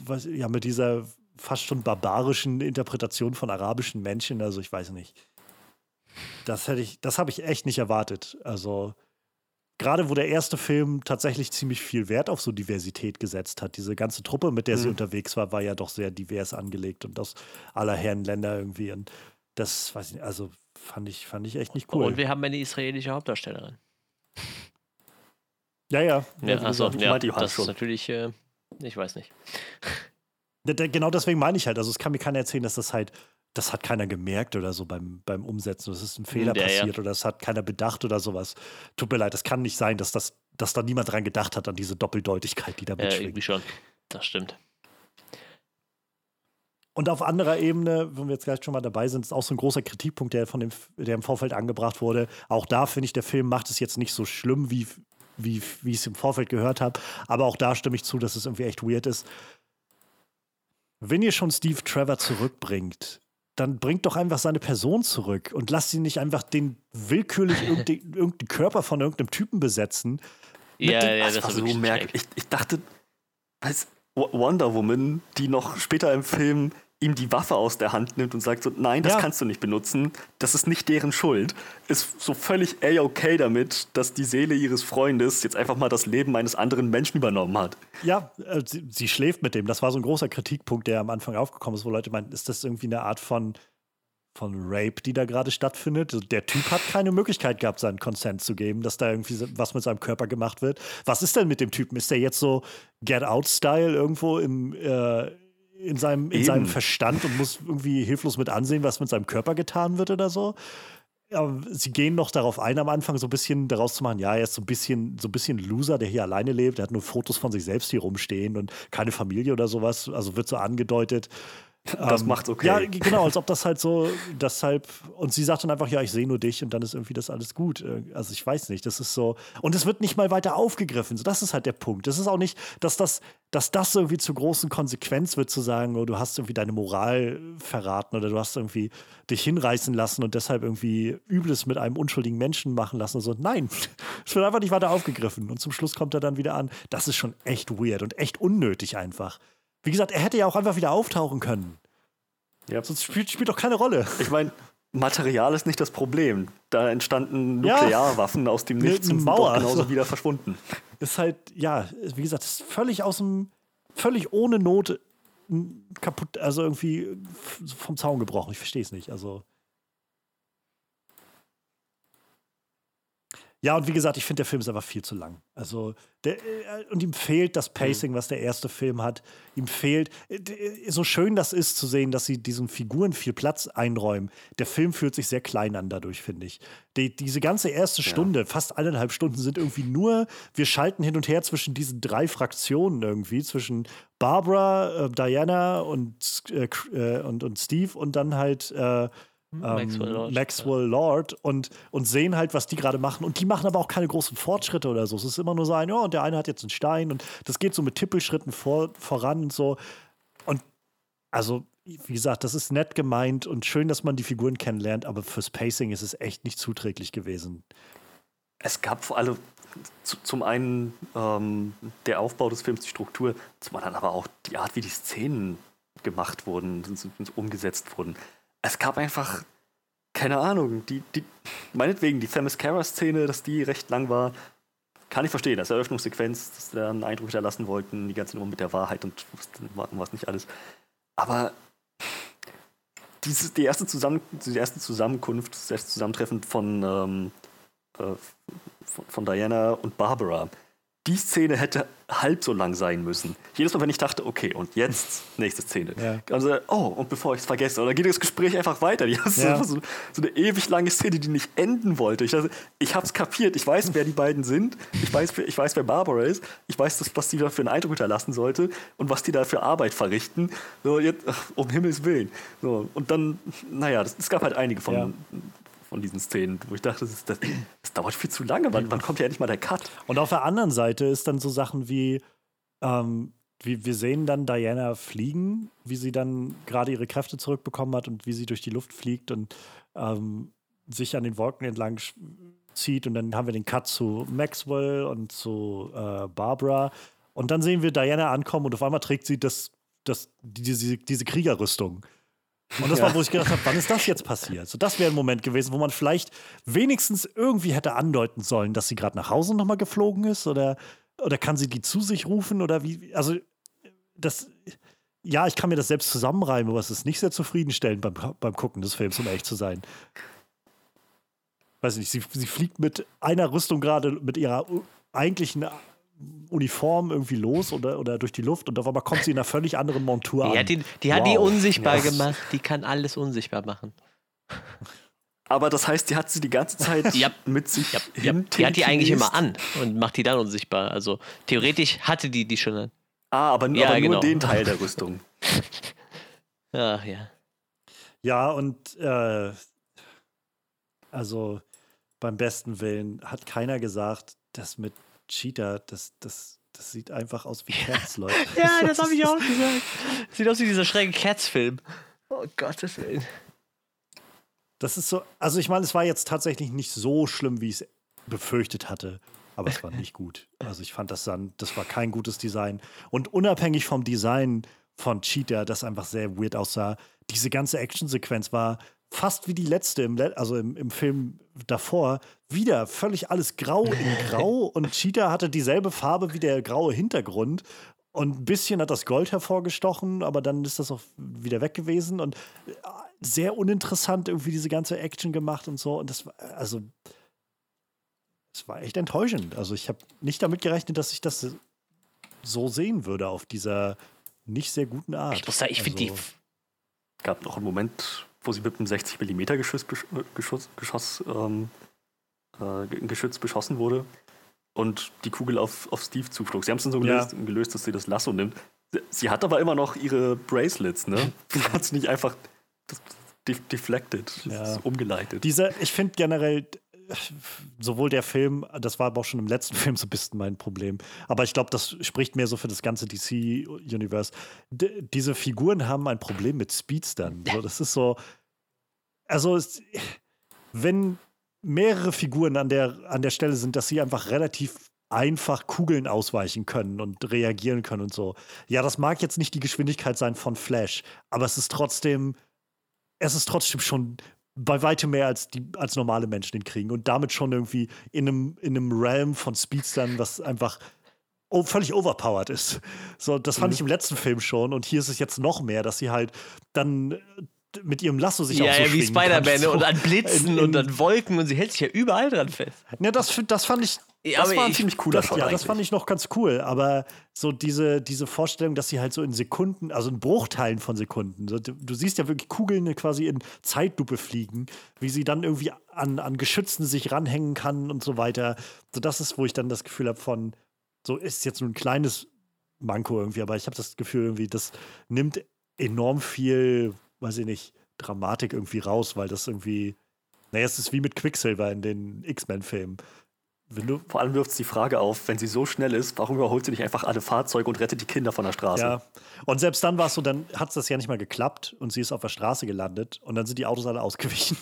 fast schon barbarischen Interpretation von arabischen Menschen. Also ich weiß nicht. Das habe ich echt nicht erwartet. Also gerade wo der erste Film tatsächlich ziemlich viel Wert auf so Diversität gesetzt hat. Diese ganze Truppe, mit der sie unterwegs war ja doch sehr divers angelegt und aus aller Herren Länder irgendwie. Und das, weiß ich nicht, also fand ich echt nicht cool. Und wir haben eine israelische Hauptdarstellerin. Ja. Achso, ja, das schon. Ist natürlich, ich weiß nicht. Genau deswegen meine ich halt, also es kann mir keiner erzählen, dass das hat keiner gemerkt oder so beim Umsetzen, das ist ein Fehler passiert oder das hat keiner bedacht oder sowas. Tut mir leid, es kann nicht sein, dass da niemand dran gedacht hat, an diese Doppeldeutigkeit, die da mitschwingt. Irgendwie schon, das stimmt. Und auf anderer Ebene, wenn wir jetzt gleich schon mal dabei sind, ist auch so ein großer Kritikpunkt, der im Vorfeld angebracht wurde. Auch da finde ich, der Film macht es jetzt nicht so schlimm, wie ich es im Vorfeld gehört habe. Aber auch da stimme ich zu, dass es irgendwie echt weird ist. Wenn ihr schon Steve Trevor zurückbringt, dann bringt doch einfach seine Person zurück und lasst ihn nicht einfach den willkürlich irgendeinen Körper von irgendeinem Typen besetzen. Das war so merkwürdig. Ich dachte, Wonder Woman, die noch später im Film ihm die Waffe aus der Hand nimmt und sagt so, nein, das kannst du nicht benutzen, das ist nicht deren Schuld, ist so völlig okay damit, dass die Seele ihres Freundes jetzt einfach mal das Leben eines anderen Menschen übernommen hat. Ja, sie schläft mit dem. Das war so ein großer Kritikpunkt, der am Anfang aufgekommen ist, wo Leute meinten, ist das irgendwie eine Art von Rape, die da gerade stattfindet? Also der Typ hat keine Möglichkeit gehabt, seinen Consent zu geben, dass da irgendwie was mit seinem Körper gemacht wird. Was ist denn mit dem Typen? Ist der jetzt so Get-Out-Style irgendwo in seinem Verstand und muss irgendwie hilflos mit ansehen, was mit seinem Körper getan wird oder so? Ja, sie gehen noch darauf ein, am Anfang so ein bisschen daraus zu machen, ja, er ist so ein bisschen Loser, der hier alleine lebt, er hat nur Fotos von sich selbst hier rumstehen und keine Familie oder sowas, also wird so angedeutet. Das macht's okay. Ja, genau, als ob das halt so, deshalb, und sie sagt dann einfach, ja, ich sehe nur dich und dann ist irgendwie das alles gut. Also ich weiß nicht, das ist so, und es wird nicht mal weiter aufgegriffen, so, das ist halt der Punkt. Das ist auch nicht, dass das irgendwie zur großen Konsequenz wird, zu sagen, oh, du hast irgendwie deine Moral verraten oder du hast irgendwie dich hinreißen lassen und deshalb irgendwie Übles mit einem unschuldigen Menschen machen lassen und so. Nein, es wird einfach nicht weiter aufgegriffen und zum Schluss kommt er dann wieder an. Das ist schon echt weird und echt unnötig einfach. Wie gesagt, er hätte ja auch einfach wieder auftauchen können. Ja. Sonst spielt doch keine Rolle. Ich meine, Material ist nicht das Problem. Da entstanden Nuklearwaffen aus dem Nichts und sind doch genauso wieder verschwunden. Ist halt, ja, wie gesagt, ist völlig ohne Not kaputt, also irgendwie vom Zaun gebrochen. Ich verstehe es nicht. Also. Ja, und wie gesagt, ich finde, der Film ist einfach viel zu lang. Also, und ihm fehlt das Pacing, was der erste Film hat. Ihm fehlt, so schön das ist zu sehen, dass sie diesen Figuren viel Platz einräumen. Der Film fühlt sich sehr klein an dadurch, finde ich. Diese ganze erste Stunde, fast 1,5 Stunden, sind irgendwie nur, wir schalten hin und her zwischen diesen 3 Fraktionen irgendwie, zwischen Barbara, Diana und Steve und dann halt Maxwell Lord und sehen halt, was die gerade machen. Und die machen aber auch keine großen Fortschritte oder so. Es ist immer nur so ein, und der eine hat jetzt einen Stein und das geht so mit Tippelschritten voran und so. Und also, wie gesagt, das ist nett gemeint und schön, dass man die Figuren kennenlernt, aber fürs Pacing ist es echt nicht zuträglich gewesen. Es gab vor allem zum einen der Aufbau des Films, die Struktur, zum anderen aber auch die Art, wie die Szenen gemacht wurden, umgesetzt wurden. Es gab einfach, keine Ahnung, meinetwegen die Themyscira-Szene, dass die recht lang war, kann ich verstehen, als Eröffnungssequenz, dass sie da einen Eindruck hinterlassen wollten, die ganze Nummer mit der Wahrheit und was nicht alles. Aber die erste Zusammenkunft, das erste Zusammentreffen von Diana und Barbara, die Szene hätte halb so lang sein müssen. Jedes Mal, wenn ich dachte, okay, und jetzt nächste Szene. Ja. Also, und bevor ich es vergesse, oder geht das Gespräch einfach weiter. Die hast so eine ewig lange Szene, die nicht enden wollte. Ich hab's kapiert, ich weiß, wer die beiden sind, ich weiß, wer Barbara ist, ich weiß, was die da für einen Eindruck hinterlassen sollte und was die da für Arbeit verrichten. So, jetzt, um Himmels Willen. So, und dann, es gab halt einige von diesen Szenen, wo ich dachte, das dauert viel zu lange, wann kommt ja endlich mal der Cut? Und auf der anderen Seite ist dann so Sachen wie wir sehen dann Diana fliegen, wie sie dann gerade ihre Kräfte zurückbekommen hat und wie sie durch die Luft fliegt und sich an den Wolken entlang zieht und dann haben wir den Cut zu Maxwell und zu Barbara und dann sehen wir Diana ankommen und auf einmal trägt sie diese Kriegerrüstung. Und das war, wo ich gedacht habe, wann ist das jetzt passiert? So, das wäre ein Moment gewesen, wo man vielleicht wenigstens irgendwie hätte andeuten sollen, dass sie gerade nach Hause nochmal geflogen ist oder kann sie die zu sich rufen oder wie? Also, ich kann mir das selbst zusammenreimen, aber es ist nicht sehr zufriedenstellend beim Gucken des Films, um ehrlich zu sein. Weiß nicht, sie fliegt mit einer Rüstung gerade mit ihrer eigentlichen Uniform irgendwie los oder durch die Luft und auf einmal kommt sie in einer völlig anderen Montur an. Die hat die unsichtbar gemacht. Die kann alles unsichtbar machen. Aber das heißt, die hat sie die ganze Zeit mit sich hin. Die hat die eigentlich immer an und macht die dann unsichtbar. Also theoretisch hatte die schon an. Aber nur den Teil der Rüstung. Ach ja. Ja, und also beim besten Willen hat keiner gesagt, dass mit Cheetah, das sieht einfach aus wie Cats, Leute. Ja, das habe ich auch gesagt. Sieht aus wie dieser schräge Cats-Film. Oh Gottes Willen. Das ist so, also ich meine, es war jetzt tatsächlich nicht so schlimm, wie ich es befürchtet hatte, aber es war nicht gut. Also ich fand das war kein gutes Design. Und unabhängig vom Design von Cheetah, das einfach sehr weird aussah, diese ganze Actionsequenz war fast wie die letzte im Film davor, wieder völlig alles grau in grau und Cheetah hatte dieselbe Farbe wie der graue Hintergrund und ein bisschen hat das Gold hervorgestochen, aber dann ist das auch wieder weg gewesen und sehr uninteressant irgendwie diese ganze Action gemacht und so und das war echt enttäuschend. Also ich habe nicht damit gerechnet, dass ich das so sehen würde auf dieser nicht sehr guten Art. Ich muss sagen, ich finde gab noch einen Moment, wo sie mit einem 60 mm Geschütz beschossen wurde und die Kugel auf Steve zuflog. Sie haben es dann so gelöst, dass sie das Lasso nimmt. Sie hat aber immer noch ihre Bracelets, ne? Sie hat es nicht einfach deflected, umgeleitet. Ich finde generell, sowohl der Film, das war aber auch schon im letzten Film so ein bisschen mein Problem, aber ich glaube, das spricht mehr so für das ganze DC-Universe. Diese Figuren haben ein Problem mit Speedstern. So, das ist so, also wenn mehrere Figuren an der Stelle sind, dass sie einfach relativ einfach Kugeln ausweichen können und reagieren können und so. Ja, das mag jetzt nicht die Geschwindigkeit sein von Flash, aber es ist trotzdem schon bei weitem mehr als normale Menschen den kriegen und damit schon irgendwie in einem Realm von Speedstern, was einfach völlig overpowered ist. So, das fand ich im letzten Film schon und hier ist es jetzt noch mehr, dass sie halt dann mit ihrem Lasso sich auch so schwingen wie Spider-Man so und an Blitzen und an Wolken und sie hält sich ja überall dran fest. Ja, das fand ich das war ein ziemlich cooler Shot. Ja, das fand ich noch ganz cool. Aber so diese Vorstellung, dass sie halt so in Sekunden, also in Bruchteilen von Sekunden, so, du siehst ja wirklich Kugeln quasi in Zeitlupe fliegen, wie sie dann irgendwie an Geschützen sich ranhängen kann und so weiter. So, das ist, wo ich dann das Gefühl habe von, so ist jetzt nur ein kleines Manko irgendwie, aber ich habe das Gefühl irgendwie, das nimmt enorm viel, weiß ich nicht, Dramatik irgendwie raus, weil das irgendwie, naja, es ist wie mit Quicksilver in den X-Men-Filmen. Vor allem wirft es die Frage auf, wenn sie so schnell ist, warum überholt sie nicht einfach alle Fahrzeuge und rettet die Kinder von der Straße? Ja, und selbst dann war es so, dann hat das ja nicht mal geklappt und sie ist auf der Straße gelandet und dann sind die Autos alle ausgewichen.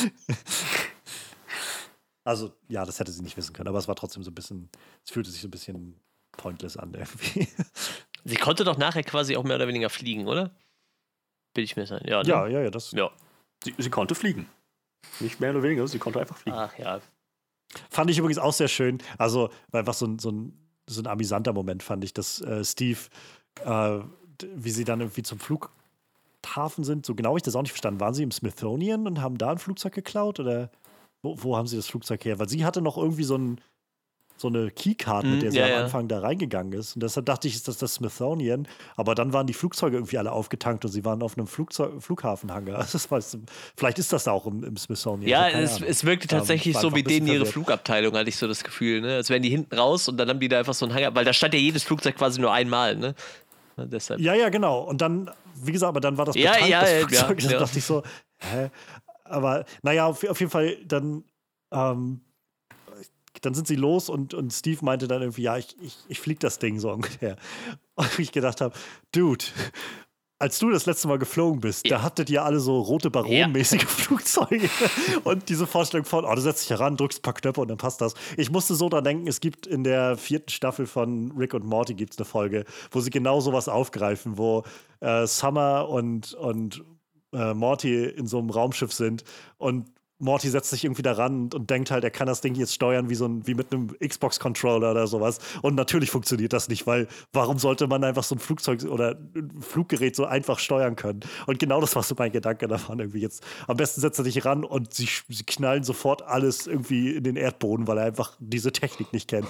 Also, ja, das hätte sie nicht wissen können, aber es war trotzdem so ein bisschen, es fühlte sich so ein bisschen pointless an irgendwie. Sie konnte doch nachher quasi auch mehr oder weniger fliegen, oder? Will ich mir sagen. Ja, ne? Ja, das. Ja. Sie konnte fliegen. Nicht mehr oder weniger, sie konnte einfach fliegen. Ach ja. Fand ich übrigens auch sehr schön. Also, war einfach so ein amüsanter Moment, fand ich, dass Steve, wie sie dann irgendwie zum Flughafen sind, so genau habe ich das auch nicht verstanden. Waren sie im Smithsonian und haben da ein Flugzeug geklaut? Oder wo haben sie das Flugzeug her? Weil sie hatte noch irgendwie so eine Keycard, mit der sie am Anfang da reingegangen ist. Und deshalb dachte ich, ist das Smithsonian. Aber dann waren die Flugzeuge irgendwie alle aufgetankt und sie waren auf einem Flughafenhangar. Vielleicht ist das da auch im Smithsonian. Ja, es wirkte tatsächlich so wie denen ihre Flugabteilung, hatte ich so das Gefühl. Ne? Als wären die hinten raus und dann haben die da einfach so einen Hangar, weil da stand ja jedes Flugzeug quasi nur einmal. Ne? Deshalb. Ja, genau. Und dann, wie gesagt, aber dann war das betankt, das Flugzeug. Dann dachte ich so, hä? Aber naja, auf jeden Fall dann sind sie los und Steve meinte dann irgendwie, ja, ich flieg das Ding so ungefähr. Und ich gedacht habe, Dude, als du das letzte Mal geflogen bist, da hattet ihr alle so rote Baron-mäßige Flugzeuge. Und diese Vorstellung von, du setzt dich heran, drückst ein paar Knöpfe und dann passt das. Ich musste so dran denken, es gibt in der 4. Staffel von Rick und Morty gibt's eine Folge, wo sie genau sowas aufgreifen, wo Summer und Morty in so einem Raumschiff sind und Morty setzt sich irgendwie daran und denkt halt, er kann das Ding jetzt steuern wie mit einem Xbox-Controller oder sowas. Und natürlich funktioniert das nicht, weil warum sollte man einfach so ein Flugzeug oder ein Fluggerät so einfach steuern können? Und genau das war so mein Gedanke davon irgendwie jetzt. Am besten setzt er dich ran und sie knallen sofort alles irgendwie in den Erdboden, weil er einfach diese Technik nicht kennt.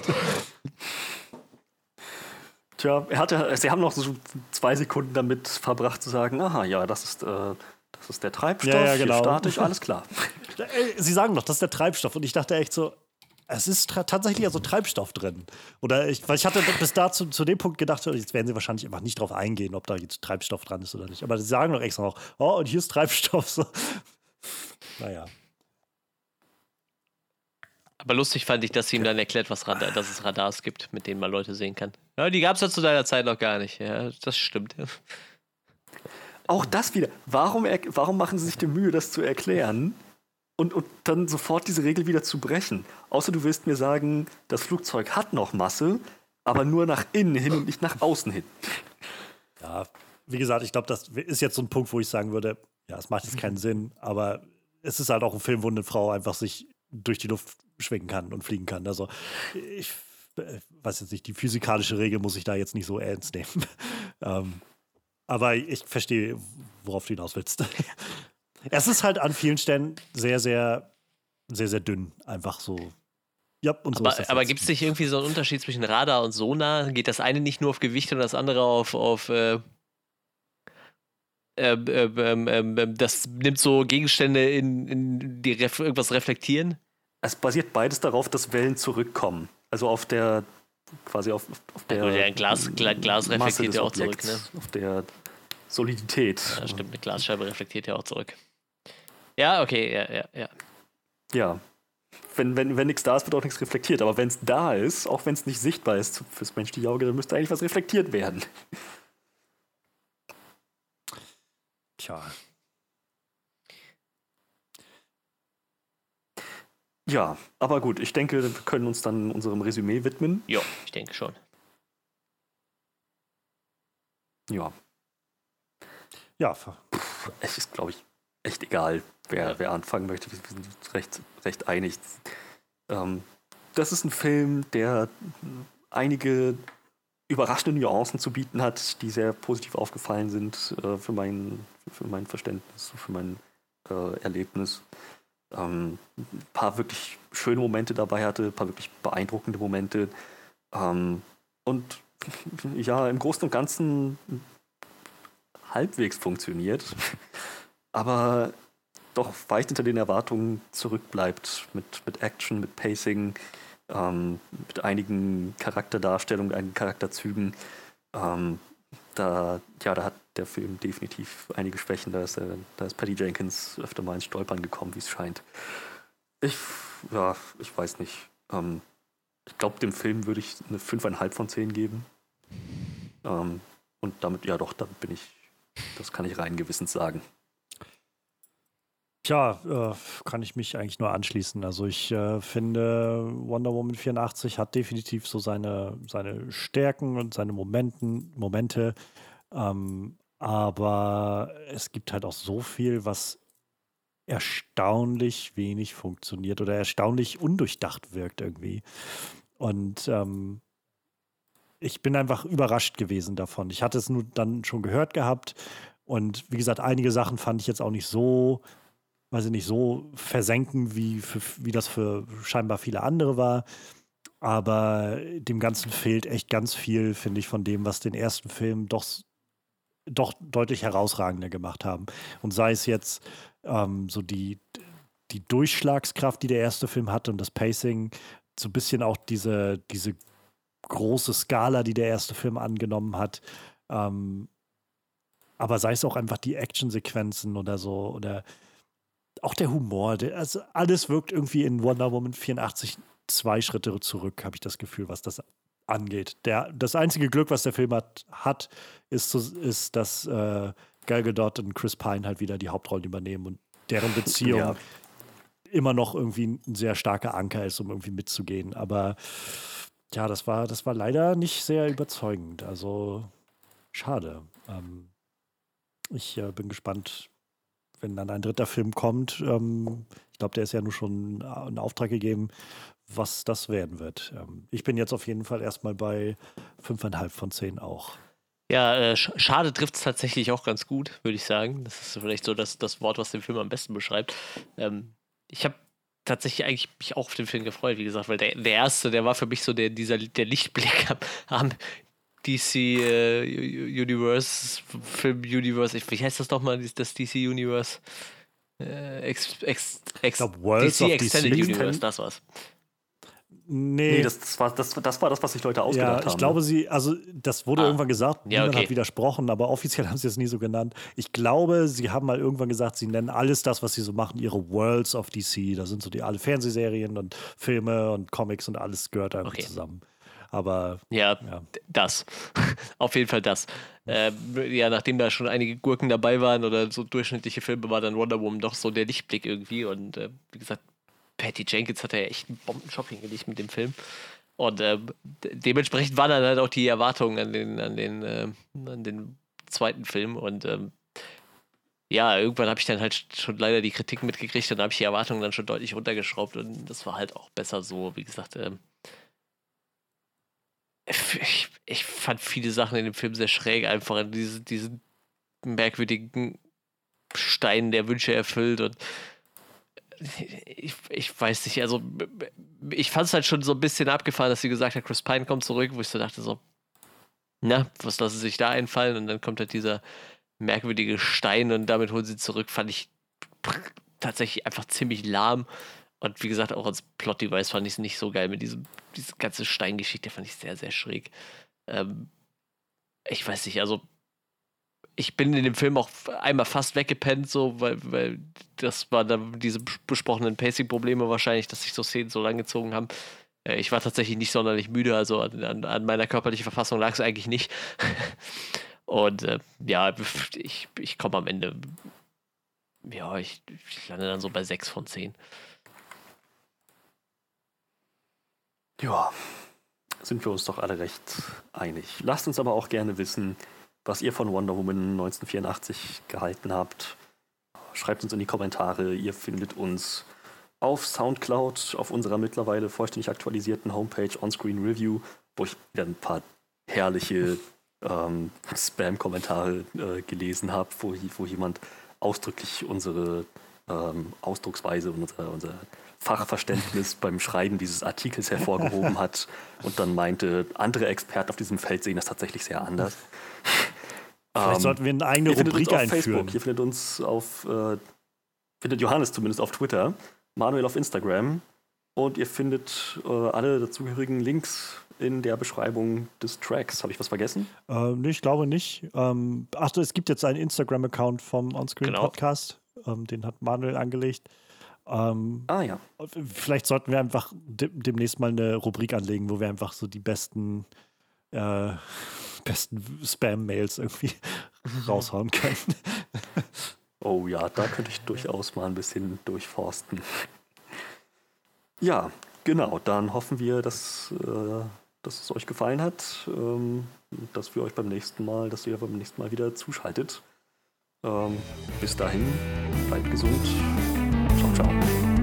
Tja, sie haben noch so 2 Sekunden damit verbracht zu sagen, aha, ja, das ist der Treibstoff, ja, genau. Hier statisch, alles klar. Sie sagen doch, das ist der Treibstoff. Und ich dachte echt so, es ist tatsächlich also Treibstoff drin. Weil ich hatte bis dazu zu dem Punkt gedacht, jetzt werden sie wahrscheinlich einfach nicht drauf eingehen, ob da jetzt Treibstoff dran ist oder nicht. Aber sie sagen doch extra noch, und hier ist Treibstoff. So. Naja. Aber lustig fand ich, dass sie ihm dann erklärt, dass es Radars gibt, mit denen man Leute sehen kann. Ja, die gab es ja zu deiner Zeit noch gar nicht. Ja, das stimmt. Auch das wieder. Warum machen sie sich die Mühe, das zu erklären und dann sofort diese Regel wieder zu brechen? Außer du willst mir sagen, das Flugzeug hat noch Masse, aber nur nach innen hin und nicht nach außen hin. Ja, wie gesagt, ich glaube, das ist jetzt so ein Punkt, wo ich sagen würde, ja, es macht jetzt keinen Sinn, aber es ist halt auch ein Film, wo eine Frau einfach sich durch die Luft schwingen kann und fliegen kann. Also ich weiß jetzt nicht, die physikalische Regel muss ich da jetzt nicht so ernst nehmen. Aber ich verstehe, worauf du hinaus willst. Es ist halt an vielen Stellen sehr, sehr, sehr, sehr dünn. Einfach so. Ja, und so ist das aber jetzt. gibt es nicht irgendwie so einen Unterschied zwischen Radar und Sonar? Geht das eine nicht nur auf Gewicht und das andere auf das nimmt so Gegenstände in die irgendwas reflektieren? Es basiert beides darauf, dass Wellen zurückkommen. Also auf der Glas reflektiert ja auch zurück, ne? Auf der Solidität. Ja, stimmt, eine Glasscheibe reflektiert ja auch zurück. Ja, okay, ja. Ja. Wenn nichts da ist, wird auch nichts reflektiert. Aber wenn es da ist, auch wenn es nicht sichtbar ist fürs menschliche Auge, dann müsste eigentlich was reflektiert werden. Tja. Ja, aber gut, ich denke, wir können uns dann unserem Resümee widmen. Ja, ich denke schon. Ja. Ja. Es ist, glaube ich, echt egal, wer anfangen möchte. Wir sind recht einig. Das ist ein Film, der einige überraschende Nuancen zu bieten hat, die sehr positiv aufgefallen sind für mein Verständnis, für mein Erlebnis. Ein paar wirklich schöne Momente dabei hatte, ein paar wirklich beeindruckende Momente. Und ja, im Großen und Ganzen halbwegs funktioniert, aber doch weit hinter den Erwartungen zurückbleibt mit Action, mit Pacing, mit einigen Charakterdarstellungen, einigen Charakterzügen. da hat der Film definitiv einige Schwächen. Da ist Patty Jenkins öfter mal ins Stolpern gekommen, wie es scheint. Ich weiß nicht. Ich glaube, dem Film würde ich eine 5,5 von 10 geben. Und damit, bin ich, das kann ich rein gewissens sagen. Tja, kann ich mich eigentlich nur anschließen. Also ich finde, Wonder Woman 84 hat definitiv so seine Stärken und seine Momente. Aber es gibt halt auch so viel, was erstaunlich wenig funktioniert oder erstaunlich undurchdacht wirkt irgendwie. Und ich bin einfach überrascht gewesen davon. Ich hatte es nur dann schon gehört gehabt und wie gesagt, einige Sachen fand ich jetzt auch nicht so, weiß ich nicht, so versenken, wie das für scheinbar viele andere war. Aber dem Ganzen fehlt echt ganz viel, finde ich, von dem, was den ersten Film doch deutlich herausragender gemacht haben. Und sei es jetzt so die Durchschlagskraft, die der erste Film hatte und das Pacing, so ein bisschen auch diese große Skala, die der erste Film angenommen hat. Aber sei es auch einfach die Actionsequenzen oder so oder auch der Humor. Also alles wirkt irgendwie in Wonder Woman 84 2 Schritte zurück, habe ich das Gefühl, was das angeht. Das einzige Glück, was der Film hat, ist, dass Gal Gadot und Chris Pine halt wieder die Hauptrollen übernehmen und deren Beziehung immer noch irgendwie ein sehr starker Anker ist, um irgendwie mitzugehen. Aber ja, das war leider nicht sehr überzeugend. Also schade. Ich bin gespannt, wenn dann ein dritter Film kommt. Ich glaube, der ist ja nur schon in Auftrag gegeben, was das werden wird. Ich bin jetzt auf jeden Fall erstmal bei 5,5 von 10 auch. Ja, schade trifft es tatsächlich auch ganz gut, würde ich sagen. Das ist vielleicht so das Wort, was den Film am besten beschreibt. Ich habe tatsächlich eigentlich mich auch auf den Film gefreut, wie gesagt, weil der erste, der war für mich so der Lichtblick am DC Universe, Film Universe, wie heißt das nochmal, das DC Universe? Ich glaube, Worlds DC of Extended DC. Universe, das war's. Nee, das war das, was sich Leute ausgedacht haben. Ich glaube, das wurde irgendwann gesagt, ja, niemand okay. hat widersprochen, aber offiziell haben sie es nie so genannt. Ich glaube, sie haben mal irgendwann gesagt, sie nennen alles das, was sie so machen, ihre Worlds of DC. Da sind so alle Fernsehserien und Filme und Comics und alles gehört da irgendwie zusammen. Aber ja. Das. Auf jeden Fall das. Nachdem da schon einige Gurken dabei waren oder so durchschnittliche Filme, war dann Wonder Woman doch so der Lichtblick irgendwie. Und wie gesagt, Patty Jenkins hat ja echt einen Bombenjob hingelegt mit dem Film. Und dementsprechend waren dann halt auch die Erwartungen an den zweiten Film. Und irgendwann habe ich dann halt schon leider die Kritik mitgekriegt und habe ich die Erwartungen dann schon deutlich runtergeschraubt. Und das war halt auch besser so. Wie gesagt, ich fand viele Sachen in dem Film sehr schräg, einfach diesen merkwürdigen Stein der Wünsche erfüllt und ich weiß nicht, also ich fand es halt schon so ein bisschen abgefahren, dass sie gesagt hat, Chris Pine kommt zurück, wo ich so dachte so, na, was lassen sie sich da einfallen? Und dann kommt halt dieser merkwürdige Stein und damit holen sie zurück, fand ich tatsächlich einfach ziemlich lahm. Und wie gesagt, auch als Plot-Device fand ich es nicht so geil mit diese ganze Steingeschichte, fand ich sehr, sehr schräg. Ich weiß nicht, also ich bin in dem Film auch einmal fast weggepennt, so, weil das war dann diese besprochenen Pacing-Probleme wahrscheinlich, dass sich so Szenen so lang gezogen haben. Ich war tatsächlich nicht sonderlich müde, also an meiner körperlichen Verfassung lag es eigentlich nicht. Und ich komme am Ende, ich lande dann so bei 6 von 10. Ja, sind wir uns doch alle recht einig. Lasst uns aber auch gerne wissen, was ihr von Wonder Woman 1984 gehalten habt. Schreibt uns in die Kommentare. Ihr findet uns auf Soundcloud, auf unserer mittlerweile vollständig aktualisierten Homepage Onscreen Review, wo ich wieder ein paar herrliche Spam-Kommentare gelesen habe, wo jemand ausdrücklich unsere Ausdrucksweise und unser Fachverständnis beim Schreiben dieses Artikels hervorgehoben hat und dann meinte, andere Experten auf diesem Feld sehen das tatsächlich sehr anders. Vielleicht sollten wir eine eigene Rubrik einführen. Ihr findet uns findet Johannes zumindest auf Twitter, Manuel auf Instagram Und ihr findet alle dazugehörigen Links in der Beschreibung des Tracks. Habe ich was vergessen? Nee, ich glaube nicht. Es gibt jetzt einen Instagram-Account vom Onscreen-Podcast. Den hat Manuel angelegt. Ja. Vielleicht sollten wir einfach demnächst mal eine Rubrik anlegen, wo wir einfach so die besten Spam-Mails irgendwie raushauen können. Oh ja, da könnte ich durchaus mal ein bisschen durchforsten. Ja, genau. Dann hoffen wir, dass es euch gefallen hat, dass ihr beim nächsten Mal wieder zuschaltet. Bis dahin, bleibt gesund. Ciao, ciao.